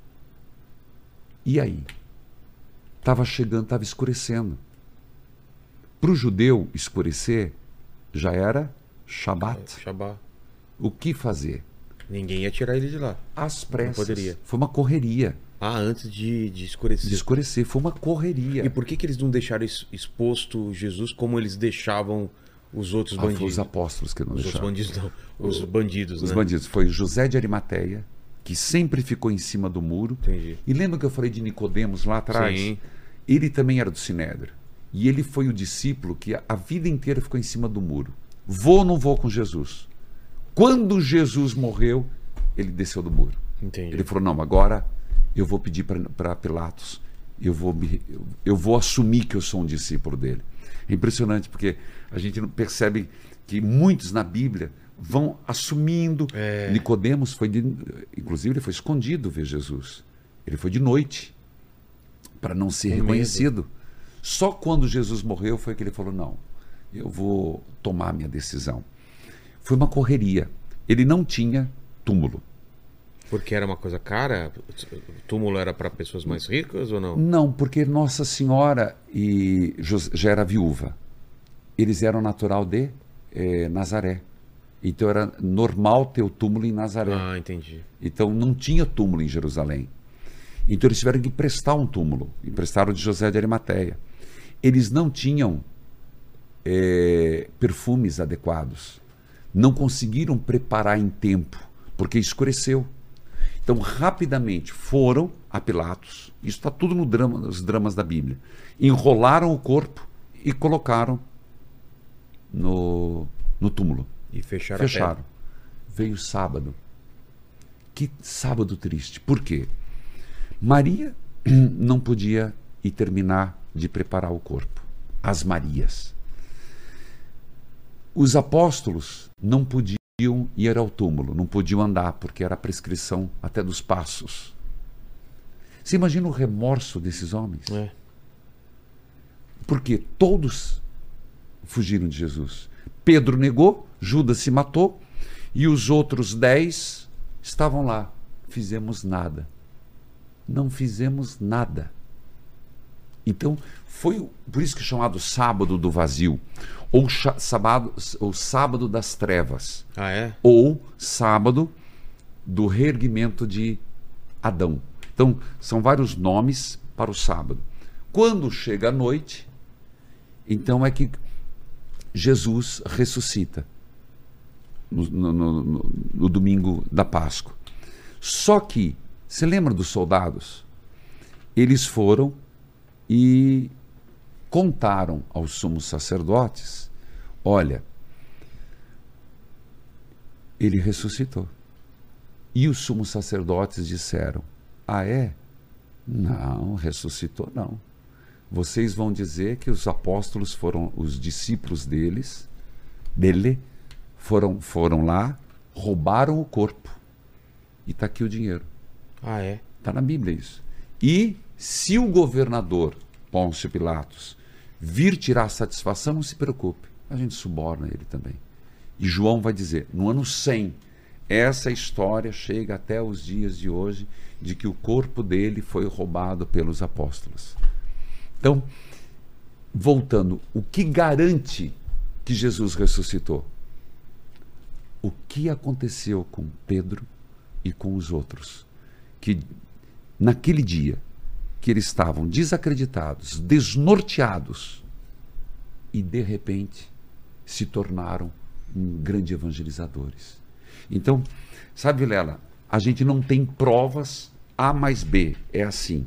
E aí? Estava chegando, estava escurecendo. Para o judeu, escurecer já era Shabat. Shabá. O que fazer? Ninguém ia tirar ele de lá. Às pressas. poderia. Foi uma correria Ah, antes de, de escurecer. de escurecer. Foi uma correria. E por que, que eles não deixaram es- exposto Jesus como eles deixavam os outros Ah, foi bandidos? os apóstolos que não Os outros deixaram. bandidos não. Os bandidos, Os né? bandidos. Foi José de Arimateia, que sempre ficou em cima do muro. Entendi. E lembra que eu falei de Nicodemos lá atrás? Sim. Ele também era do Sinédrio. E ele foi o discípulo que a- a vida inteira ficou em cima do muro. Vou ou não vou com Jesus? Quando Jesus morreu, ele desceu do muro. Entendi. Ele falou, não, agora eu vou pedir para Pilatos, eu vou, me, eu, eu vou assumir que eu sou um discípulo dele. É impressionante, porque a gente não percebe que muitos na Bíblia vão assumindo. É. Nicodemos foi, de, inclusive, ele foi escondido ver Jesus. Ele foi de noite, para não ser Com reconhecido. Só quando Jesus morreu foi que ele falou, não, eu vou tomar a minha decisão. Foi uma correria. Ele não tinha túmulo. Porque era uma coisa cara? O túmulo era para pessoas mais ricas ou não? Não, porque Nossa Senhora e Jos- já era viúva. Eles eram natural de eh, Nazaré. Então era normal ter o túmulo em Nazaré. Ah, entendi. Então não tinha túmulo em Jerusalém. Então eles tiveram que emprestar um túmulo. Emprestaram de José de Arimateia. Eles não tinham é, perfumes adequados. Não conseguiram preparar em tempo, porque escureceu. Então rapidamente foram a Pilatos. Isso está tudo no drama, nos dramas da Bíblia. Enrolaram o corpo e colocaram no, no túmulo. E fecharam. Fecharam. Veio o sábado. Que sábado triste. Por quê? Maria não podia ir terminar de preparar o corpo. As Marias. Os apóstolos não podiam ir ao túmulo, não podiam andar, porque era a prescrição até dos passos. Você imagina o remorso desses homens? É. Porque todos fugiram de Jesus. Pedro negou, Judas se matou, e os outros dez estavam lá. Fizemos nada. Não fizemos nada. Então, foi por isso que é chamado sábado do vazio, ou sábado, ou sábado das trevas, Ah, é? ou sábado do reerguimento de Adão. Então, são vários nomes para o sábado. Quando chega a noite, então é que Jesus ressuscita, no, no, no, no domingo da Páscoa. Só que, você lembra dos soldados? Eles foram e contaram aos sumos sacerdotes: olha, ele ressuscitou. E os sumos sacerdotes disseram: ah, é? Não, ressuscitou não. Vocês vão dizer que os apóstolos foram, os discípulos deles, dele, foram, foram lá, roubaram o corpo. E está aqui o dinheiro. Ah, é? Está na Bíblia isso. E se o governador Pôncio Pilatos vir tirar satisfação, não se preocupe, a gente suborna ele também. E João vai dizer, no ano cem, essa história chega até os dias de hoje, de que o corpo dele foi roubado pelos apóstolos. Então, voltando, o que garante que Jesus ressuscitou? O que aconteceu com Pedro e com os outros? Que naquele dia, que eles estavam desacreditados, desnorteados, e de repente se tornaram um grandes evangelizadores. Então, sabe, Vilela, a gente não tem provas A mais B, é assim,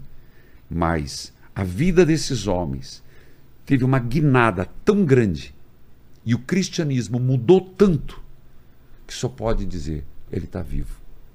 mas a vida desses homens teve uma guinada tão grande e o cristianismo mudou tanto que só pode dizer, ele está vivo.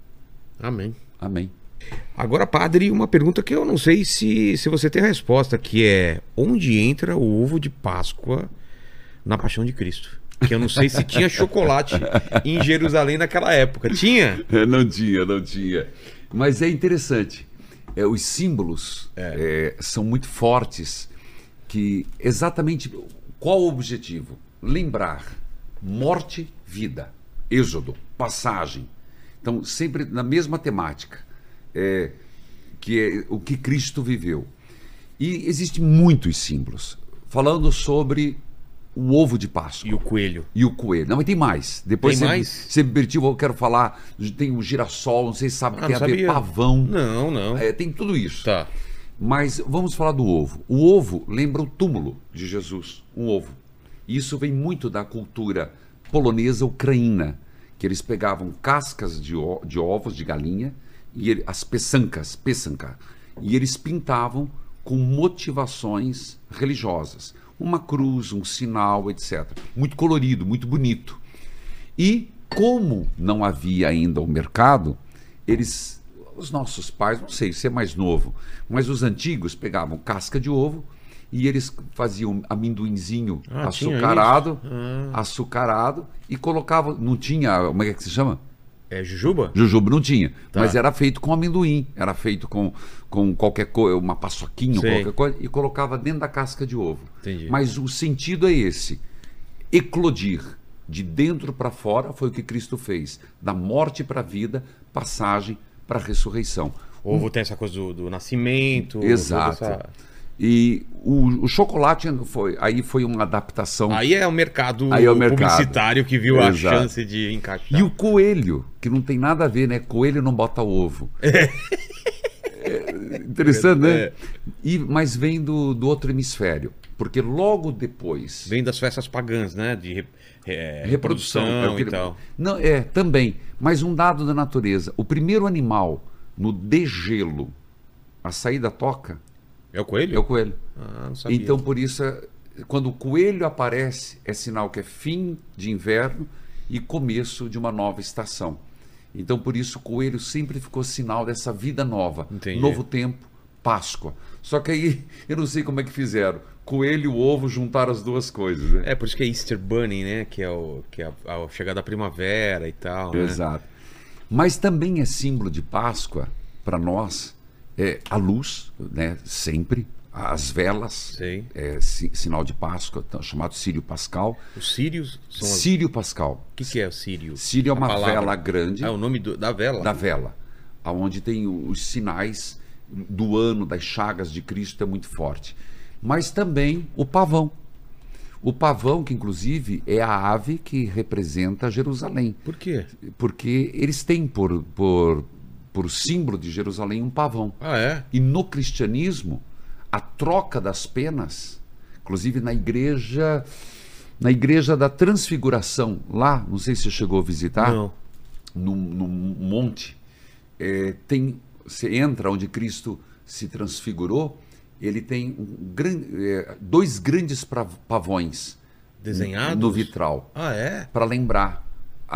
Amém. Amém. Agora, padre, uma pergunta que eu não sei se, se você tem a resposta, que é: onde entra o ovo de Páscoa na Paixão de Cristo? Que eu não sei se tinha chocolate em Jerusalém naquela época. Tinha? Não tinha, não tinha. Mas é interessante. É, os símbolos é. É, são muito fortes. Que exatamente qual o objetivo? Lembrar morte, vida, êxodo, passagem. Então, sempre na mesma temática. É, que é o que Cristo viveu. E existem muitos símbolos falando sobre o ovo de Páscoa. E o coelho. E o coelho. Não, mas tem mais. Depois tem você, mais? Você me permitiu, eu quero falar. Tem o girassol, não sei se sabe, Ah, tem a ver pavão. Não, não. É, tem tudo isso. Tá. Mas vamos falar do ovo. O ovo lembra o túmulo de Jesus. Um ovo. Isso vem muito da cultura polonesa ucraína, que eles pegavam cascas de, de ovos de galinha, e ele, as peçancas, peçanca, e eles pintavam com motivações religiosas. Uma cruz, um sinal, etcétera. Muito colorido, muito bonito. E como não havia ainda o mercado, eles, os nossos pais, não sei se é mais novo, mas os antigos pegavam casca de ovo e eles faziam amendoinzinho ah, açucarado, ah. açucarado e colocavam, não tinha, como é que se chama? É jujuba? Jujuba não tinha, tá. Mas era feito com amendoim, era feito com, com qualquer coisa, uma paçoquinha, Sei. qualquer coisa, e colocava dentro da casca de ovo. Entendi. Mas o sentido é esse, eclodir, de dentro para fora, foi o que Cristo fez, da morte para a vida, passagem para a ressurreição. O ovo tem essa coisa do, do nascimento. Exato. Essa... E o, o chocolate foi, aí foi uma adaptação. Aí é o mercado Aí é o mercado. publicitário que viu a Exato. chance de encaixar. E o coelho, que não tem nada a ver, né? Coelho não bota ovo. É. É interessante, né? É. E, mas vem do, do outro hemisfério. Porque logo depois. Vem das festas pagãs, né? De re- é, Reprodução. reprodução é o que- e tal. Não, é, também. Mas um dado da natureza. O primeiro animal no degelo a sair da toca É o coelho? é o coelho. Ah, não sabia. Então, por isso, é- quando o coelho aparece, é sinal que é fim de inverno e começo de uma nova estação. Então, por isso, o coelho sempre ficou sinal dessa vida nova. Entendi. Novo tempo, Páscoa. Só que aí, eu não sei como é que fizeram. Coelho e o ovo juntaram as duas coisas. Né? É, por isso que é Easter Bunny, né? Que é, o, que é a, a chegada da primavera e tal. Né? Exato. Mas também é símbolo de Páscoa, para nós, é a luz, né? Sempre. As velas, Sei. é si- sinal de Páscoa, então, chamado Sírio Pascal. Os sírios são. as- Sírio Pascal. O que, que é o sírio? Sírio é A uma palavra. vela grande Ah, o nome do- da vela? da vela, aonde tem os sinais do ano, das chagas de Cristo, é muito forte. Mas também o pavão. O pavão, que inclusive é a ave que representa Jerusalém. Por quê? Porque eles têm por, por, por símbolo de Jerusalém um pavão. Ah, é? E no cristianismo, a troca das penas, inclusive na igreja, na igreja da Transfiguração, lá, não sei se você chegou a visitar, Não. num, num monte, é, tem, você entra onde Cristo se transfigurou, ele tem um gran, é, dois grandes pra- pavões Desenhados? no vitral, Ah, é? para lembrar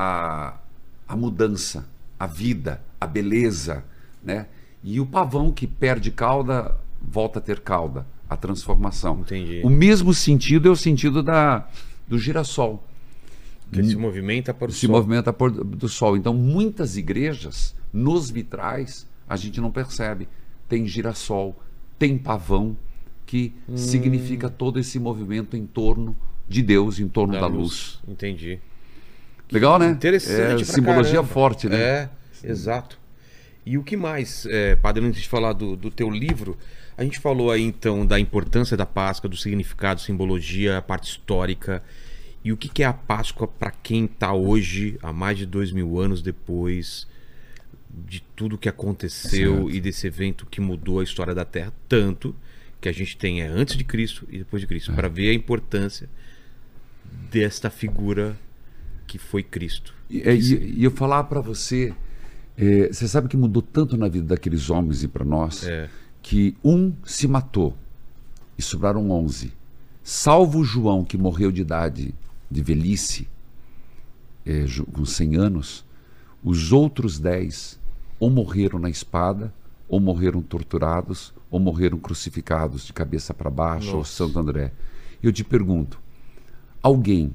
a, a mudança, a vida, a beleza, né? E o pavão que perde cauda volta a ter cauda, a transformação. Entendi. O mesmo sentido é o sentido da, do girassol. Que se movimenta para o Se sol. movimenta por, do sol. Então, muitas igrejas, nos vitrais, a gente não percebe. Tem girassol, tem pavão, que Hum. significa todo esse movimento em torno de Deus, em torno da, luz. Entendi. Legal, né? Interessante É, pra simbologia caramba. forte, né? É, exato. E o que mais, é, Padre, antes de falar do, do teu livro, a gente falou aí então da importância da Páscoa, do significado, simbologia, a parte histórica. E o que, que é a Páscoa para quem está hoje, há mais de dois mil anos depois de tudo que aconteceu Certo. e desse evento que mudou a história da Terra, tanto que a gente tem é antes de Cristo e depois de Cristo, para ver a importância desta figura que foi Cristo. E, é, e- e eu falar para você, é, você sabe que mudou tanto na vida daqueles homens e para nós, É. que um se matou e sobraram onze. Salvo João, que morreu de idade de velhice, é, Ju- com cem anos, os outros dez ou morreram na espada, ou morreram torturados, ou morreram crucificados de cabeça para baixo, ou Nossa. Santo André. Eu te pergunto, alguém,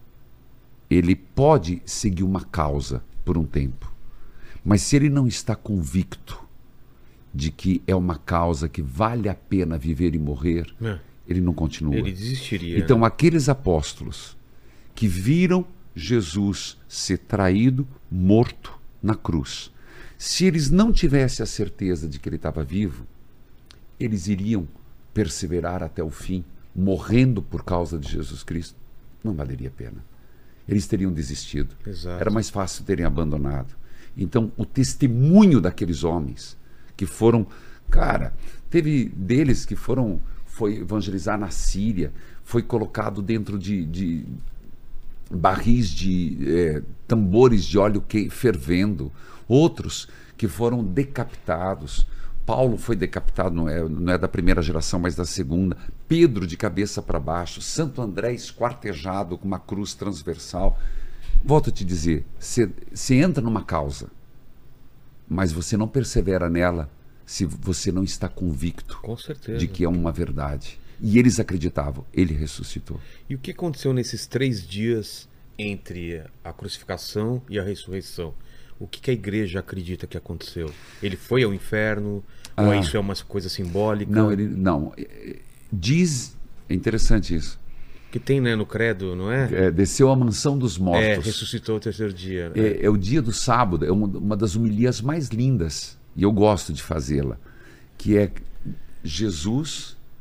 ele pode seguir uma causa por um tempo, mas se ele não está convicto de que é uma causa que vale a pena viver e morrer, É. ele não continua. Ele desistiria. Então, né? aqueles apóstolos que viram Jesus ser traído, morto na cruz, se eles não tivessem a certeza de que ele estava vivo, eles iriam perseverar até o fim, morrendo por causa de Jesus Cristo? Não valeria a pena. Eles teriam desistido. Exato. Era mais fácil terem abandonado. Então, o testemunho daqueles homens que foram, cara, teve deles que foram, foi evangelizar na Síria, foi colocado dentro de, de barris de eh, tambores de óleo que, fervendo, outros que foram decapitados. Paulo foi decapitado, não é, não é da primeira geração, mas da segunda. Pedro de cabeça para baixo. Santo André esquartejado com uma cruz transversal. Volto a te dizer, você entra numa causa, mas você não persevera nela se você não está convicto Com certeza. de que é uma verdade. E eles acreditavam, ele ressuscitou. E o que aconteceu nesses três dias entre a crucificação e a ressurreição? O que, que a igreja acredita que aconteceu? Ele foi ao inferno? Ou Ah. isso é uma coisa simbólica? Não, ele não. eh, Diz, é interessante isso. Que tem, né, no credo, não é? É, desceu à mansão dos É, mortos. ressuscitou o terceiro dia. né? É, é o dia do sábado, é uma, uma das homilias mais lindas, e eu gosto de fazê-la, que é Jesus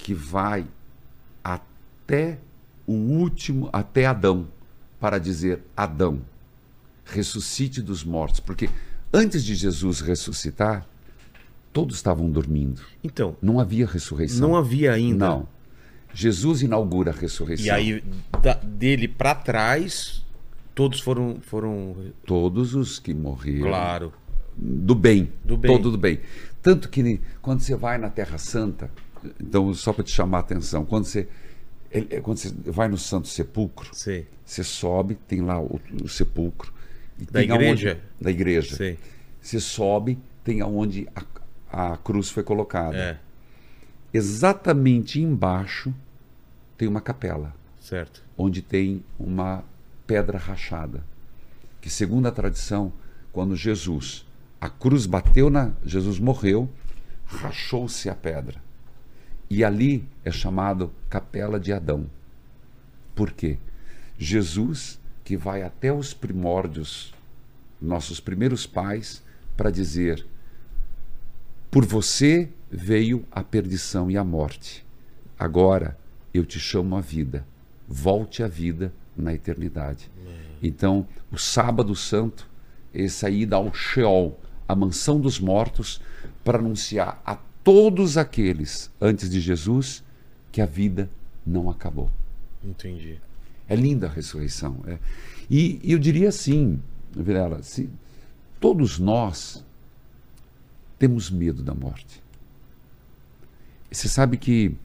que vai até o último, até Adão, para dizer: Adão, ressuscite dos mortos. Porque antes de Jesus ressuscitar, todos estavam dormindo. Então, Não havia ressurreição. não havia ainda. Não. Jesus inaugura a ressurreição. E aí, da- dele para trás, todos foram, foram... Todos os que morreram. Claro. Do bem. Do bem. Todo do bem. Tanto que quando você vai na Terra Santa, então só para te chamar a atenção, quando você, ele- quando você vai no Santo Sepulcro, Sei. você sobe, tem lá o, o sepulcro. E Da tem igreja? aonde- da igreja. Sei. Você sobe, tem aonde a, a cruz foi colocada. É, Exatamente embaixo tem uma capela, certo. onde tem uma pedra rachada. Que segundo a tradição, quando Jesus, a cruz bateu na... Jesus morreu, rachou-se a pedra. E ali é chamado Capela de Adão. Por quê? Jesus, que vai até os primórdios, nossos primeiros pais, para dizer: por você veio a perdição e a morte. Agora eu te chamo à vida. Volte à vida na eternidade. Então, o sábado santo, esse aí dá o Sheol, a mansão dos mortos, para anunciar a todos aqueles antes de Jesus que a vida não acabou. Entendi. É linda a ressurreição. É. E, e eu diria assim, Vilela, se todos nós temos medo da morte. Você sabe que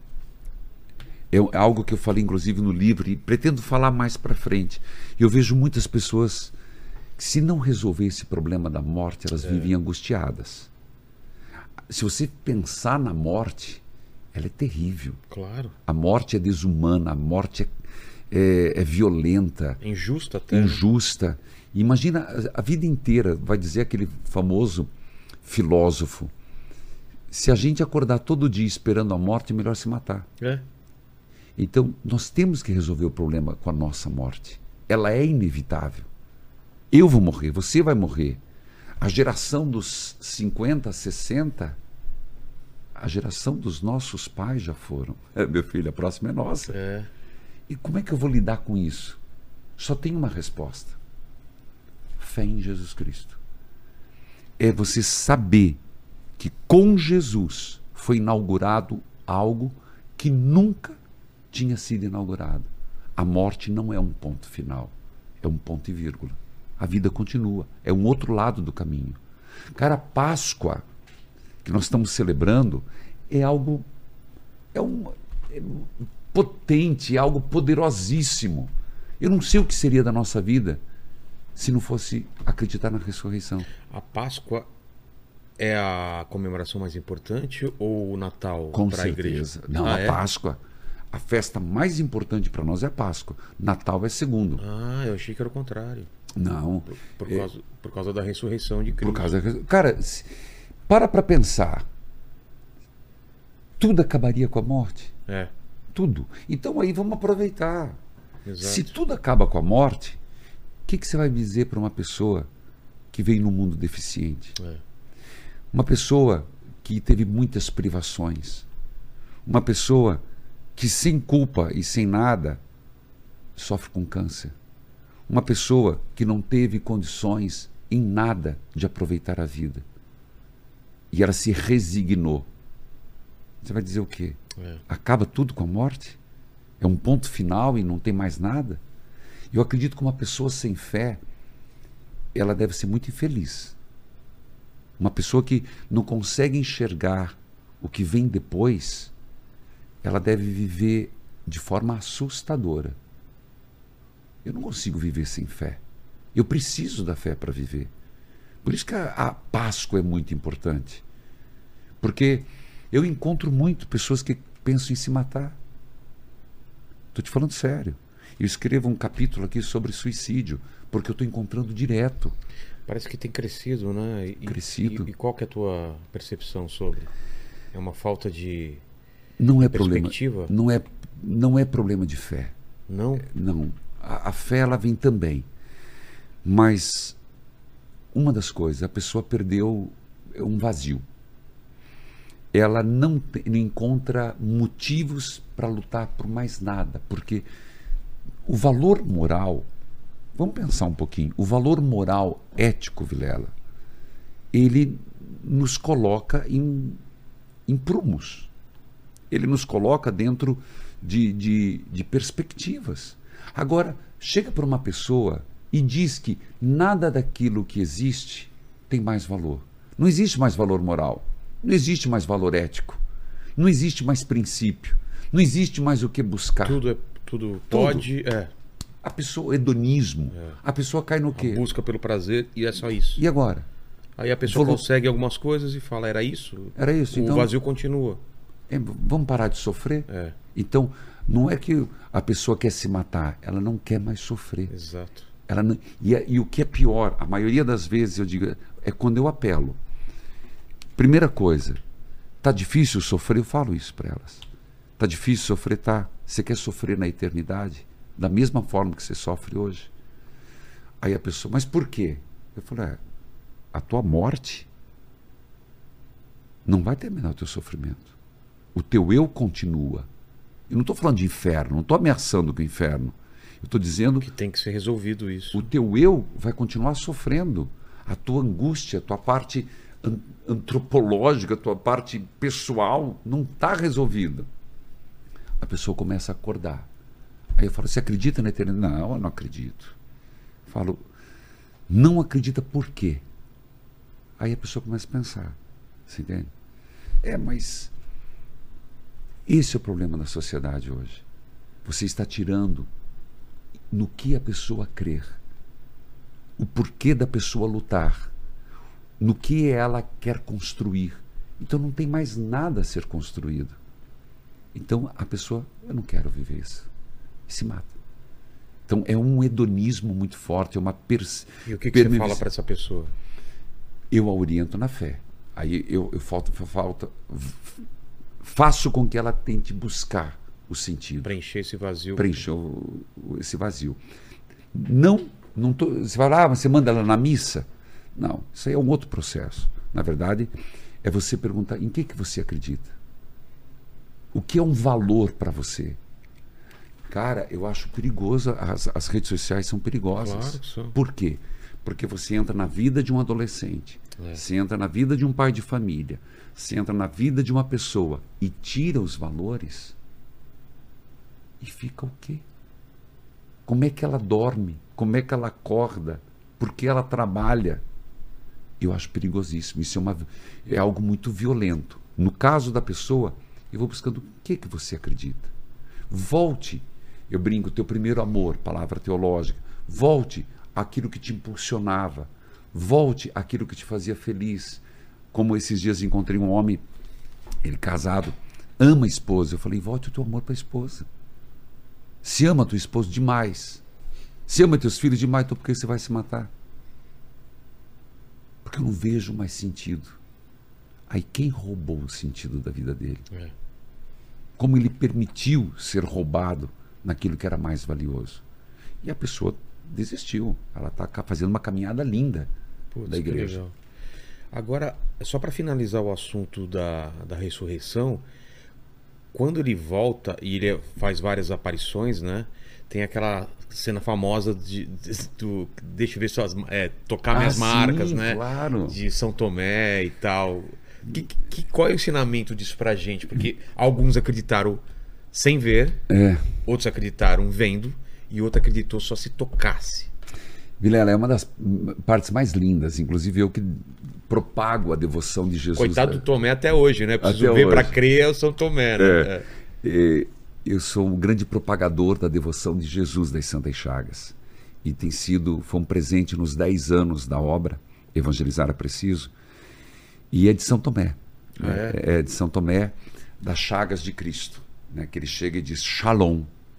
é algo que eu falei inclusive no livro e pretendo falar mais para frente. Eu vejo muitas pessoas que, se não resolver esse problema da morte, elas É. vivem angustiadas. Se você pensar na morte, ela é terrível. Claro. A morte é desumana, a morte é, é, é violenta, É injusto até. né? injusta. Imagina a, a vida inteira, vai dizer aquele famoso filósofo: se a gente acordar todo dia esperando a morte, é melhor se matar. É. Então, nós temos que resolver o problema com a nossa morte. Ela é inevitável. Eu vou morrer, você vai morrer. A geração dos cinquenta, sessenta, a geração dos nossos pais já foram. É, meu filho, a próxima é nossa. É. E como é que eu vou lidar com isso? Só tem uma resposta: fé em Jesus Cristo. É você saber que com Jesus foi inaugurado algo que nunca tinha sido inaugurado. A morte não é um ponto final, é um ponto e vírgula. A vida continua, é um outro lado do caminho. Cara, a Páscoa que nós estamos celebrando é algo é um, é potente, é algo poderosíssimo. Eu não sei o que seria da nossa vida se não fosse acreditar na ressurreição. A Páscoa é a comemoração mais importante ou o Natal Com para a igreja? certeza. Não, Ah, a é? Páscoa, a festa mais importante para nós é a Páscoa. Natal é segundo. Ah, eu achei que era o contrário. Não, Por, por causa, por causa da ressurreição de Cristo. por causa da... Cara, se- para para pensar. Tudo acabaria com a morte. É, Tudo. Então aí vamos aproveitar. exato. Se tudo acaba com a morte, o que, que você vai dizer para uma pessoa que veio num mundo deficiente? É. Uma pessoa que teve muitas privações. Uma pessoa que, sem culpa e sem nada, sofre com câncer. Uma pessoa que não teve condições em nada de aproveitar a vida. E ela se resignou. Você vai dizer o quê? É. Acaba tudo com a morte? É um ponto final e não tem mais nada? Eu acredito que uma pessoa sem fé, ela deve ser muito infeliz. Uma pessoa que não consegue enxergar o que vem depois, ela deve viver de forma assustadora. Eu não consigo viver sem fé. Eu preciso da fé para viver. Por isso que a, a Páscoa é muito importante. Porque eu encontro muito pessoas que pensam em se matar. Estou te falando sério. Eu escrevo um capítulo aqui sobre suicídio, porque eu estou encontrando direto. Parece que tem crescido, né? E, Crescido. E, e qual que é a tua percepção sobre? É uma falta de Não é problema. perspectiva? Não é, não é problema de fé. Não? Não. A, a fé ela vem também. Mas uma das coisas, a pessoa perdeu um vazio. ela não, te, não encontra motivos para lutar por mais nada, porque o valor moral, vamos pensar um pouquinho, o valor moral ético, Vilela, ele nos coloca em, em prumos, ele nos coloca dentro de, de, de perspectivas. Agora, chega para uma pessoa e diz que nada daquilo que existe tem mais valor. Não existe mais valor moral, não existe mais valor ético, não existe mais princípio, não existe mais o que buscar. Tudo é tudo pode, Tudo. é. A pessoa, hedonismo, É. a pessoa cai no quê? A busca pelo prazer e é só isso. E agora? Aí a pessoa Volu- consegue algumas coisas e fala, era isso? Era isso, O então- vazio continua. É, vamos parar de sofrer? É, Então, não é que a pessoa quer se matar, ela não quer mais sofrer. exato. Ela não, e, a- e o que é pior, a maioria das vezes eu digo, é quando eu apelo. Primeira coisa, tá difícil sofrer? Eu falo isso para elas. Tá difícil sofrer? Tá. Você quer sofrer na eternidade? Da mesma forma que você sofre hoje? Aí a pessoa, mas por quê? Eu falo, é, a tua morte não vai terminar o teu sofrimento. O teu eu continua. Eu não estou falando de inferno, não estou ameaçando com o inferno. Eu estou dizendo Que tem que ser resolvido isso. o teu eu vai continuar sofrendo. A tua angústia, a tua parte an- antropológica, a tua parte pessoal não está resolvida. A pessoa começa a acordar. Aí eu falo, você acredita na eternidade? Não, eu não acredito. Eu falo, não acredita por quê? Aí a pessoa começa a pensar. Você entende? É, mas esse é o problema da sociedade hoje. Você está tirando no que a pessoa crer, o porquê da pessoa lutar, no que ela quer construir. Então não tem mais nada a ser construído. Então a pessoa, eu não quero viver isso, e se mata. Então é um hedonismo muito forte, é uma pers... E o que, que você permiss- fala para essa pessoa? Eu a oriento na fé. Aí eu, eu falta, falta, faço com que ela tente buscar o sentido. Preencher esse vazio. Preencher o- o- esse vazio. Não, não tô, você vai lá, ah, você manda ela na missa? Não, isso aí é um outro processo. Na verdade, é você perguntar em que, que você acredita. O que é um valor para você? Cara, eu acho perigoso, as, as redes sociais são perigosas. Claro que são. Por quê? Porque você entra na vida de um adolescente, É. você entra na vida de um pai de família, você entra na vida de uma pessoa e tira os valores e fica o quê? Como é que ela dorme? Como é que ela acorda? Por que ela trabalha? Eu acho perigosíssimo. Isso é, uma, é algo muito violento. No caso da pessoa, eu vou buscando o que, que você acredita. Volte, eu brinco, teu primeiro amor, palavra teológica. Volte àquilo que te impulsionava. Volte àquilo que te fazia feliz. Como esses dias encontrei um homem, ele casado, ama a esposa. Eu falei, volte o teu amor para a esposa. Se ama a tua esposa demais. Se ama teus filhos demais, então por que você vai se matar? Porque eu não vejo mais sentido. Aí quem roubou o sentido da vida dele? É. Como ele permitiu ser roubado naquilo que era mais valioso? E a pessoa desistiu. Ela está fazendo uma caminhada linda Putz, da que igreja. legal. Agora, só para finalizar o assunto da, da ressurreição, quando ele volta e ele faz várias aparições, né? Tem aquela cena famosa de, de- do deixa eu ver suas é, tocar Ah, minhas sim, marcas, né? claro. De São Tomé e tal. Que, que, qual é o ensinamento disso pra gente? Porque alguns acreditaram sem ver, É. outros acreditaram vendo e outro acreditou só se tocasse. Vilela, é uma das hum, partes mais lindas, inclusive eu que propago a devoção de Jesus. Coitado do Tomé até hoje, né? Preciso Até ver hoje. pra crer é o São Tomé, né? É. É. É, eu sou um grande propagador da devoção de Jesus das Santas Chagas. E tem sido, foi um presente nos dez anos da obra, Evangelizar é Preciso. E é de São Tomé. Ah, né? é? É de São Tomé, das Chagas de Cristo. Né? Que ele chega e diz Shalom.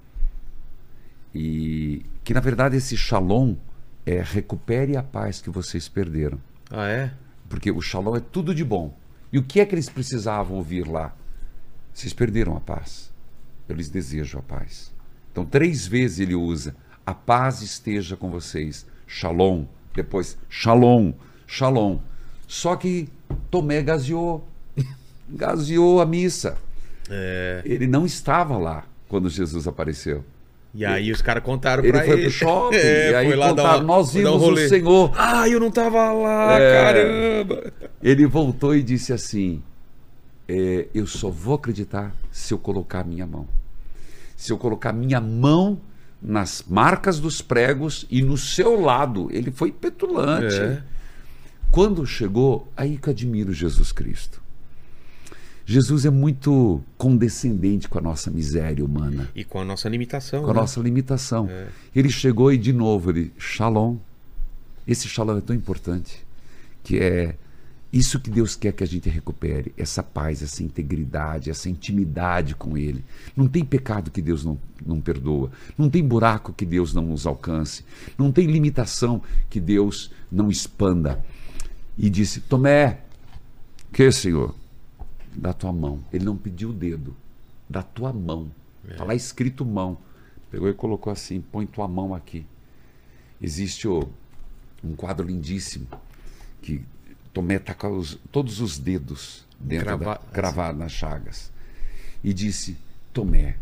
E que na verdade esse Shalom é recupere a paz que vocês perderam. Ah, é? Porque o Shalom é tudo de bom. E o que é que eles precisavam ouvir lá? Vocês perderam a paz. Eu lhes desejo a paz. Então, três vezes ele usa: a paz esteja com vocês. Shalom. Depois, Shalom. Shalom. Só que Tomé gaseou. gaseou a missa. É. Ele não estava lá quando Jesus apareceu. E aí os caras contaram Ele pra foi ele. pro shopping, É, e aí foi lá dar contaram, uma- nós dar um vimos rolê. o Senhor. Ah, eu não tava lá, É. caramba. Ele voltou e disse assim, é, eu só vou acreditar se eu colocar a minha mão. Se eu colocar minha mão nas marcas dos pregos e no seu lado. Ele foi petulante. É. Quando chegou, aí que eu admiro Jesus Cristo. Jesus é muito condescendente com a nossa miséria humana, E com a nossa limitação. com a né? nossa limitação. É. Ele chegou e de novo, ele, shalom. Esse shalom é tão importante, que é isso que Deus quer que a gente recupere, essa paz, essa integridade, essa intimidade com Ele. Não tem pecado que Deus não, não perdoa, não tem buraco que Deus não nos alcance, não tem limitação que Deus não expanda. E disse, Tomé, que Senhor? Da tua mão. Ele não pediu o dedo, da tua mão. Está lá escrito mão. Pegou e colocou assim, põe tua mão aqui. Existe o, um quadro lindíssimo, que Tomé está com os, todos os dedos dentro Crava- da, cravados nas chagas. E disse, Tomé,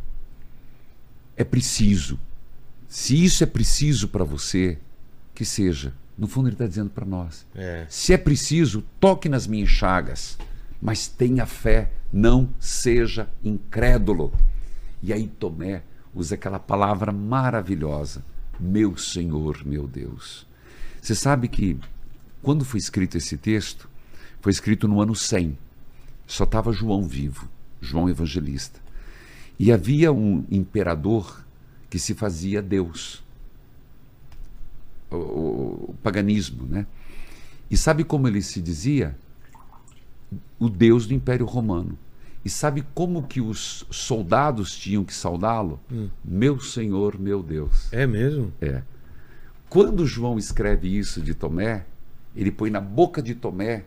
é preciso, se isso é preciso para você, que seja. No fundo ele está dizendo para nós, É. se é preciso, toque nas minhas chagas, mas tenha fé, não seja incrédulo. E aí Tomé usa aquela palavra maravilhosa, meu Senhor, meu Deus. Você sabe que quando foi escrito esse texto, foi escrito no ano cem, só estava João vivo, João Evangelista. E havia um imperador que se fazia Deus, o, o, o paganismo, né? E sabe como ele se dizia? O Deus do Império Romano. E sabe como que os soldados tinham que saudá-lo? Hum. Meu Senhor, meu Deus. É mesmo? É. Quando João escreve isso de Tomé, ele põe na boca de Tomé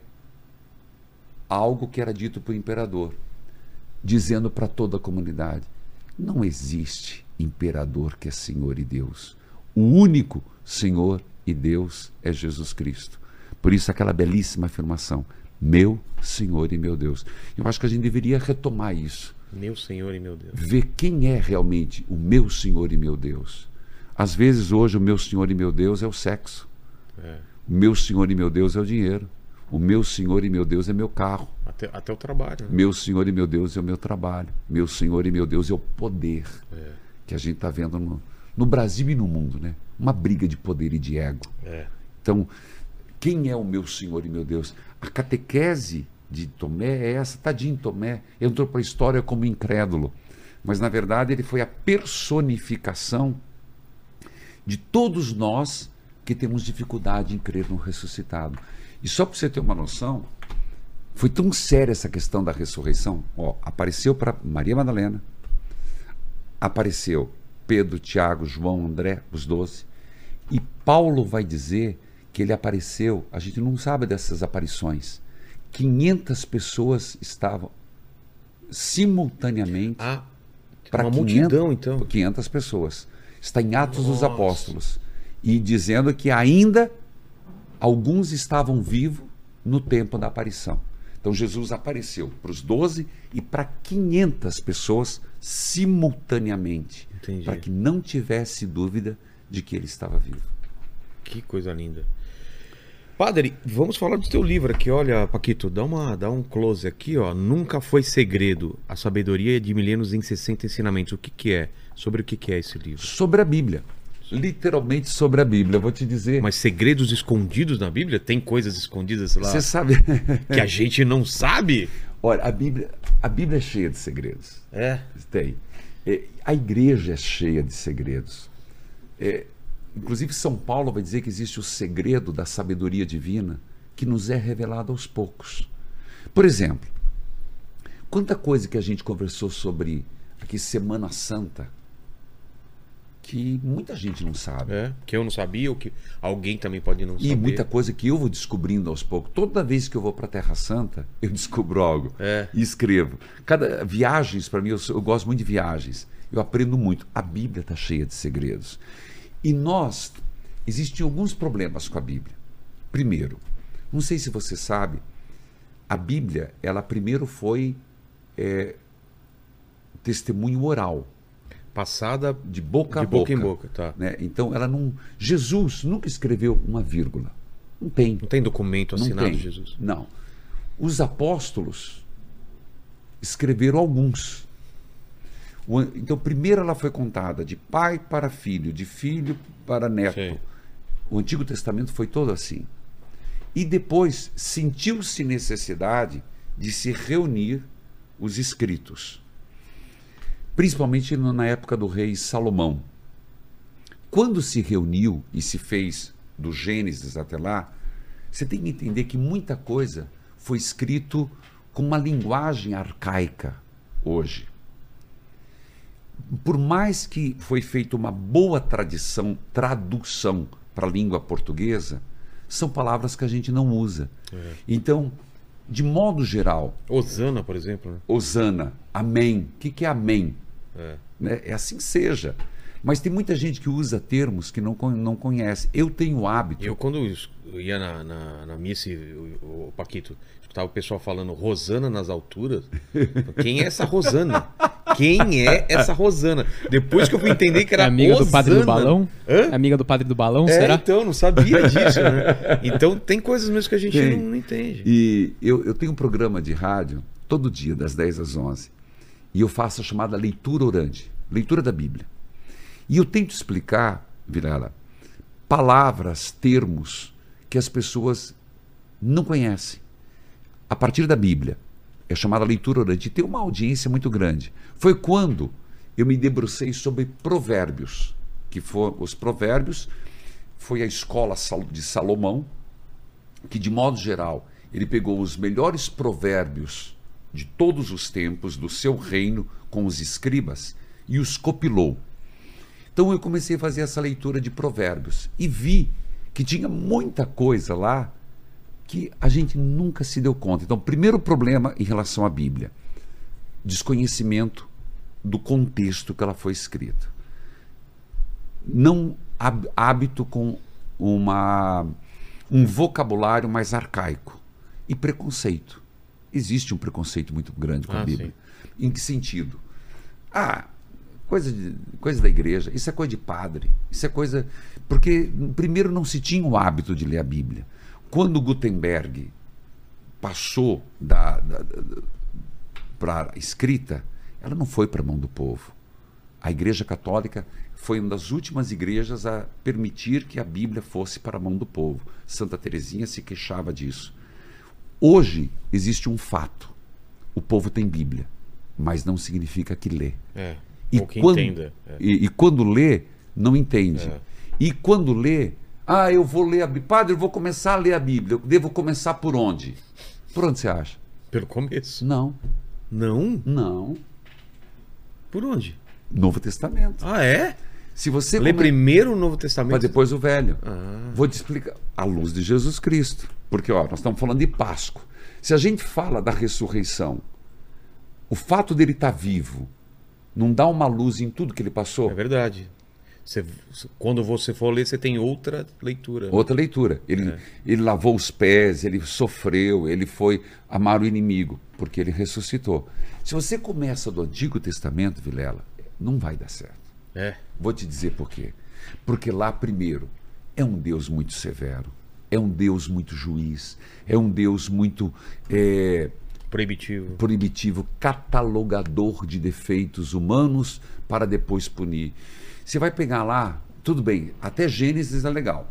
algo que era dito para o imperador, dizendo para toda a comunidade, não existe imperador que é Senhor e Deus. O único Senhor e Deus é Jesus Cristo. Por isso aquela belíssima afirmação, meu Senhor e meu Deus. Eu acho que a gente deveria retomar isso. Meu Senhor e meu Deus. Ver quem é realmente o meu Senhor e meu Deus. Às vezes hoje o meu Senhor e meu Deus é o sexo. É. O meu Senhor e meu Deus é o dinheiro. O meu Senhor e meu Deus é meu carro. Até, até o trabalho. Né? Meu Senhor e meu Deus é o meu trabalho. Meu Senhor e meu Deus é o poder É. que a gente está vendo no, no Brasil e no mundo, né? Uma briga de poder e de ego. É. Então, quem é o meu Senhor e meu Deus? A catequese de Tomé é essa. Tadinho Tomé entrou para a história como incrédulo, mas na verdade ele foi a personificação de todos nós que temos dificuldade em crer no ressuscitado. E só para você ter uma noção, foi tão séria essa questão da ressurreição. Ó, apareceu para Maria Madalena, apareceu Pedro, Tiago, João, André, os doze, e Paulo vai dizer que ele apareceu, a gente não sabe dessas aparições, quinhentas pessoas estavam simultaneamente, Ah, para uma multidão, então. quinhentas pessoas. Está em Atos dos Nossa. Apóstolos. E dizendo que ainda alguns estavam vivos no tempo da aparição. Então Jesus apareceu para os doze e para quinhentas pessoas simultaneamente. Entendi. Para que não tivesse dúvida de que ele estava vivo. Que coisa linda. Padre, vamos falar do teu livro aqui. Olha, Paquito, dá, uma, dá um close aqui, ó. Nunca foi segredo. A sabedoria de milênios em sessenta ensinamentos. O que que é? Sobre o que que é esse livro? Sobre a Bíblia. Literalmente sobre a Bíblia. Eu vou te dizer. Mas segredos escondidos na Bíblia? Tem coisas escondidas lá Você sabe. que a gente não sabe? Olha, a Bíblia, a Bíblia é cheia de segredos. É. Tem. É, a igreja é cheia de segredos. É, inclusive, São Paulo vai dizer que existe o segredo da sabedoria divina que nos é revelado aos poucos. Por exemplo, quanta coisa que a gente conversou sobre aqui Semana Santa que muita gente não sabe. É, que eu não sabia, ou que alguém também pode não E saber. muita coisa que eu vou descobrindo aos poucos. Toda vez que eu vou para a Terra Santa, eu descubro algo É. e escrevo. Cada viagens, para mim, eu, sou- eu gosto muito de viagens. Eu aprendo muito. A Bíblia está cheia de segredos. E nós, existem alguns problemas com a Bíblia. Primeiro, não sei se você sabe, a Bíblia, ela primeiro foi é, testemunho oral. Passada de boca de a boca boca. em boca, tá. Né? Então, ela não... Jesus nunca escreveu uma vírgula. Não tem. Não tem documento Não assinado tem. de Jesus. Não. Os apóstolos escreveram alguns. O- Então, primeiro ela foi contada de pai para filho, de filho para neto. Sim. O Antigo Testamento foi todo assim. E depois sentiu-se necessidade de se reunir os escritos. Principalmente no- na época do rei Salomão. Quando se reuniu e se fez do Gênesis até lá, você tem que entender que muita coisa foi escrito com uma linguagem arcaica hoje. Por mais que foi feita uma boa tradição, tradução para a língua portuguesa, são palavras que a gente não usa. É. Então, de modo geral, Osana, por exemplo, né? Hosana, amém. O que, que é amém? É. Né? É assim que seja. Mas tem muita gente que usa termos que não, con- não conhece. Eu tenho o hábito. Eu, quando es- eu ia na, na, na missa, e o, o Paquito, escutava o pessoal falando Rosana nas alturas. Quem é essa Rosana? Quem é essa Rosana? Depois que eu fui entender que É era amiga do padre do Hosana. balão? Hã? É amiga do padre do balão, É, será? então, não sabia disso, né? Então tem coisas mesmo que a gente Tem. não, não entende. E eu, eu tenho um programa de rádio todo dia, das dez às onze. E eu faço a chamada leitura orante, leitura da Bíblia. E eu tento explicar, Vilela, palavras, termos que as pessoas não conhecem. A partir da Bíblia. É chamada leitura orante. E tem uma audiência muito grande. Foi quando eu me debrucei sobre provérbios. Que foram os provérbios, foi a escola Sal- de Salomão, que de modo geral, ele pegou os melhores provérbios de todos os tempos, do seu reino, com os escribas, e os compilou. Então eu comecei a fazer essa leitura de provérbios e vi que tinha muita coisa lá que a gente nunca se deu conta. Então, primeiro problema em relação à Bíblia, desconhecimento do contexto que ela foi escrita. Não há- hábito com uma, um vocabulário mais arcaico. E preconceito. Existe um preconceito muito grande com a Ah, Bíblia. Em que sentido? Ah, coisa, de, coisa da igreja, isso é coisa de padre, isso é coisa... Porque, primeiro, não se tinha o hábito de ler a Bíblia. Quando Gutenberg passou da, da, da, para a escrita, ela não foi para a mão do povo. A Igreja Católica foi uma das últimas igrejas a permitir que a Bíblia fosse para a mão do povo. Santa Teresinha se queixava disso. Hoje existe um fato. O povo tem Bíblia, mas não significa que lê. É. E Ou que quando, entenda. É. e, e quando lê, não entende. É. E quando lê, ah, eu vou ler a Bíblia. Padre, eu vou começar a ler a Bíblia. Eu devo começar por onde? Por onde você acha? Pelo começo. Não, Não? não. Por onde? Novo Testamento. Ah, é? Se você Lê come- primeiro o Novo para Testamento. depois o Velho. Ah. Vou te explicar. À luz de Jesus Cristo. Porque, ó, nós estamos falando de Páscoa. Se a gente fala da ressurreição, o fato dele estar vivo não dá uma luz em tudo que ele passou? É verdade. Você- quando você for ler, você tem outra leitura. Outra leitura. Ele, É. ele lavou os pés, ele sofreu, ele foi amar o inimigo, porque ele ressuscitou. Se você começa do Antigo Testamento, Vilela, não vai dar certo. É. Vou te dizer por quê. Porque lá, primeiro, é um Deus muito severo, é um Deus muito juiz, é um Deus muito é, Proibitivo. proibitivo, catalogador de defeitos humanos para depois punir. Você vai pegar lá, tudo bem, até Gênesis é legal.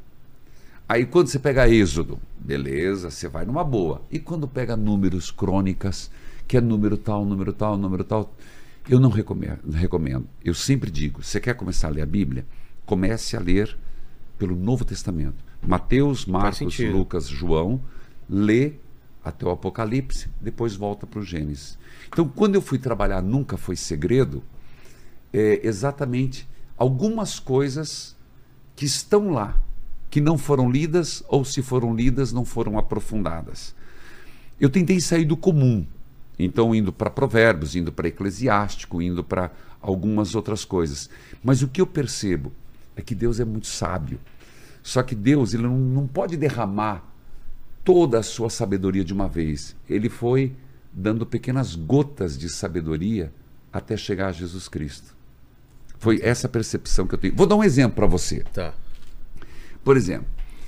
Aí quando você pega Êxodo, beleza, você vai numa boa. E quando pega números, crônicas, que é número tal, número tal, número tal, eu não recomendo. não recomendo. Eu sempre digo, você quer começar a ler a Bíblia? Comece a ler pelo Novo Testamento. Mateus, Marcos, sentido. Lucas, João, lê até o Apocalipse, depois volta para o Gênesis. Então, quando eu fui trabalhar Nunca Foi Segredo, é exatamente algumas coisas que estão lá, que não foram lidas, ou se foram lidas, não foram aprofundadas. Eu tentei sair do comum, então indo para Provérbios, indo para Eclesiástico, indo para algumas outras coisas. Mas o que eu percebo é que Deus é muito sábio. Só que Deus ele não, não pode derramar toda a sua sabedoria de uma vez. Ele foi dando pequenas gotas de sabedoria até chegar a Jesus Cristo. Foi essa percepção que eu tenho. Vou dar um exemplo para você. Tá. Por exemplo,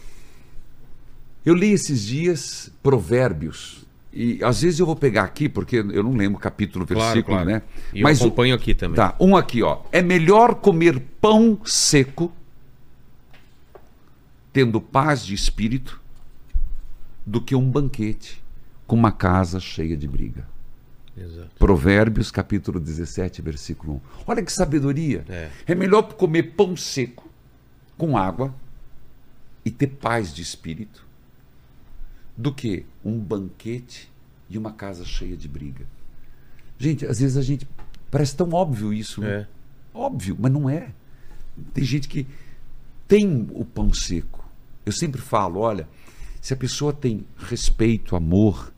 eu li esses dias Provérbios. E às vezes eu vou pegar aqui, porque eu não lembro capítulo, versículo, claro, claro. né? E Mas eu acompanho aqui também. Tá, um aqui, ó. É melhor comer pão seco, tendo paz de espírito, do que um banquete com uma casa cheia de briga. Exato. Provérbios, capítulo dezessete, versículo um. Olha que sabedoria. É. É melhor comer pão seco com água e ter paz de espírito do que um banquete e uma casa cheia de briga. Gente, às vezes a gente... Parece tão óbvio isso. Né? É. Óbvio, mas não é. Tem gente que tem o pão seco. Eu sempre falo, olha, se a pessoa tem respeito, amor,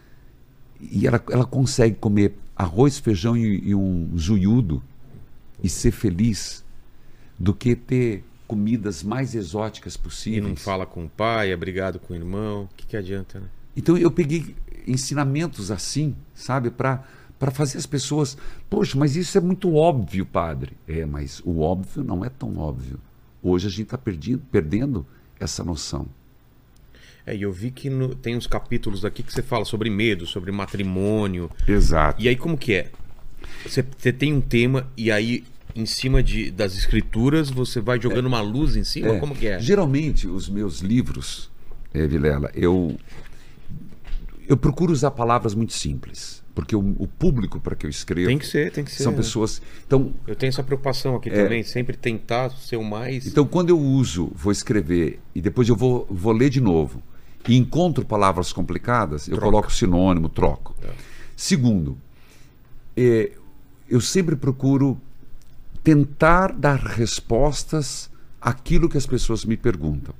e ela, ela consegue comer arroz, feijão e, e um zuiudo e ser feliz, do que ter comidas mais exóticas E possíveis. não fala com o pai, é brigado com o irmão. O que, que adianta, né? Então eu peguei ensinamentos assim, sabe, para para fazer as pessoas... Poxa, mas isso é muito óbvio, padre. É, mas o óbvio não é tão óbvio. Hoje a gente está perdendo essa noção. É, e eu vi que no- tem uns capítulos aqui que você fala sobre medo, sobre matrimônio. Exato. E aí como que é? Você, você tem um tema e aí em cima de, das escrituras você vai jogando uma luz em cima? É, Como que é? Geralmente, os meus livros, é, Vilela, eu, eu procuro usar palavras muito simples. Porque o, o público para que eu escrevo Tem que ser, tem que ser. são né? pessoas... Então, Eu tenho essa preocupação aqui também, sempre tentar ser o mais... então, quando eu uso, vou escrever, e depois eu vou, vou ler de novo, e encontro palavras complicadas, eu Troca. coloco sinônimo, troco. É. Segundo, é, eu sempre procuro tentar dar respostas àquilo que as pessoas me perguntam.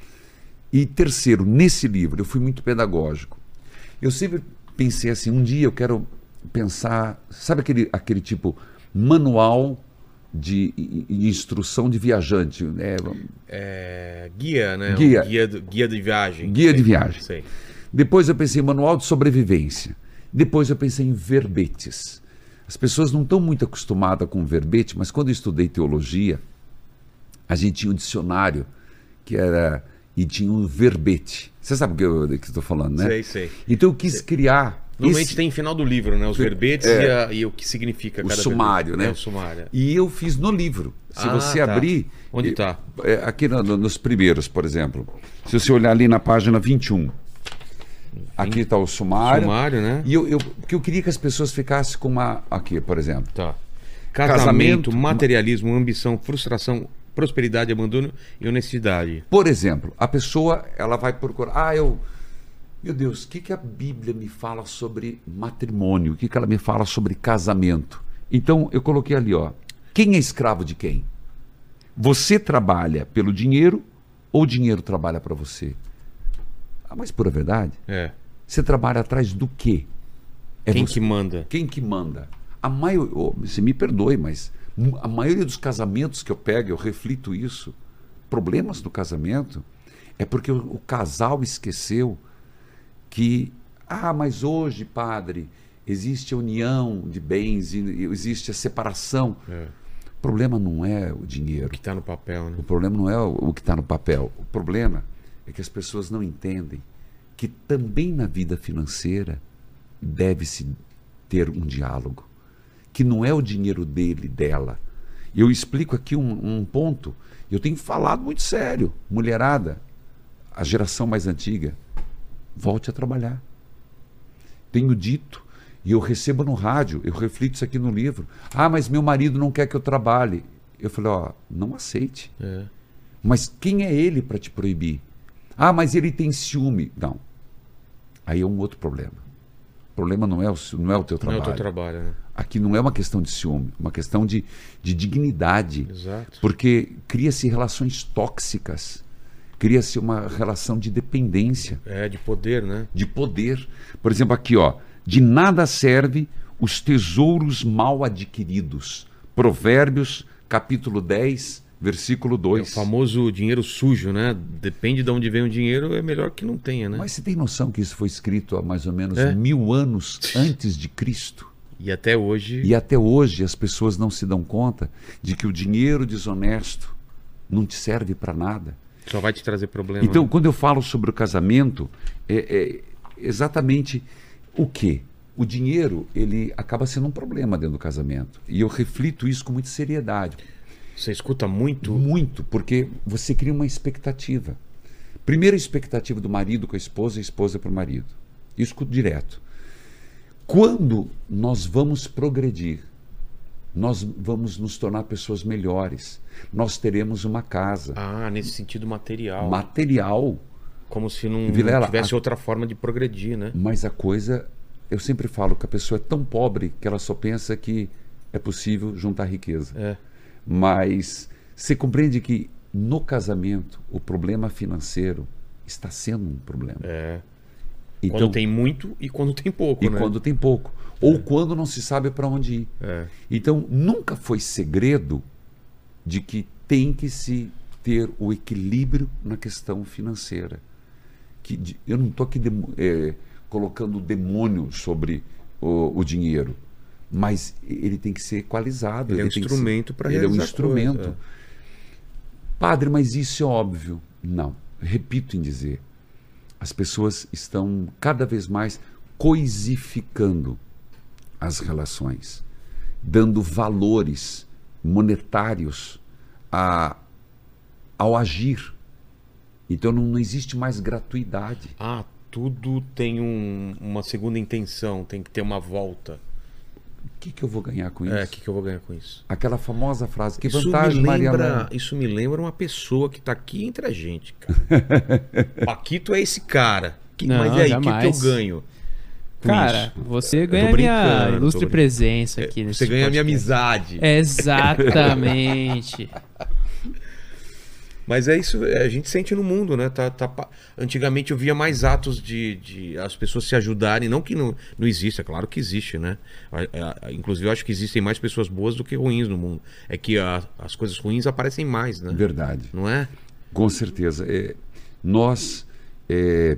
E terceiro, nesse livro, eu fui muito pedagógico. Eu sempre pensei assim, um dia eu quero pensar, sabe aquele, aquele tipo manual de, de instrução de viajante, né? É, guia, né? Guia. Um guia, do- guia de viagem. Guia Sei, de viagem. Sei. Depois eu pensei em manual de sobrevivência. Depois eu pensei em verbetes. As pessoas não estão muito acostumadas com verbete, mas quando eu estudei teologia, a gente tinha um dicionário que era... e tinha um verbete. Você sabe o que eu estou falando, né? Sei, sei. Então eu quis criar... Normalmente esse- tem final do livro, né? Os verbetes É. e, a- e o que significa O cada sumário, verbete. né? É, o sumário. E eu fiz no livro. Se Ah, você tá. abrir... Onde eh, tá? é, aqui no- no- nos primeiros, por exemplo. Se você olhar ali na página vinte e um. Aqui está o sumário. Sumário, né? E eu, eu, porque eu queria que as pessoas ficassem com uma... Aqui, por exemplo. Tá. Casamento, Casamento, materialismo, ambição, frustração, prosperidade, abandono e honestidade. Por exemplo, a pessoa ela vai procurar... Ah, eu... Meu Deus, o que, que a Bíblia me fala sobre matrimônio? O que, que ela me fala sobre casamento? Então, eu coloquei ali, ó. Quem é escravo de quem? Você trabalha pelo dinheiro ou o dinheiro trabalha para você? Ah, mas pura verdade. É. Você trabalha atrás do quê? É Quem você- que manda? Quem que manda? A maioria, oh, você me perdoe, mas mu- a maioria dos casamentos que eu pego, eu reflito isso. Problemas do casamento é porque o, o casal esqueceu que, ah, mas hoje, padre, existe a união de bens, e, e existe a separação. É. O problema não é o dinheiro. Que tá no papel, né? O problema não é o, o que está no papel. O problema é que as pessoas não entendem que também na vida financeira deve-se ter um diálogo. Que não é o dinheiro dele, dela. E eu explico aqui um, um ponto. Eu tenho falado muito sério. Mulherada, a geração mais antiga, volte a trabalhar. Tenho dito, e eu recebo no rádio, eu reflito isso aqui no livro. Ah, mas meu marido não quer que eu trabalhe. Eu falei, ó, não aceite. É. Mas quem é ele para te proibir? Ah, mas ele tem ciúme. Não. Aí é um outro problema. O problema não é o, ci- não é o teu Não é trabalho. o teu trabalho, né? Aqui não é uma questão de ciúme, é uma questão de, de dignidade. Exato. Porque cria-se relações tóxicas, cria-se uma relação de dependência, É, de poder, né? de poder. Por exemplo, aqui, ó, de nada serve os tesouros mal adquiridos. Provérbios, capítulo dez, versículo É o dois. famoso dinheiro sujo, né? Depende de onde vem o dinheiro, é melhor que não tenha, né? Mas você tem noção que isso foi escrito há mais ou menos É. mil anos antes de Cristo? E até hoje... E até hoje as pessoas não se dão conta de que o dinheiro desonesto não te serve para nada. Só vai te trazer problema. Então, né? quando eu falo sobre o casamento, é, é exatamente o quê? O dinheiro, ele acaba sendo um problema dentro do casamento. E eu reflito isso com muita seriedade. Você escuta muito... Muito, porque você cria uma expectativa. Primeira expectativa do marido com a esposa, a esposa para o marido. Eu escuto direto. Quando nós vamos progredir, nós vamos nos tornar pessoas melhores, nós teremos uma casa. Ah, nesse sentido material. Material, Como se não, Vilela, não tivesse a- outra forma de progredir, né? mas a coisa, eu sempre falo que a pessoa é tão pobre que ela só pensa que é possível juntar riqueza. É. Mas você compreende que no casamento o problema financeiro está sendo um problema. É. Então, Quando tem muito e quando tem pouco, e né? quando tem pouco. Ou quando não se sabe para onde ir. É. Então, nunca foi segredo de que tem que se ter o equilíbrio na questão financeira. Que de- eu não estou aqui demo- eh, colocando demônio sobre o, o dinheiro, mas ele tem que ser equalizado. Ele é um tem que instrumento ser- para Ele é um realizar instrumento. coisa, Padre, mas isso é óbvio. Não. Repito em dizer. As pessoas estão cada vez mais coisificando as relações, dando valores monetários a, ao agir. Então não, não existe mais gratuidade. Ah, tudo tem um- uma segunda intenção, tem que ter uma volta. O que, que eu vou ganhar com É, o isso? que, que eu vou ganhar com isso? Aquela famosa frase, que Isso vantagem, me Maria lembra, Helena? isso me lembra uma pessoa que tá aqui entre a gente, cara. Paquito é esse cara. Que- Não, mas e aí, o que, jamais. que eu ganho? com Cara, isso? você Eu tô ganha minha brincando, tô ilustre brincando. presença aqui nesse Você ganha a minha podcast. amizade. Exatamente. Mas é isso, é, a gente sente no mundo, né? Tá, tá pa- Antigamente eu via mais atos de, de as pessoas se ajudarem, não que não, não existe, é claro que existe, né? A- a- Inclusive eu acho que existem mais pessoas boas do que ruins no mundo. É que a- as coisas ruins aparecem mais, né? Verdade. Não é? Com certeza. É, nós é,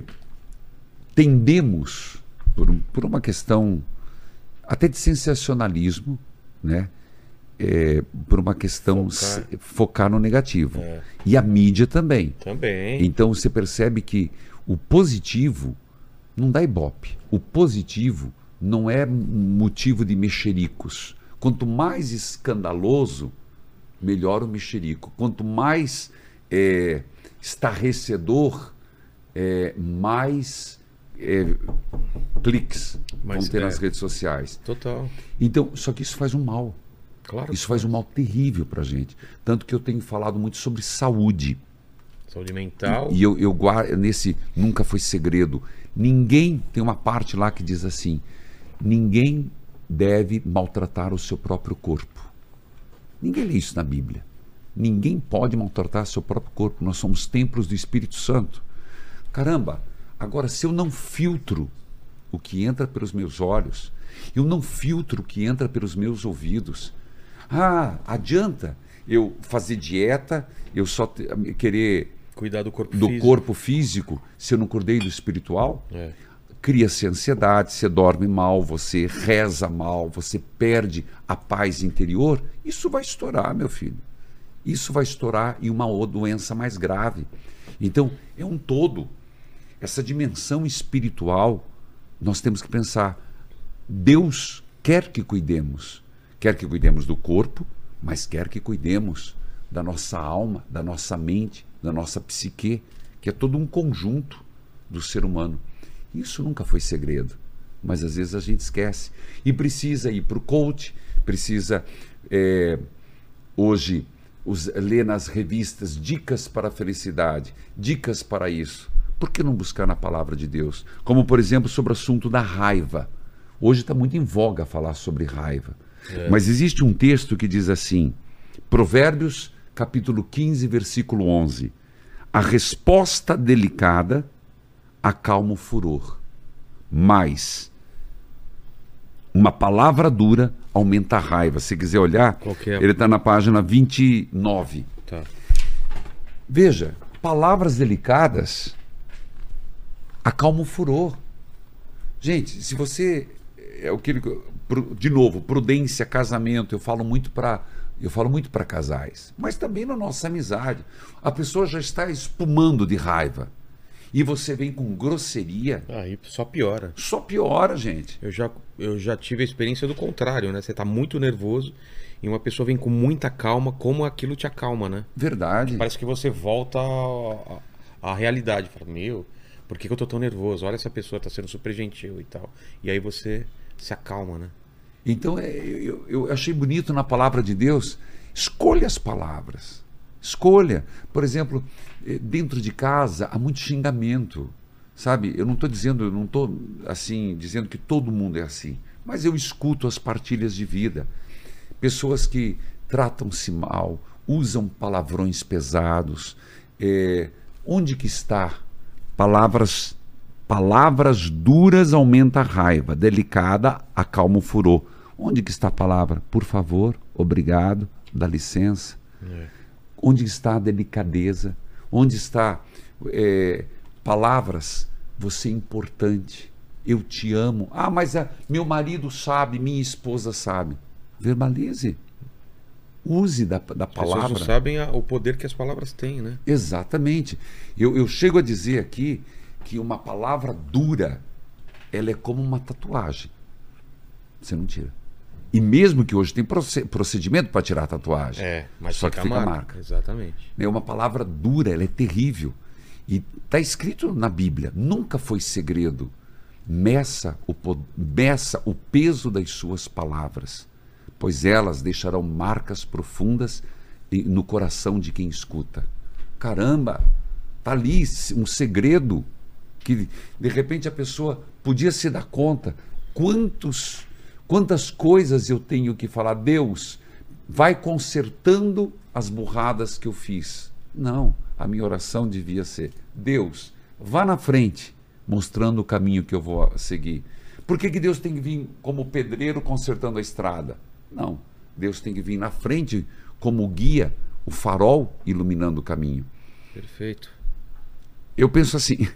tendemos, por, um- por uma questão até de sensacionalismo, né? É, por uma questão Focar. se- focar no negativo. É. E a mídia também. Também. Então você percebe que o positivo não dá ibope. O positivo não é motivo de mexericos. Quanto mais escandaloso, melhor o mexerico. Quanto mais é, estarrecedor, é, mais é, cliques Mais, vão ter é. nas redes sociais. Total. Então, só que isso faz um mal. Claro. Isso faz um mal terrível para a gente. Tanto que eu tenho falado muito sobre saúde. Saúde mental. E eu, eu guardo nesse nunca foi segredo. Ninguém tem uma parte lá que diz assim: ninguém deve maltratar o seu próprio corpo. Ninguém lê isso na Bíblia. Ninguém pode maltratar seu próprio corpo. Nós somos templos do Espírito Santo. Caramba, agora se eu não filtro o que entra pelos meus olhos, eu não filtro o que entra pelos meus ouvidos. Ah, adianta eu fazer dieta, eu só te- querer Cuidar do corpo do físico. corpo físico, se eu não cuidei do espiritual, É. cria-se ansiedade, você dorme mal, você reza mal, você perde a paz interior. Isso vai estourar, meu filho. Isso vai estourar em uma ou- doença mais grave. Então, é um todo. Essa dimensão espiritual, nós temos que pensar. Deus quer que cuidemos. Quer que cuidemos do corpo, mas quer que cuidemos da nossa alma, da nossa mente, da nossa psique, que é todo um conjunto do ser humano. Isso nunca foi segredo, mas às vezes a gente esquece. E precisa ir para o coach, precisa é, hoje os, ler nas revistas dicas para a felicidade, dicas para isso. Por que não buscar na palavra de Deus? Como, por exemplo, sobre o assunto da raiva. Hoje está muito em voga falar sobre raiva. É. Mas existe um texto que diz assim, Provérbios, capítulo quinze, versículo onze. A resposta delicada acalma o furor, mas uma palavra dura aumenta a raiva. Se quiser olhar, Qual que é? ele está na página vinte e nove. Tá. Veja, palavras delicadas acalmam o furor. Gente, se você é o que de novo, prudência, casamento, eu falo muito para eu falo muito para casais, mas também na nossa amizade. A pessoa já está espumando de raiva e você vem com grosseria. Aí só piora. Só piora, gente. Eu já, eu já tive a experiência do contrário, né? Você tá muito nervoso e uma pessoa vem com muita calma, como aquilo te acalma, né? Verdade. Parece que você volta à, à realidade. Fala, meu, por que, que eu tô tão nervoso? Olha, essa pessoa tá sendo super gentil e tal. E aí você se acalma, né? Então, é, eu, eu achei bonito na palavra de Deus, escolha as palavras. Escolha. Por exemplo, dentro de casa há muito xingamento, sabe? Eu não estou dizendo, eu não estou assim, dizendo que todo mundo é assim, mas eu escuto as partilhas de vida. Pessoas que tratam-se mal, usam palavrões pesados. É, onde que está? Palavras, palavras duras aumenta a raiva, delicada acalma o furor. Onde que está a palavra? Por favor, obrigado, dá licença. É. Onde está a delicadeza? Onde está é, palavras, você é importante, eu te amo. Ah, mas a, meu marido sabe, minha esposa sabe. Verbalize. Use da, da palavra. As pessoas não sabem a, o poder que as palavras têm, né? Exatamente. Eu, eu chego a dizer aqui que uma palavra dura, ela é como uma tatuagem. Você não tira. E mesmo que hoje tem procedimento para tirar a tatuagem. É, mas só que fica a marca. Exatamente. É uma palavra dura, ela é terrível. E está escrito na Bíblia, nunca foi segredo. Meça o, meça o peso das suas palavras, pois elas deixarão marcas profundas no coração de quem escuta. Caramba, está ali um segredo que de repente a pessoa podia se dar conta. Quantos... Quantas coisas eu tenho que falar? Deus, vai consertando as burradas que eu fiz. Não, a minha oração devia ser: Deus, vá na frente, mostrando o caminho que eu vou seguir. Por que que Deus tem que vir como pedreiro consertando a estrada? Não, Deus tem que vir na frente como guia, o farol iluminando o caminho. Perfeito. Eu penso assim.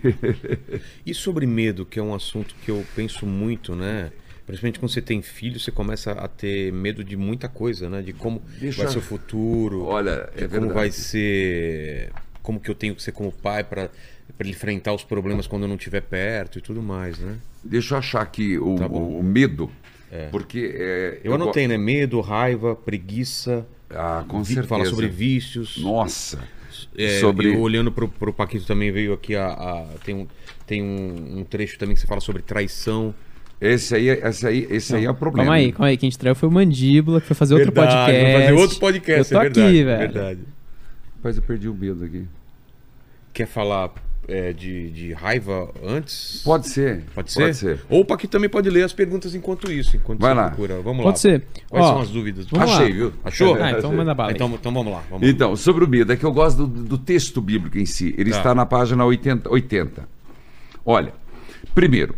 E sobre medo, que é um assunto que eu penso muito, né? Principalmente quando você tem filho, você começa a ter medo de muita coisa, né? De como Deixa... vai ser o futuro. Olha, é como verdade. vai ser, como que eu tenho que ser como pai para para enfrentar os problemas quando eu não estiver perto e tudo mais, né? Deixa eu achar aqui o, tá o, o medo, é. porque é, eu anotei, né? Medo, raiva, preguiça. Ah, com vi... certeza. Fala sobre vícios. Nossa. É, sobre... eu olhando pro, pro Paquito também veio aqui a, a tem um tem um, um trecho também que você fala sobre traição. Esse aí, esse aí, esse não, aí é o problema. Calma aí, calma aí. Quem te traiu foi o Mandíbula, que foi fazer verdade, outro podcast. Vai fazer outro podcast, eu tô é verdade, aqui, é velho. verdade. Rapaz, eu perdi o medo aqui. Quer falar é, de, de raiva antes? Pode ser. Pode ser? Pode ser. Ou o Paquito também pode ler as perguntas enquanto isso, enquanto Vai você lá. procura. Vamos pode lá. Pode ser. Quais Ó, são as dúvidas? Achei, lá. viu? Achou? Ah, então manda bala. Então, então vamos lá. Vamos então, sobre o medo, é que eu gosto do, do texto bíblico em si. Ele tá. está na página oitenta, oitenta. Olha, primeiro,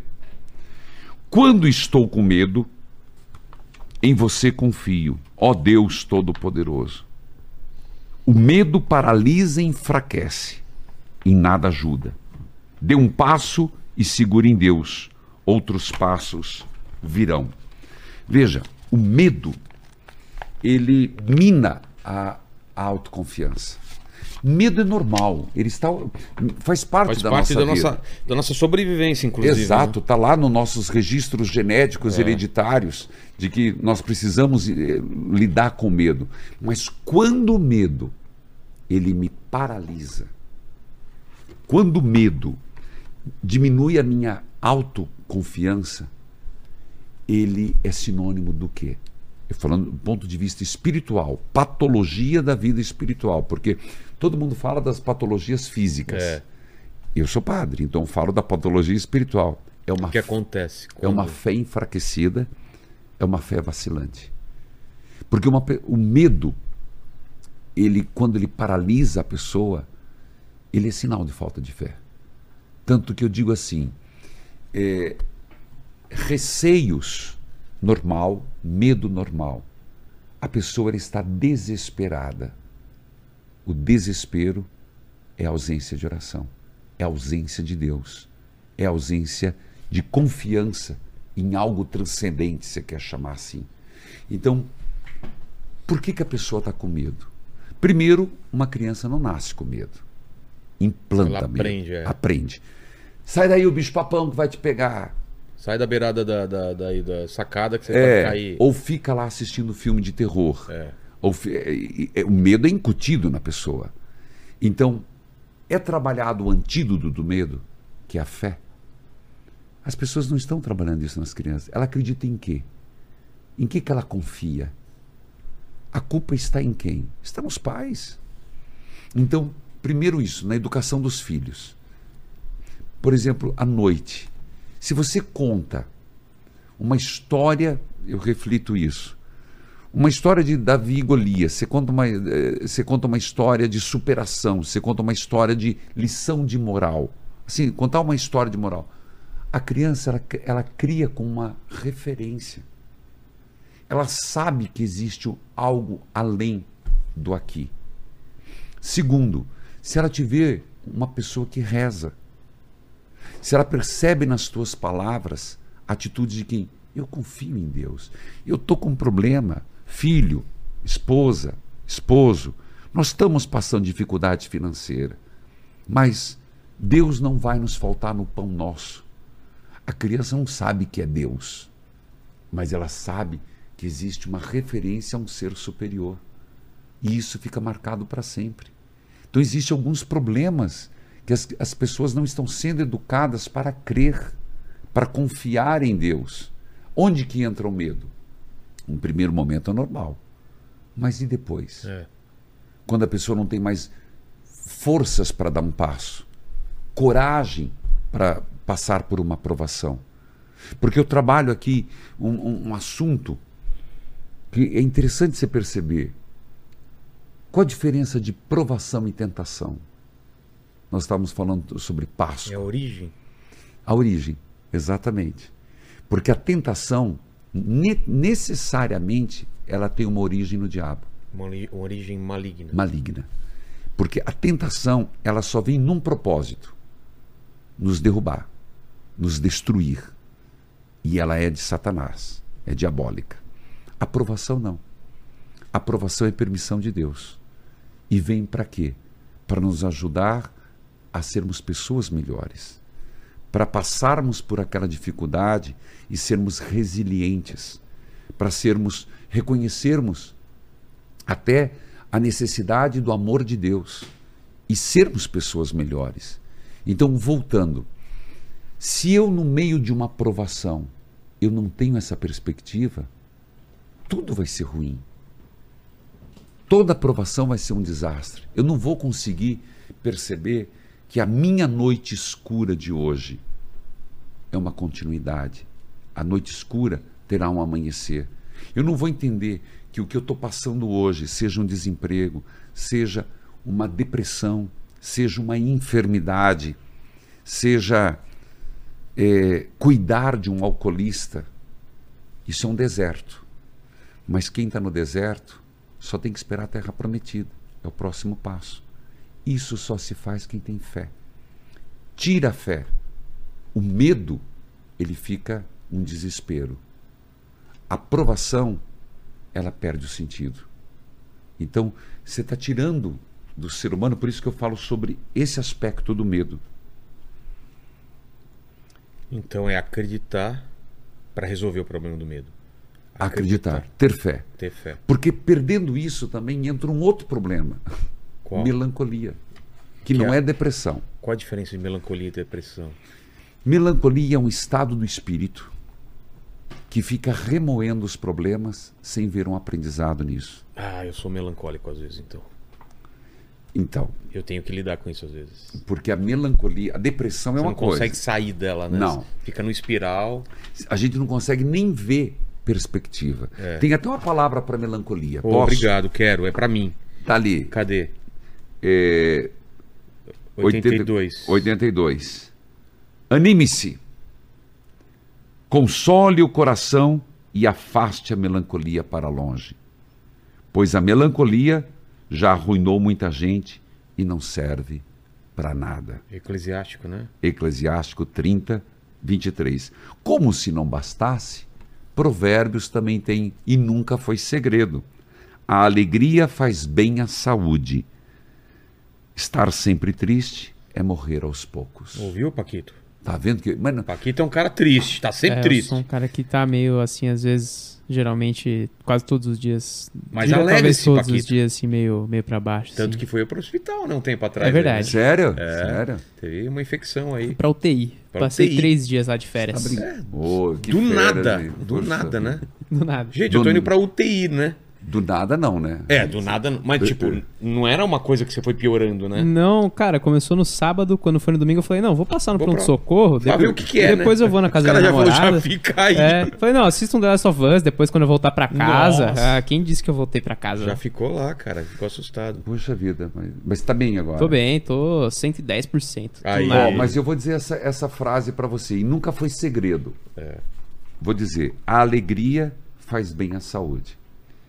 quando estou com medo, em você confio, ó Deus Todo-Poderoso. O medo paralisa e enfraquece, em nada ajuda. Dê um passo e segure em Deus, outros passos virão. Veja, o medo, ele mina a, a autoconfiança. Medo é normal, ele está, faz parte faz da parte nossa da vida. nossa, da nossa sobrevivência, inclusive. Exato, está né? lá nos nossos registros genéticos É. hereditários de que nós precisamos eh, lidar com medo. Mas quando o medo, ele me paralisa, quando o medo diminui a minha autoconfiança, ele é sinônimo do quê? Eu falando do ponto de vista espiritual, patologia da vida espiritual, porque todo mundo fala das patologias físicas. É. Eu sou padre, então falo da patologia espiritual. É uma, O que acontece? é uma fé enfraquecida, é uma fé vacilante. Porque uma, o medo, ele, quando ele paralisa a pessoa, ele é sinal de falta de fé. Tanto que eu digo assim, é, receios normal, medo normal. A pessoa está desesperada. o desespero é ausência de oração, é ausência de Deus, é ausência de confiança em algo transcendente, você quer chamar assim. Então, por que que a pessoa está com medo? Primeiro, uma criança não nasce com medo. Implanta Ela medo. aprende, é. Aprende. Sai daí o bicho-papão que vai te pegar. Sai da beirada da, da, da, da sacada que você É, vai cair. ou fica lá assistindo filme de terror. É. Ou, fi- é, é, o medo é incutido na pessoa. Então, é trabalhado o antídoto do medo, que é a fé. As pessoas não estão trabalhando isso nas crianças. Ela acredita em quê? Em que que ela confia? A culpa está em quem? Está nos pais. Então, primeiro isso, na educação dos filhos. Por exemplo, à noite. Se você conta uma história, eu reflito isso, uma história de Davi e Golias, você conta uma, eh, você conta uma história de superação, você conta uma história de lição de moral. Assim, contar uma história de moral. A criança, ela, ela cria com uma referência. Ela sabe que existe algo além do aqui. Segundo, se ela te vê uma pessoa que reza, se ela percebe nas tuas palavras atitudes de quem eu confio em Deus, eu estou com um problema, filho, esposa, esposo, nós estamos passando dificuldade financeira, mas Deus não vai nos faltar no pão nosso. A criança não sabe que é Deus, mas ela sabe que existe uma referência a um ser superior. E isso fica marcado para sempre. Então existem alguns problemas que as, as pessoas não estão sendo educadas para crer, para confiar em Deus. Onde que entra o medo? Um primeiro momento é normal. Mas e depois? É. Quando a pessoa não tem mais forças para dar um passo, coragem para passar por uma provação. Porque eu trabalho aqui um, um, um assunto que é interessante você perceber. Qual a diferença de provação e tentação? Nós estávamos falando sobre Páscoa. É a origem? A origem, exatamente. Porque a tentação, ne- necessariamente, ela tem uma origem no diabo, Uma, ori- uma origem maligna. maligna. Porque a tentação, ela só vem num propósito: nos derrubar, nos destruir. E ela é de Satanás, é diabólica. A provação não. A provação é permissão de Deus. E vem para quê? Para nos ajudar a sermos pessoas melhores. Para passarmos por aquela dificuldade e sermos resilientes. Para sermos, reconhecermos até a necessidade do amor de Deus. E sermos pessoas melhores. Então, voltando. Se eu, no meio de uma provação, eu não tenho essa perspectiva, tudo vai ser ruim. Toda aprovação vai ser um desastre. Eu não vou conseguir perceber que a minha noite escura de hoje é uma continuidade. A noite escura terá um amanhecer. Eu não vou entender que o que eu estou passando hoje, seja um desemprego, seja uma depressão, seja uma enfermidade, seja é, cuidar de um alcoolista, isso é um deserto. Mas quem está no deserto só tem que esperar a terra prometida. É o próximo passo. Isso só se faz quem tem fé. Tira a fé. O medo, ele fica um desespero. A provação, ela perde o sentido. Então, você está tirando do ser humano, por isso que eu falo sobre esse aspecto do medo. Então é acreditar para resolver o problema do medo. Acreditar, ter fé. Ter fé. Porque perdendo isso também entra um outro problema. Qual? Melancolia. Que, Que não é- é depressão. Qual a diferença de melancolia e depressão? Melancolia é um estado do espírito que fica remoendo os problemas sem ver um aprendizado nisso. Ah, eu sou melancólico às vezes, então. Então, Eu tenho que lidar com isso às vezes. porque a melancolia, a depressão é Você uma não coisa. consegue sair dela, né? Não. Fica no espiral. A gente não consegue nem ver perspectiva. É. Tem até uma palavra para melancolia. Ô, Posso? obrigado, quero. É pra mim. Tá ali. Cadê? É, oitenta e dois. oitenta e dois. Anime-se. Console o coração e afaste a melancolia para longe. Pois a melancolia já arruinou muita gente e não serve para nada. Eclesiástico, né? Eclesiástico trinta, vinte e três. Como se não bastasse, Provérbios também tem, e nunca foi segredo. A alegria faz bem à saúde. Estar sempre triste é morrer aos poucos. Ouviu, Paquito? Tá vendo que... Mas não... Paquito é um cara triste, tá sempre É, triste. Eu sou um cara que tá meio assim, às vezes, geralmente, quase todos os dias. Mas diria, alegre-se, talvez todos Paquito. os dias, assim, meio, meio pra baixo. Tanto assim. que foi pro hospital, né, um tempo atrás. É verdade. Aí, Sério? né? É, Sério? teve uma infecção aí. Pra U T I. Pra Passei U T I. três dias lá de férias. É, Oh, que do fera, nada, gente. do Poxa nada, né? Do nada. Gente, Do- eu tô indo pra U T I, né? Do nada não, né? É, do nada, mas tipo, não era uma coisa que você foi piorando, né? Não, cara, começou no sábado, quando foi no domingo, eu falei, não, vou passar no Vou pra- pronto-socorro. Pra ver o que que é, Depois né? eu vou na casa Os da cara minha já falou, namorada. já fica aí. É, falei, não, assista um The Last of Us, depois quando eu voltar pra casa. Nossa. Ah, quem disse que eu voltei pra casa? Já ficou lá, cara, ficou assustado. Puxa vida, mas, mas tá bem agora. Tô bem, tô cento e dez por cento. Aí. Tô na- Ó, mas eu vou dizer essa, essa frase pra você, e nunca foi segredo. É. Vou dizer, a alegria faz bem à saúde.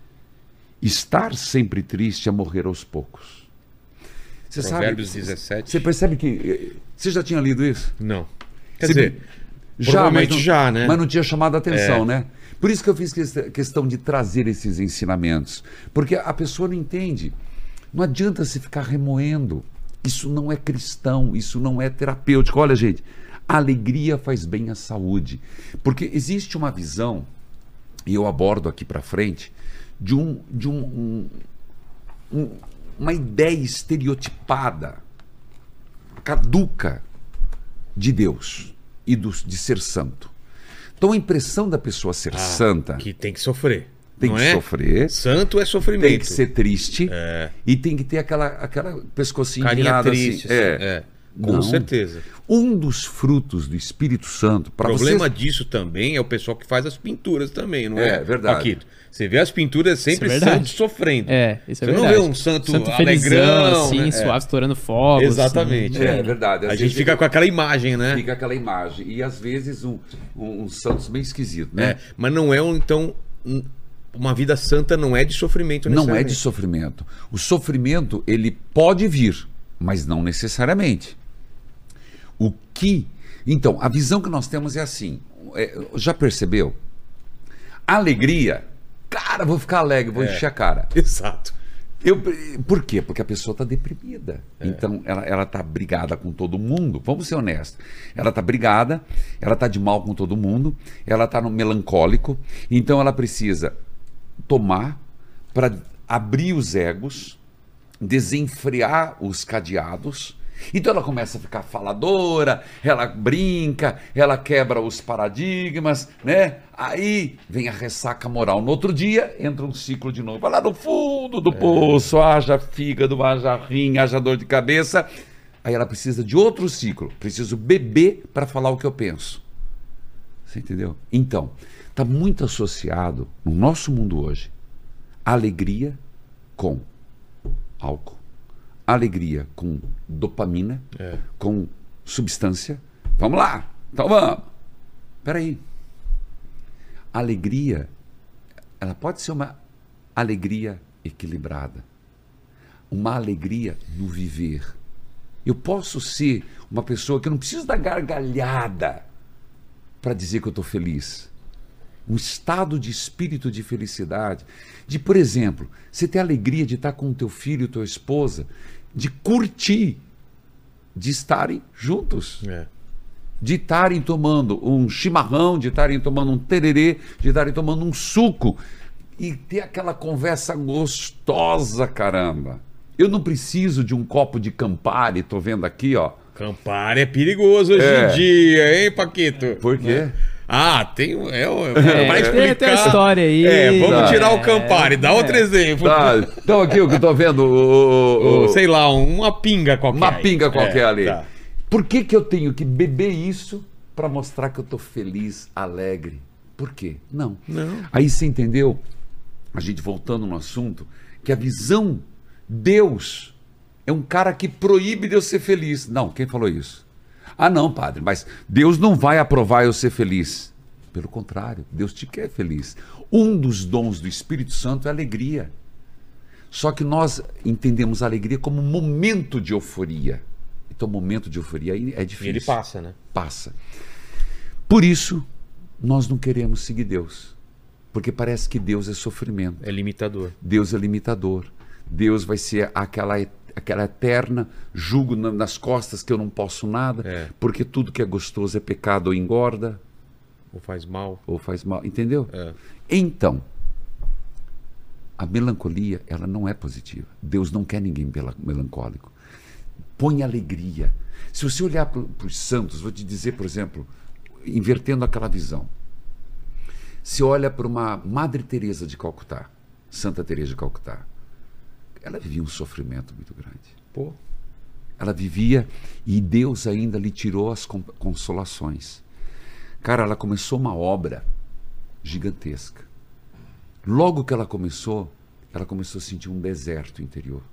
Estar sempre triste é morrer aos poucos. Você Provérbios sabe, dezessete. Você percebe que... eh, Você já tinha lido isso? Não. Quer Você- dizer, provavelmente mas não, já, né? Mas não tinha chamado a atenção, É. né? Por isso que eu fiz que- questão de trazer esses ensinamentos. Porque a pessoa não entende. Não adianta se ficar remoendo. Isso não é cristão, isso não é terapêutico. Olha, gente, a alegria faz bem à saúde. Porque existe uma visão, e eu abordo aqui para frente, de, um, de um, um- um- uma ideia estereotipada, caduca, de Deus e do, de ser santo. Então a impressão da pessoa ser Ah, santa que tem que sofrer. tem não que é? sofrer, Santo é sofrimento. tem que ser triste É. e tem que ter aquela, aquela pescocinho Carinha virado triste. assim. assim, É. é. Com Não. certeza. Um dos frutos do Espírito Santo, O para problema vocês... disso também é o pessoal que faz as pinturas também, não É, é? verdade. Paquito, você vê as pinturas sempre Isso é verdade. santos sofrendo. É, isso é Você não verdade. vê um santo, felizão, alegrão, assim, né? suave, estourando fogos. Exatamente. assim. É, é verdade. Às A gente vezes fica ele- com aquela imagem, né? Fica aquela imagem. E às vezes um, um, um santos bem esquisito, É, né? mas não é, um, então, um- uma vida santa não é de sofrimento Não é de necessariamente. sofrimento. O sofrimento, ele pode vir, mas não necessariamente. O que... Então, a visão que nós temos é assim. é, já percebeu? A alegria... Cara, vou ficar alegre, vou É. encher a cara. Exato. Eu, por quê? Porque a pessoa está deprimida. É. Então, ela está brigada com todo mundo. Vamos ser honestos. Ela está brigada, ela está de mal com todo mundo, ela está no melancólico. Então, ela precisa tomar para abrir os egos, desenfrear os cadeados. Então, ela começa a ficar faladora, ela brinca, ela quebra os paradigmas, né? Aí vem a ressaca moral. No outro dia, entra um ciclo de novo. Vai lá no fundo do poço, haja fígado, haja rim, haja dor de cabeça. Aí ela precisa de outro ciclo. Preciso beber para falar o que eu penso. Você entendeu? Então, está muito associado no nosso mundo hoje a alegria com álcool, alegria com dopamina, É. com substância. Vamos lá, então vamos. Espera aí. Alegria, ela pode ser uma alegria equilibrada, uma alegria no viver. Eu posso ser uma pessoa que eu não preciso da gargalhada para dizer que eu estou feliz. Um estado de espírito de felicidade. De, por exemplo, você ter a alegria de estar com o teu filho e tua esposa, de curtir, de estarem juntos, É. de estarem tomando um chimarrão, de estarem tomando um tererê, de estarem tomando um suco e ter aquela conversa gostosa, caramba. Eu não preciso de um copo de Campari, tô vendo aqui, ó. Campari é perigoso hoje É. em dia, hein, Paquito? Por quê? Ah, tem. um- É, um- É, vai tem- explicar. tem uma história aí. É, vamos Tá. tirar o Campari, dá outro exemplo. Tá, então aqui o que eu tô vendo, o, o- Ou, o- sei lá, uma pinga qualquer. uma aí. pinga qualquer É, ali. tá. Por que que eu tenho que beber isso para mostrar que eu tô feliz, alegre? Por quê? Não. Não. Aí você entendeu, a gente voltando no assunto, que a visão, Deus é um cara que proíbe de eu ser feliz. Não, quem falou isso? Ah não, padre, mas Deus não vai aprovar eu ser feliz. Pelo contrário, Deus te quer feliz. Um dos dons do Espírito Santo é alegria. Só que nós entendemos a alegria como um momento de euforia. Então, momento de euforia é difícil. E ele passa, né? Passa. Por isso, nós não queremos seguir Deus. Porque parece que Deus é sofrimento. É limitador. Deus é limitador. Deus vai ser aquela, aquela eterna jugo na- nas costas que eu não posso nada, É. porque tudo que é gostoso é pecado ou engorda, Ou faz mal. ou faz mal. Entendeu? É. Então, a melancolia, ela não é positiva. Deus não quer ninguém mela- melancólico. Põe alegria. Se você olhar para os santos, vou te dizer, por exemplo, invertendo aquela visão. Se olha para uma Madre Teresa de Calcutá, Santa Teresa de Calcutá, ela vivia um sofrimento muito grande. Pô. Ela vivia e Deus ainda lhe tirou as con- consolações. Cara, ela começou uma obra gigantesca. Logo que ela começou, ela começou a sentir um deserto interior.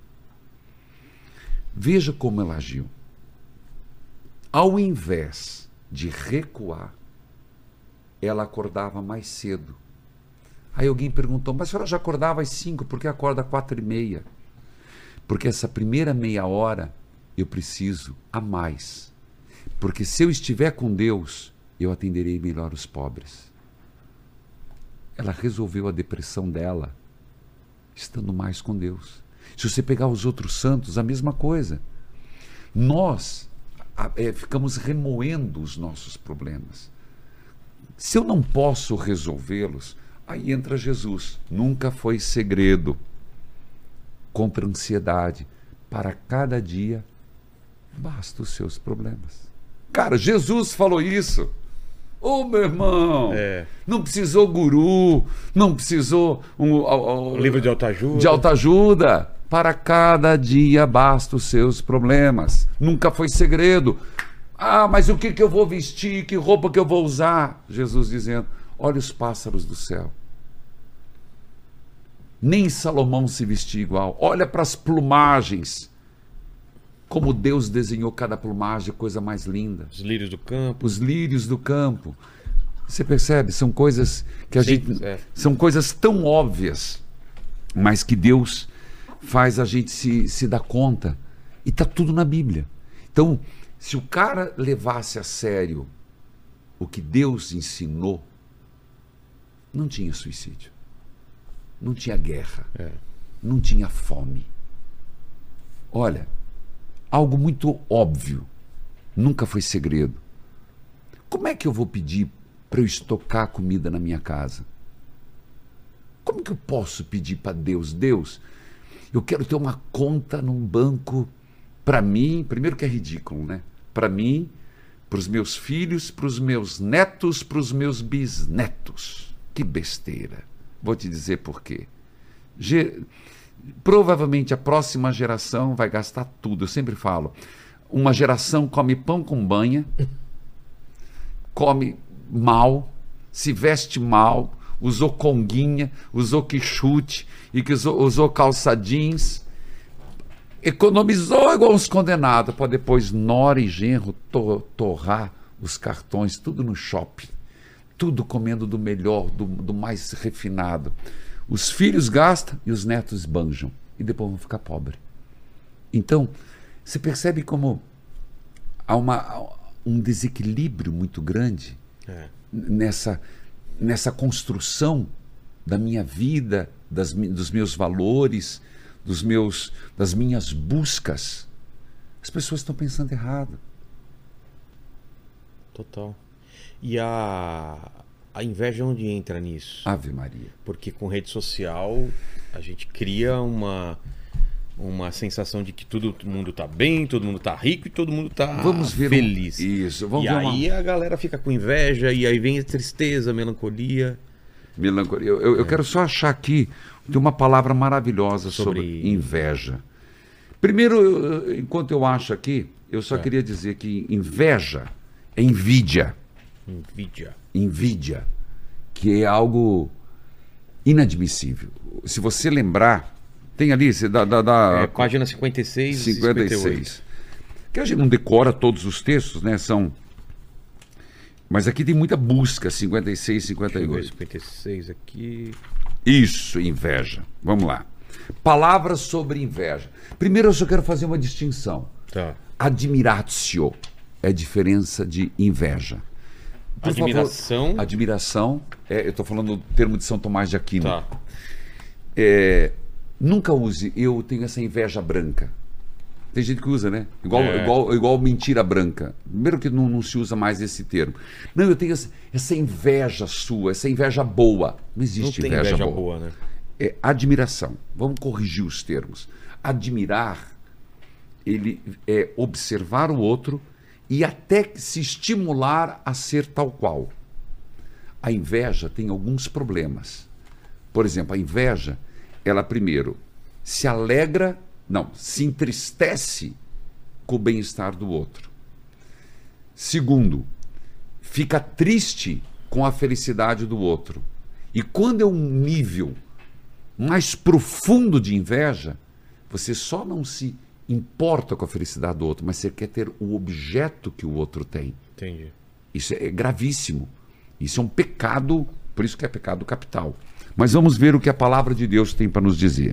Veja como ela agiu. Ao invés de recuar, ela acordava mais cedo. Aí alguém perguntou, mas a senhora já acordava às cinco, por que acorda às quatro e meia? Porque essa primeira meia hora eu preciso a mais. Porque se eu estiver com Deus, eu atenderei melhor os pobres. Ela resolveu a depressão dela estando mais com Deus. Se você pegar os outros santos, a mesma coisa. Nós a, é, ficamos remoendo os nossos problemas. Se eu não posso resolvê-los, aí entra Jesus. Nunca foi segredo. Contra a ansiedade. Para cada dia, basta os seus problemas. Cara, Jesus falou isso. Ô, meu irmão, É. não precisou guru, não precisou um, um, Um livro de autoajuda. de autoajuda. Para cada dia basta os seus problemas. Nunca foi segredo. Ah, mas o que, que eu vou vestir? Que roupa que eu vou usar? Jesus dizendo, olha os pássaros do céu. Nem Salomão se vestia igual. Olha para as plumagens. Como Deus desenhou cada plumagem, coisa mais linda. Os lírios do campo. Os lírios do campo. Você percebe? São coisas que a Simples, gente. é. São coisas tão óbvias, mas que Deus faz a gente se, se dar conta. E está tudo na Bíblia. Então, se o cara levasse a sério o que Deus ensinou, não tinha suicídio. Não tinha guerra. É. Não tinha fome. Olha, algo muito óbvio. Nunca foi segredo. Como é que eu vou pedir para eu estocar comida na minha casa? Como que eu posso pedir para Deus? Deus, eu quero ter uma conta num banco para mim, primeiro que é ridículo, né? Para mim, para os meus filhos, para os meus netos, para os meus bisnetos. Que besteira. Vou te dizer por quê. Ge- Provavelmente a próxima geração vai gastar tudo. Eu sempre falo, uma geração come pão com banha, come mal, se veste mal, usou conguinha, usou quichute, e que usou, usou calça jeans, economizou igual uns condenados, para depois nora e genro to- torrar os cartões, tudo no shopping, tudo comendo do melhor, do, do mais refinado. Os filhos gastam e os netos banjam. E depois vão ficar pobres. Então, você percebe como há uma, um desequilíbrio muito grande É. nessa, nessa construção da minha vida, das, mi- dos meus valores, dos meus, das minhas buscas. As pessoas estão pensando errado. Total. E a, a inveja onde entra nisso? Ave Maria. Porque com rede social a gente cria uma, uma sensação de que todo mundo tá bem, todo mundo tá rico e todo mundo tá Vamos ver um- feliz. Isso, vamos e ver uma- aí a galera fica com inveja e aí vem a tristeza, a melancolia. Melancolia. Eu, eu, eu quero só achar aqui, tem uma palavra maravilhosa sobre, Sobre- inveja. Primeiro, eu- enquanto eu acho aqui, eu só É. queria dizer que inveja é invídia. Invídia. Invídia, que é algo inadmissível. Se você lembrar, tem ali, você dá, dá, dá É, página cinquenta e seis e cinquenta e cinquenta e oito. seis. Que a gente não decora todos os textos, né? São. Mas aqui tem muita busca, cinquenta e seis, cinquenta e Deixa eu ver, oito. cinquenta e seis aqui. Isso, inveja. Vamos lá. Palavras sobre inveja. Primeiro eu só quero fazer uma distinção. Tá. Admiratio é a diferença de inveja. Por Admiração. favor, admiração, é, eu estou falando do termo de São Tomás de Aquino. Tá. É, nunca use, eu tenho essa inveja branca. Tem gente que usa, né? Igual, É. igual, igual mentira branca. Primeiro que não, não se usa mais esse termo. Não, eu tenho essa, essa inveja sua, essa inveja boa. Não existe Não tem inveja, inveja boa. boa, né? É admiração. Vamos corrigir os termos. Admirar, ele é observar o outro e até se estimular a ser tal qual. A inveja tem alguns problemas. Por exemplo, a inveja, ela primeiro se alegra, não, se entristece com o bem-estar do outro. Segundo, fica triste com a felicidade do outro. E quando é um nível mais profundo de inveja, você só não se importa com a felicidade do outro, mas você quer ter o objeto que o outro tem. Entendi. Isso é gravíssimo. Isso é um pecado, por isso que é pecado capital. Mas vamos ver o que a palavra de Deus tem para nos dizer.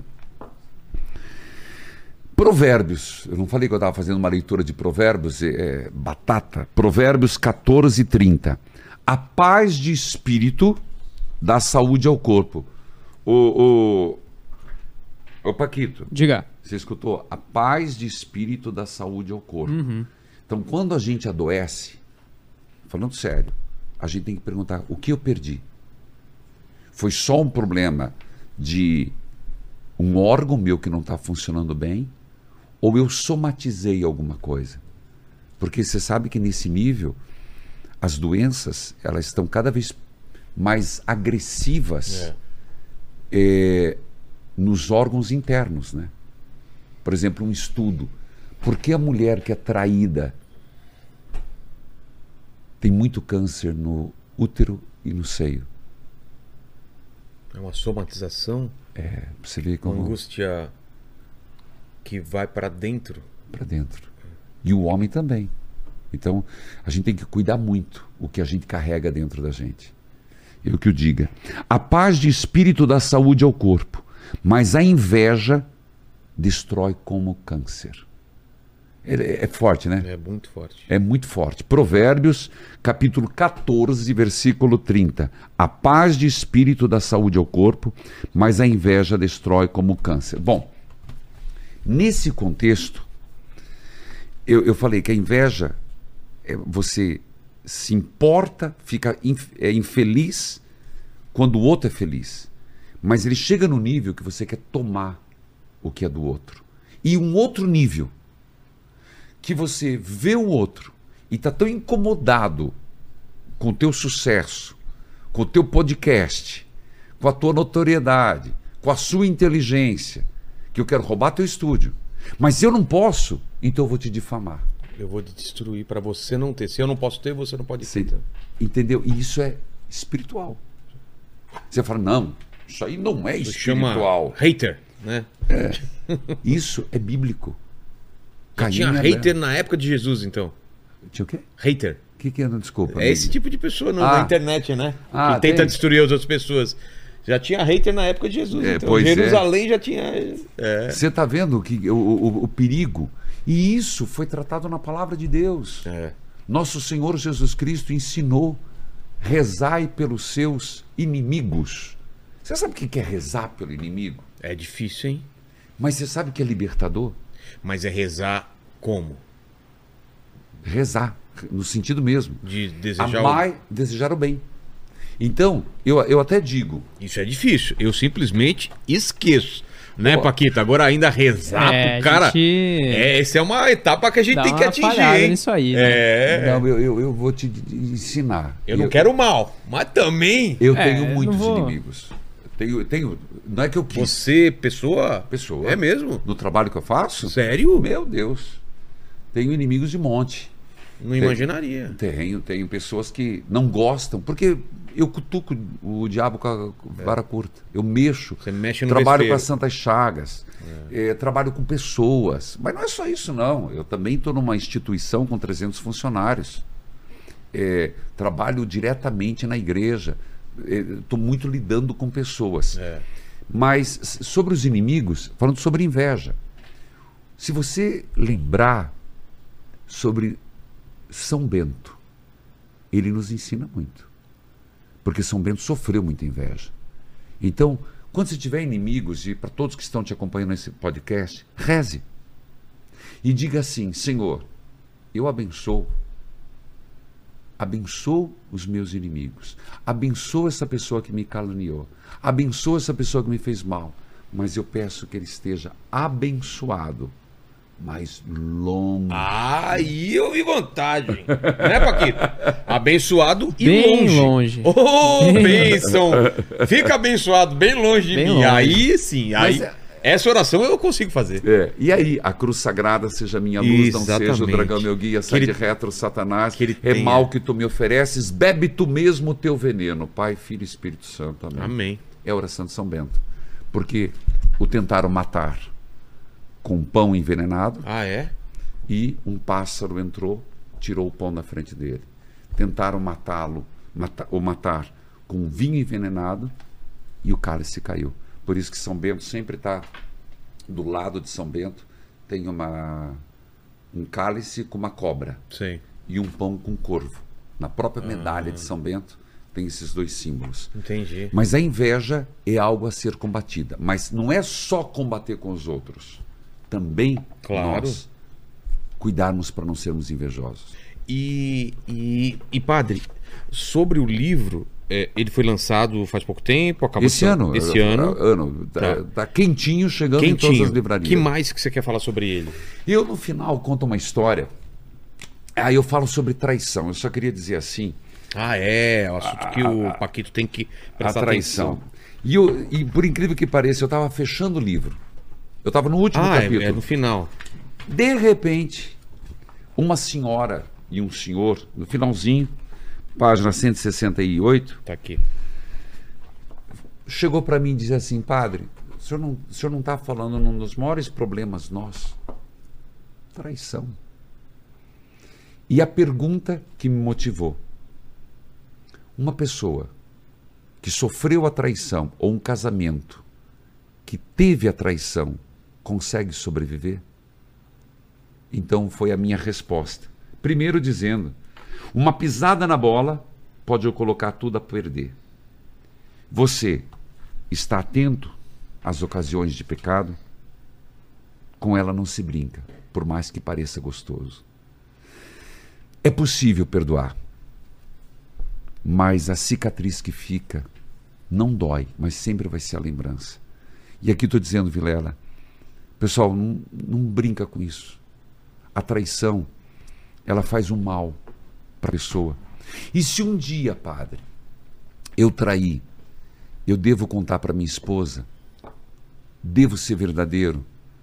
Provérbios, eu não falei que eu estava fazendo uma leitura de Provérbios, é, batata. Provérbios quatorze, trinta. A paz de espírito dá saúde ao corpo. O, o, o Paquito, Diga. você escutou? A paz de espírito dá saúde ao corpo. Uhum. Então, quando a gente adoece, falando sério, a gente tem que perguntar, o que eu perdi? Foi só um problema de um órgão meu que não está funcionando bem? Ou eu somatizei alguma coisa? Porque você sabe que nesse nível, as doenças, elas estão cada vez mais agressivas É. é, nos órgãos internos, né? Por exemplo, um estudo. Por que a mulher que é traída tem muito câncer no útero e no seio? É uma somatização, É, você vê uma como angústia que vai para dentro. para dentro. E o homem também. Então, a gente tem que cuidar muito o que a gente carrega dentro da gente. Eu que o diga. A paz de espírito dá saúde ao corpo, mas a inveja destrói como câncer. É, é forte, né? É muito forte. É muito forte. Provérbios, capítulo quatorze, versículo trinta. A paz de espírito dá saúde ao corpo, mas a inveja destrói como câncer. Bom, nesse contexto, eu, eu falei que a inveja, é, você se importa, fica inf, é, infeliz quando o outro é feliz. Mas ele chega no nível que você quer tomar o que é do outro. E um outro nível, que você vê o outro e está tão incomodado com o teu sucesso, com o teu podcast, com a tua notoriedade, com a sua inteligência, que eu quero roubar teu estúdio. Mas eu não posso, então eu vou te difamar. Eu vou te destruir para você não ter. Se eu não posso ter, você não pode Você ter. entendeu? E isso é espiritual. Você fala, não, isso aí não é Isso espiritual. chama hater, né? Isso é bíblico. Caim Tinha era- hater na época de Jesus, então. Tinha o quê? Hater. O que, que é? Desculpa. É esse tipo de pessoa no- Ah. na internet, né? Ah, que tenta tem. destruir as outras pessoas. Já tinha hater na época de Jesus. É, então pois é. Jerusalém já tinha. É. Você está vendo que, o, o, o perigo? E isso foi tratado na palavra de Deus. É. Nosso Senhor Jesus Cristo ensinou: rezai pelos seus inimigos. Você sabe o que é rezar pelo inimigo? É difícil, hein? Mas você sabe o que é libertador? Mas é rezar como? Rezar, no sentido mesmo. De desejar. Amar, desejar o bem. Então, eu, eu até digo, o... Isso é difícil. Eu simplesmente esqueço. Né, Pô. Paquita? Agora ainda rezar É, pro cara. a gente É, essa é uma etapa que a gente dá tem que uma atingir, falhada hein? nisso aí, né? É. não, eu, eu, eu vou te ensinar. Eu não quero mal, mas também Eu É, tenho não muitos vou- inimigos. Tenho, tenho, não é que eu quis. você, pessoa. Pessoa. É mesmo? No trabalho que eu faço? Sério? Meu Deus. Tenho inimigos de monte. Não imaginaria. Tenho, tenho pessoas que não gostam, porque eu cutuco o diabo com a vara curta. Eu mexo. Você mexe no Trabalho vespeiro. com as santas chagas. eh, trabalho com pessoas. Mas não é só isso, não. Eu também estou numa instituição com trezentos funcionários. Eh, trabalho diretamente na igreja. Estou muito lidando com pessoas. É. Mas sobre os inimigos, falando sobre inveja. Se você lembrar sobre São Bento, ele nos ensina muito. Porque São Bento sofreu muita inveja. Então, quando você tiver inimigos, e para todos que estão te acompanhando nesse podcast, reze. E diga assim: Senhor, eu abençoo. Abençoo os meus inimigos. Abençoo essa pessoa que me caluniou. Abençoo essa pessoa que me fez mal. Mas eu peço que ele esteja abençoado, mas longe. Ah, aí eu vi vantagem. Né, Paquito? Abençoado e Bem longe. longe. Oh, bênção. Fica abençoado bem longe de Bem mim. longe. Aí sim, aí... Mas é- Essa oração eu consigo fazer. É, e aí, a cruz sagrada seja minha luz, não seja o Exatamente. dragão meu guia, sai Que ele- de retro, Satanás, que ele é tenha- mal que tu me ofereces, bebe tu mesmo o teu veneno, Pai, Filho e Espírito Santo, amém. Amém. É a oração de São Bento, porque o tentaram matar com pão envenenado Ah, é? e um pássaro entrou, tirou o pão da frente dele. Tentaram matá-lo, mata, ou matar com vinho envenenado e o cálice caiu. Por isso que São Bento sempre está do lado de São Bento, tem uma, um cálice com uma cobra Sim. e um pão com corvo. Na própria medalha de São Bento tem esses dois símbolos. Entendi. Mas a inveja é algo a ser combatida. Mas não é só combater com os outros. Também Claro. nós cuidarmos para não sermos invejosos. E, e, e padre, sobre o livro, é, ele foi lançado faz pouco tempo? Acabou Esse de- ano. Esse eh, ano. ano tá, Tá. tá quentinho, chegando em todas Quentinho. as livrarias. Que mais que você quer falar sobre ele? Eu, no final, conto uma história. Aí eu falo sobre traição. Eu só queria dizer assim, Ah, é. O assunto que o Paquito tem que a prestar traição. atenção. E, eu, e por incrível que pareça, eu estava fechando o livro. Eu estava no último Ah, é, capítulo. é no final. De repente, uma senhora e um senhor, no finalzinho, página cento e sessenta e oito, Tá aqui. chegou para mim e disse assim: Padre, o senhor não o senhor não está falando num dos maiores problemas nossos? Traição. E a pergunta que me motivou: uma pessoa que sofreu a traição ou um casamento que teve a traição consegue sobreviver? Então foi a minha resposta. Primeiro dizendo, uma pisada na bola pode eu colocar tudo a perder. Você está atento às ocasiões de pecado? Com ela não se brinca, por mais que pareça gostoso. É possível perdoar, mas a cicatriz que fica não dói, mas sempre vai ser a lembrança. E aqui estou dizendo, Vilela, pessoal, não, não brinca com isso. A traição, ela faz um mal para a pessoa. E se um dia, padre, eu trair, eu devo contar para minha esposa? Devo ser verdadeiro?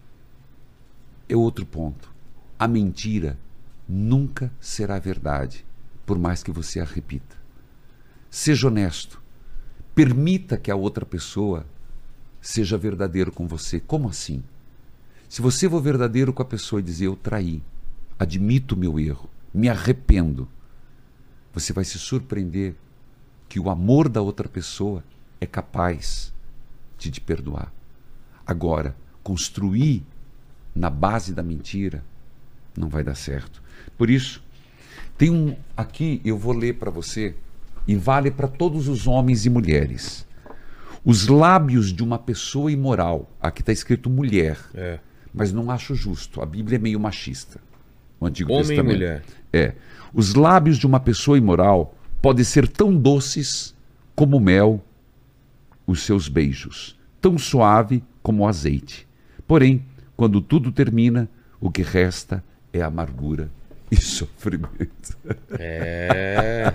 É outro ponto. A mentira nunca será verdade, por mais que você a repita. Seja honesto. Permita que a outra pessoa seja verdadeiro com você. Como assim? Se você for verdadeiro com a pessoa e dizer eu traí, admito o meu erro, me arrependo, você vai se surpreender que o amor da outra pessoa é capaz de te perdoar. Agora, construir na base da mentira não vai dar certo. Por isso, tem um aqui, eu vou ler para você, e vale para todos os homens e mulheres. Os lábios de uma pessoa imoral, aqui está escrito mulher, É. mas não acho justo, a Bíblia é meio machista. O Antigo Homem e Testamento. mulher. É. Os lábios de uma pessoa imoral podem ser tão doces como o mel, os seus beijos, tão suave como o azeite. Porém, quando tudo termina, o que resta é amargura e sofrimento. É.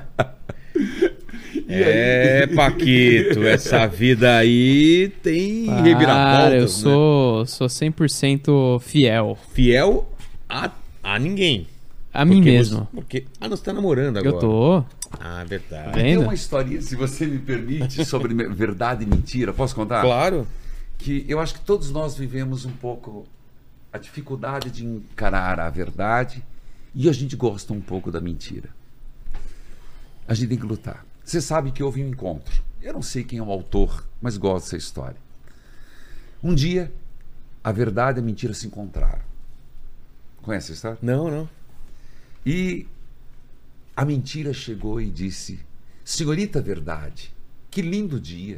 É, Paquito, essa vida aí tem Para, reviravoltas, eu né? sou, sou cem por cento fiel. Fiel a, a ninguém. A mim Porque mesmo. você- porque, ah, você tá namorando agora. Eu tô. Ah, verdade. Bem- Tem Ainda? uma historinha, se você me permite, sobre me- verdade e mentira. Posso contar? Claro. Que eu acho que todos nós vivemos um pouco a dificuldade de encarar a verdade e a gente gosta um pouco da mentira. A gente tem que lutar. Você sabe que houve um encontro. Eu não sei quem é o autor, mas gosto dessa história. Um dia, a verdade e a mentira se encontraram. Conhece a história? Não, não. E a mentira chegou e disse: senhorita verdade, que lindo dia.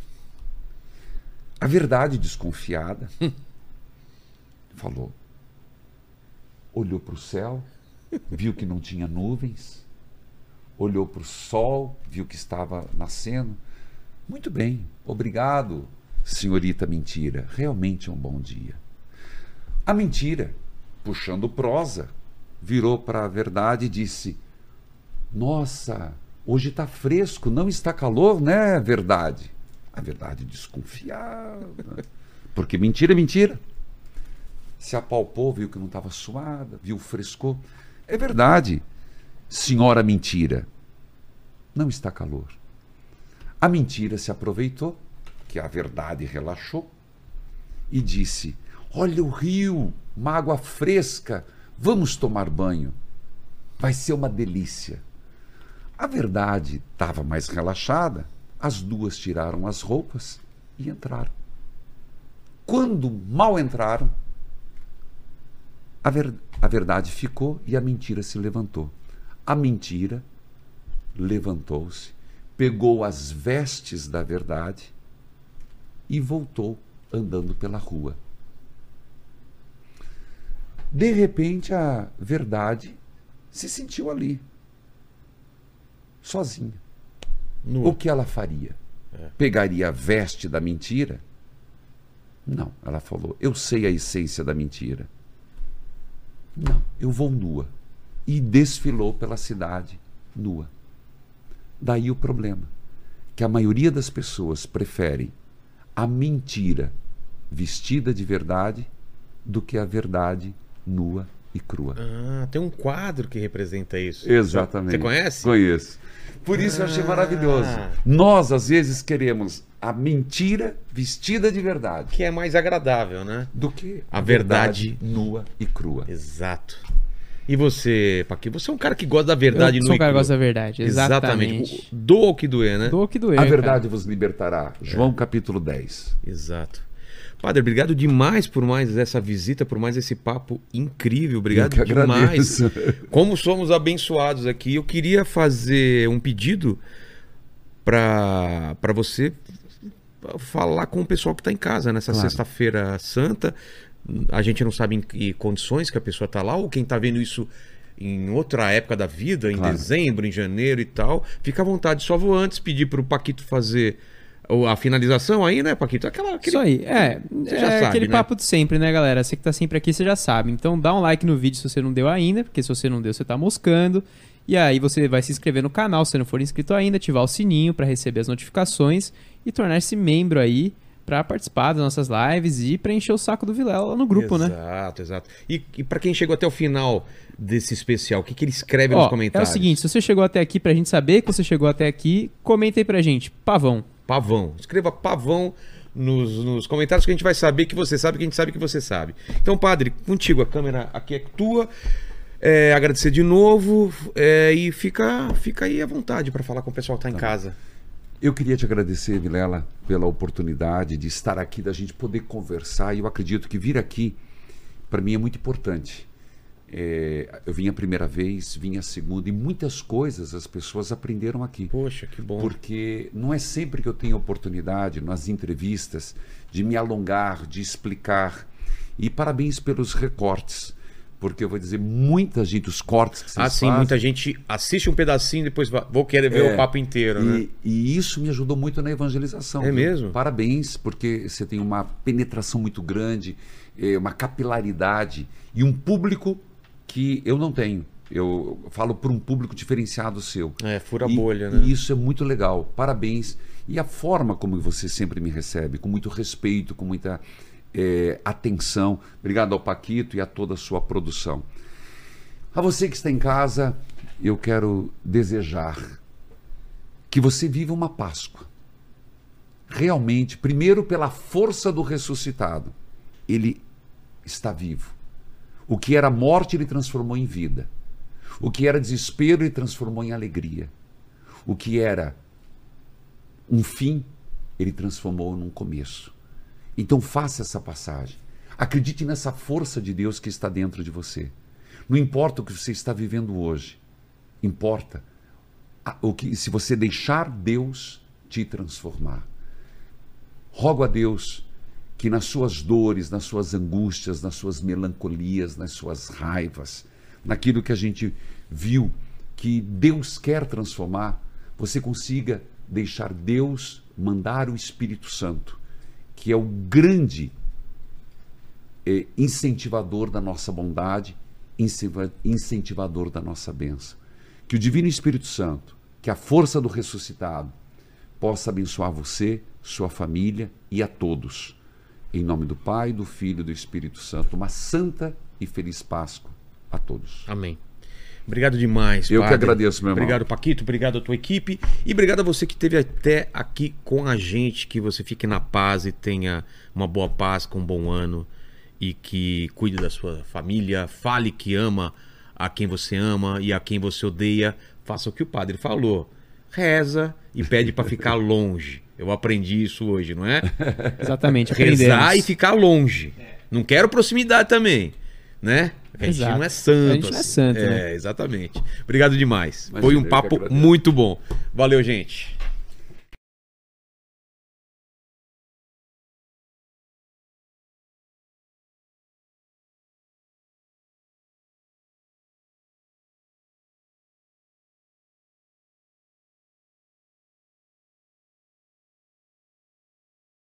A verdade, desconfiada, falou, olhou para o céu, viu que não tinha nuvens, olhou para o sol, viu que estava nascendo. Muito bem, obrigado, senhorita mentira, realmente é um bom dia. A mentira, puxando prosa, virou para a verdade e disse: nossa, hoje está fresco, não está calor, né, verdade? A verdade desconfiada, porque mentira é mentira. Se apalpou, viu que não estava suada, viu o frescor. É verdade, senhora mentira, não está calor. A mentira se aproveitou, que a verdade relaxou, e disse: olha o rio, uma água fresca, vamos tomar banho. Vai ser uma delícia. A verdade estava mais relaxada, as duas tiraram as roupas e entraram. Quando mal entraram, a, ver, a verdade ficou e a mentira se levantou. A mentira levantou-se, pegou as vestes da verdade e voltou andando pela rua. De repente, a verdade se sentiu ali, sozinha. Nua. O que ela faria? É. Pegaria a veste da mentira? Não, ela falou, eu sei a essência da mentira. Não, eu vou nua. E desfilou pela cidade nua. Daí o problema, que a maioria das pessoas preferem a mentira vestida de verdade do que a verdade nua e crua. Ah, tem um quadro que representa isso. Exatamente. Você conhece? Conheço. Por isso eu achei Ah. maravilhoso. Nós, às vezes, queremos a mentira vestida de verdade. Que é mais agradável, né? Do que A verdade. verdade nua e crua. Exato. E você, Paquito? Você é um cara que gosta da verdade Eu nua sou um e cara que crua. gosta da verdade, exatamente. Doa o que doer, né? Doa o que doer, A cara. verdade vos libertará. João capítulo dez. Exato. Padre, obrigado demais por mais essa visita, por mais esse papo incrível. Obrigado Eu que demais. agradeço. Como somos abençoados aqui. Eu queria fazer um pedido para para você falar com o pessoal que está em casa nessa Claro. sexta-feira santa. A gente não sabe em que condições que a pessoa está lá, ou quem está vendo isso em outra época da vida, em Claro. dezembro, em janeiro e tal. Fica à vontade. Só vou antes pedir para o Paquito fazer a finalização aí, né, Paquito? Aquela, aquele... Isso aí, é, Você é já sabe, aquele né? papo de sempre, né, galera? Você que tá sempre aqui, você já sabe. Então dá um like no vídeo se você não deu ainda, porque se você não deu, você tá moscando. E aí você vai se inscrever no canal se não for inscrito ainda, ativar o sininho para receber as notificações e tornar-se membro aí para participar das nossas lives e para encher o saco do Vilela lá no grupo, né? Exato, exato. E, e para quem chegou até o final desse especial, o que, que ele escreve Ó, nos é comentários? o seguinte, se você chegou até aqui, pra gente saber que você chegou até aqui, comenta aí pra gente, pavão. Pavão. Escreva pavão nos, nos comentários que a gente vai saber que você sabe, que a gente sabe que você sabe. Então, padre, contigo, a câmera aqui é tua. É, agradecer de novo é, e fica, fica aí à vontade para falar com o pessoal que tá em casa. Eu queria te agradecer, Vilela, pela oportunidade de estar aqui, da gente poder conversar. E eu acredito que vir aqui, para mim, é muito importante. É, eu vim a primeira vez, vim a segunda, e muitas coisas as pessoas aprenderam aqui. Poxa, que bom. Porque não é sempre que eu tenho oportunidade, nas entrevistas, de me alongar, de explicar. E parabéns pelos recortes. Porque eu vou dizer, muita gente, os cortes que vocês Ah, sim, fazem, muita gente assiste um pedacinho e depois va- vou querer ver É, o papo inteiro, né? E, e isso me ajudou muito na evangelização. É viu? mesmo? Parabéns, porque você tem uma penetração muito grande, eh, uma capilaridade e um público que eu não tenho. Eu falo por um público diferenciado seu. É, fura a E- bolha, né? E isso é muito legal. Parabéns. E a forma como você sempre me recebe, com muito respeito, com muita eh, atenção. Obrigado ao Paquito e a toda a sua produção. A você que está em casa, eu quero desejar que você viva uma Páscoa. Realmente, primeiro pela força do ressuscitado. Ele está vivo. O que era morte, ele transformou em vida. O que era desespero, ele transformou em alegria. O que era um fim, ele transformou num começo. Então faça essa passagem. Acredite nessa força de Deus que está dentro de você. Não importa o que você está vivendo hoje. Importa o que, se você deixar Deus te transformar. Rogo a Deus que nas suas dores, nas suas angústias, nas suas melancolias, nas suas raivas, naquilo que a gente viu que Deus quer transformar, você consiga deixar Deus mandar o Espírito Santo, que é o grande eh, incentivador da nossa bondade, incentivador da nossa bênção. Que o Divino Espírito Santo, que a força do ressuscitado, possa abençoar você, sua família e a todos. Em nome do Pai, do Filho e do Espírito Santo. Uma santa e feliz Páscoa a todos. Amém. Obrigado demais, Eu padre. que agradeço, meu irmão. Obrigado, Paquito. Obrigado à tua equipe. E obrigado a você que esteve até aqui com a gente. Que você fique na paz e tenha uma boa Páscoa, um bom ano. E que cuide da sua família. Fale que ama a quem você ama e a quem você odeia. Faça o que o padre falou. Reza e pede para ficar longe. Eu aprendi isso hoje, não é? Exatamente. Rezar aprendemos. e ficar longe. Não quero proximidade também, né? A gente Exato. não é santo. A gente não é assim. santo, É, né? exatamente. Obrigado demais. Imagina, Foi um eu que papo agradeço. muito bom. Valeu, gente.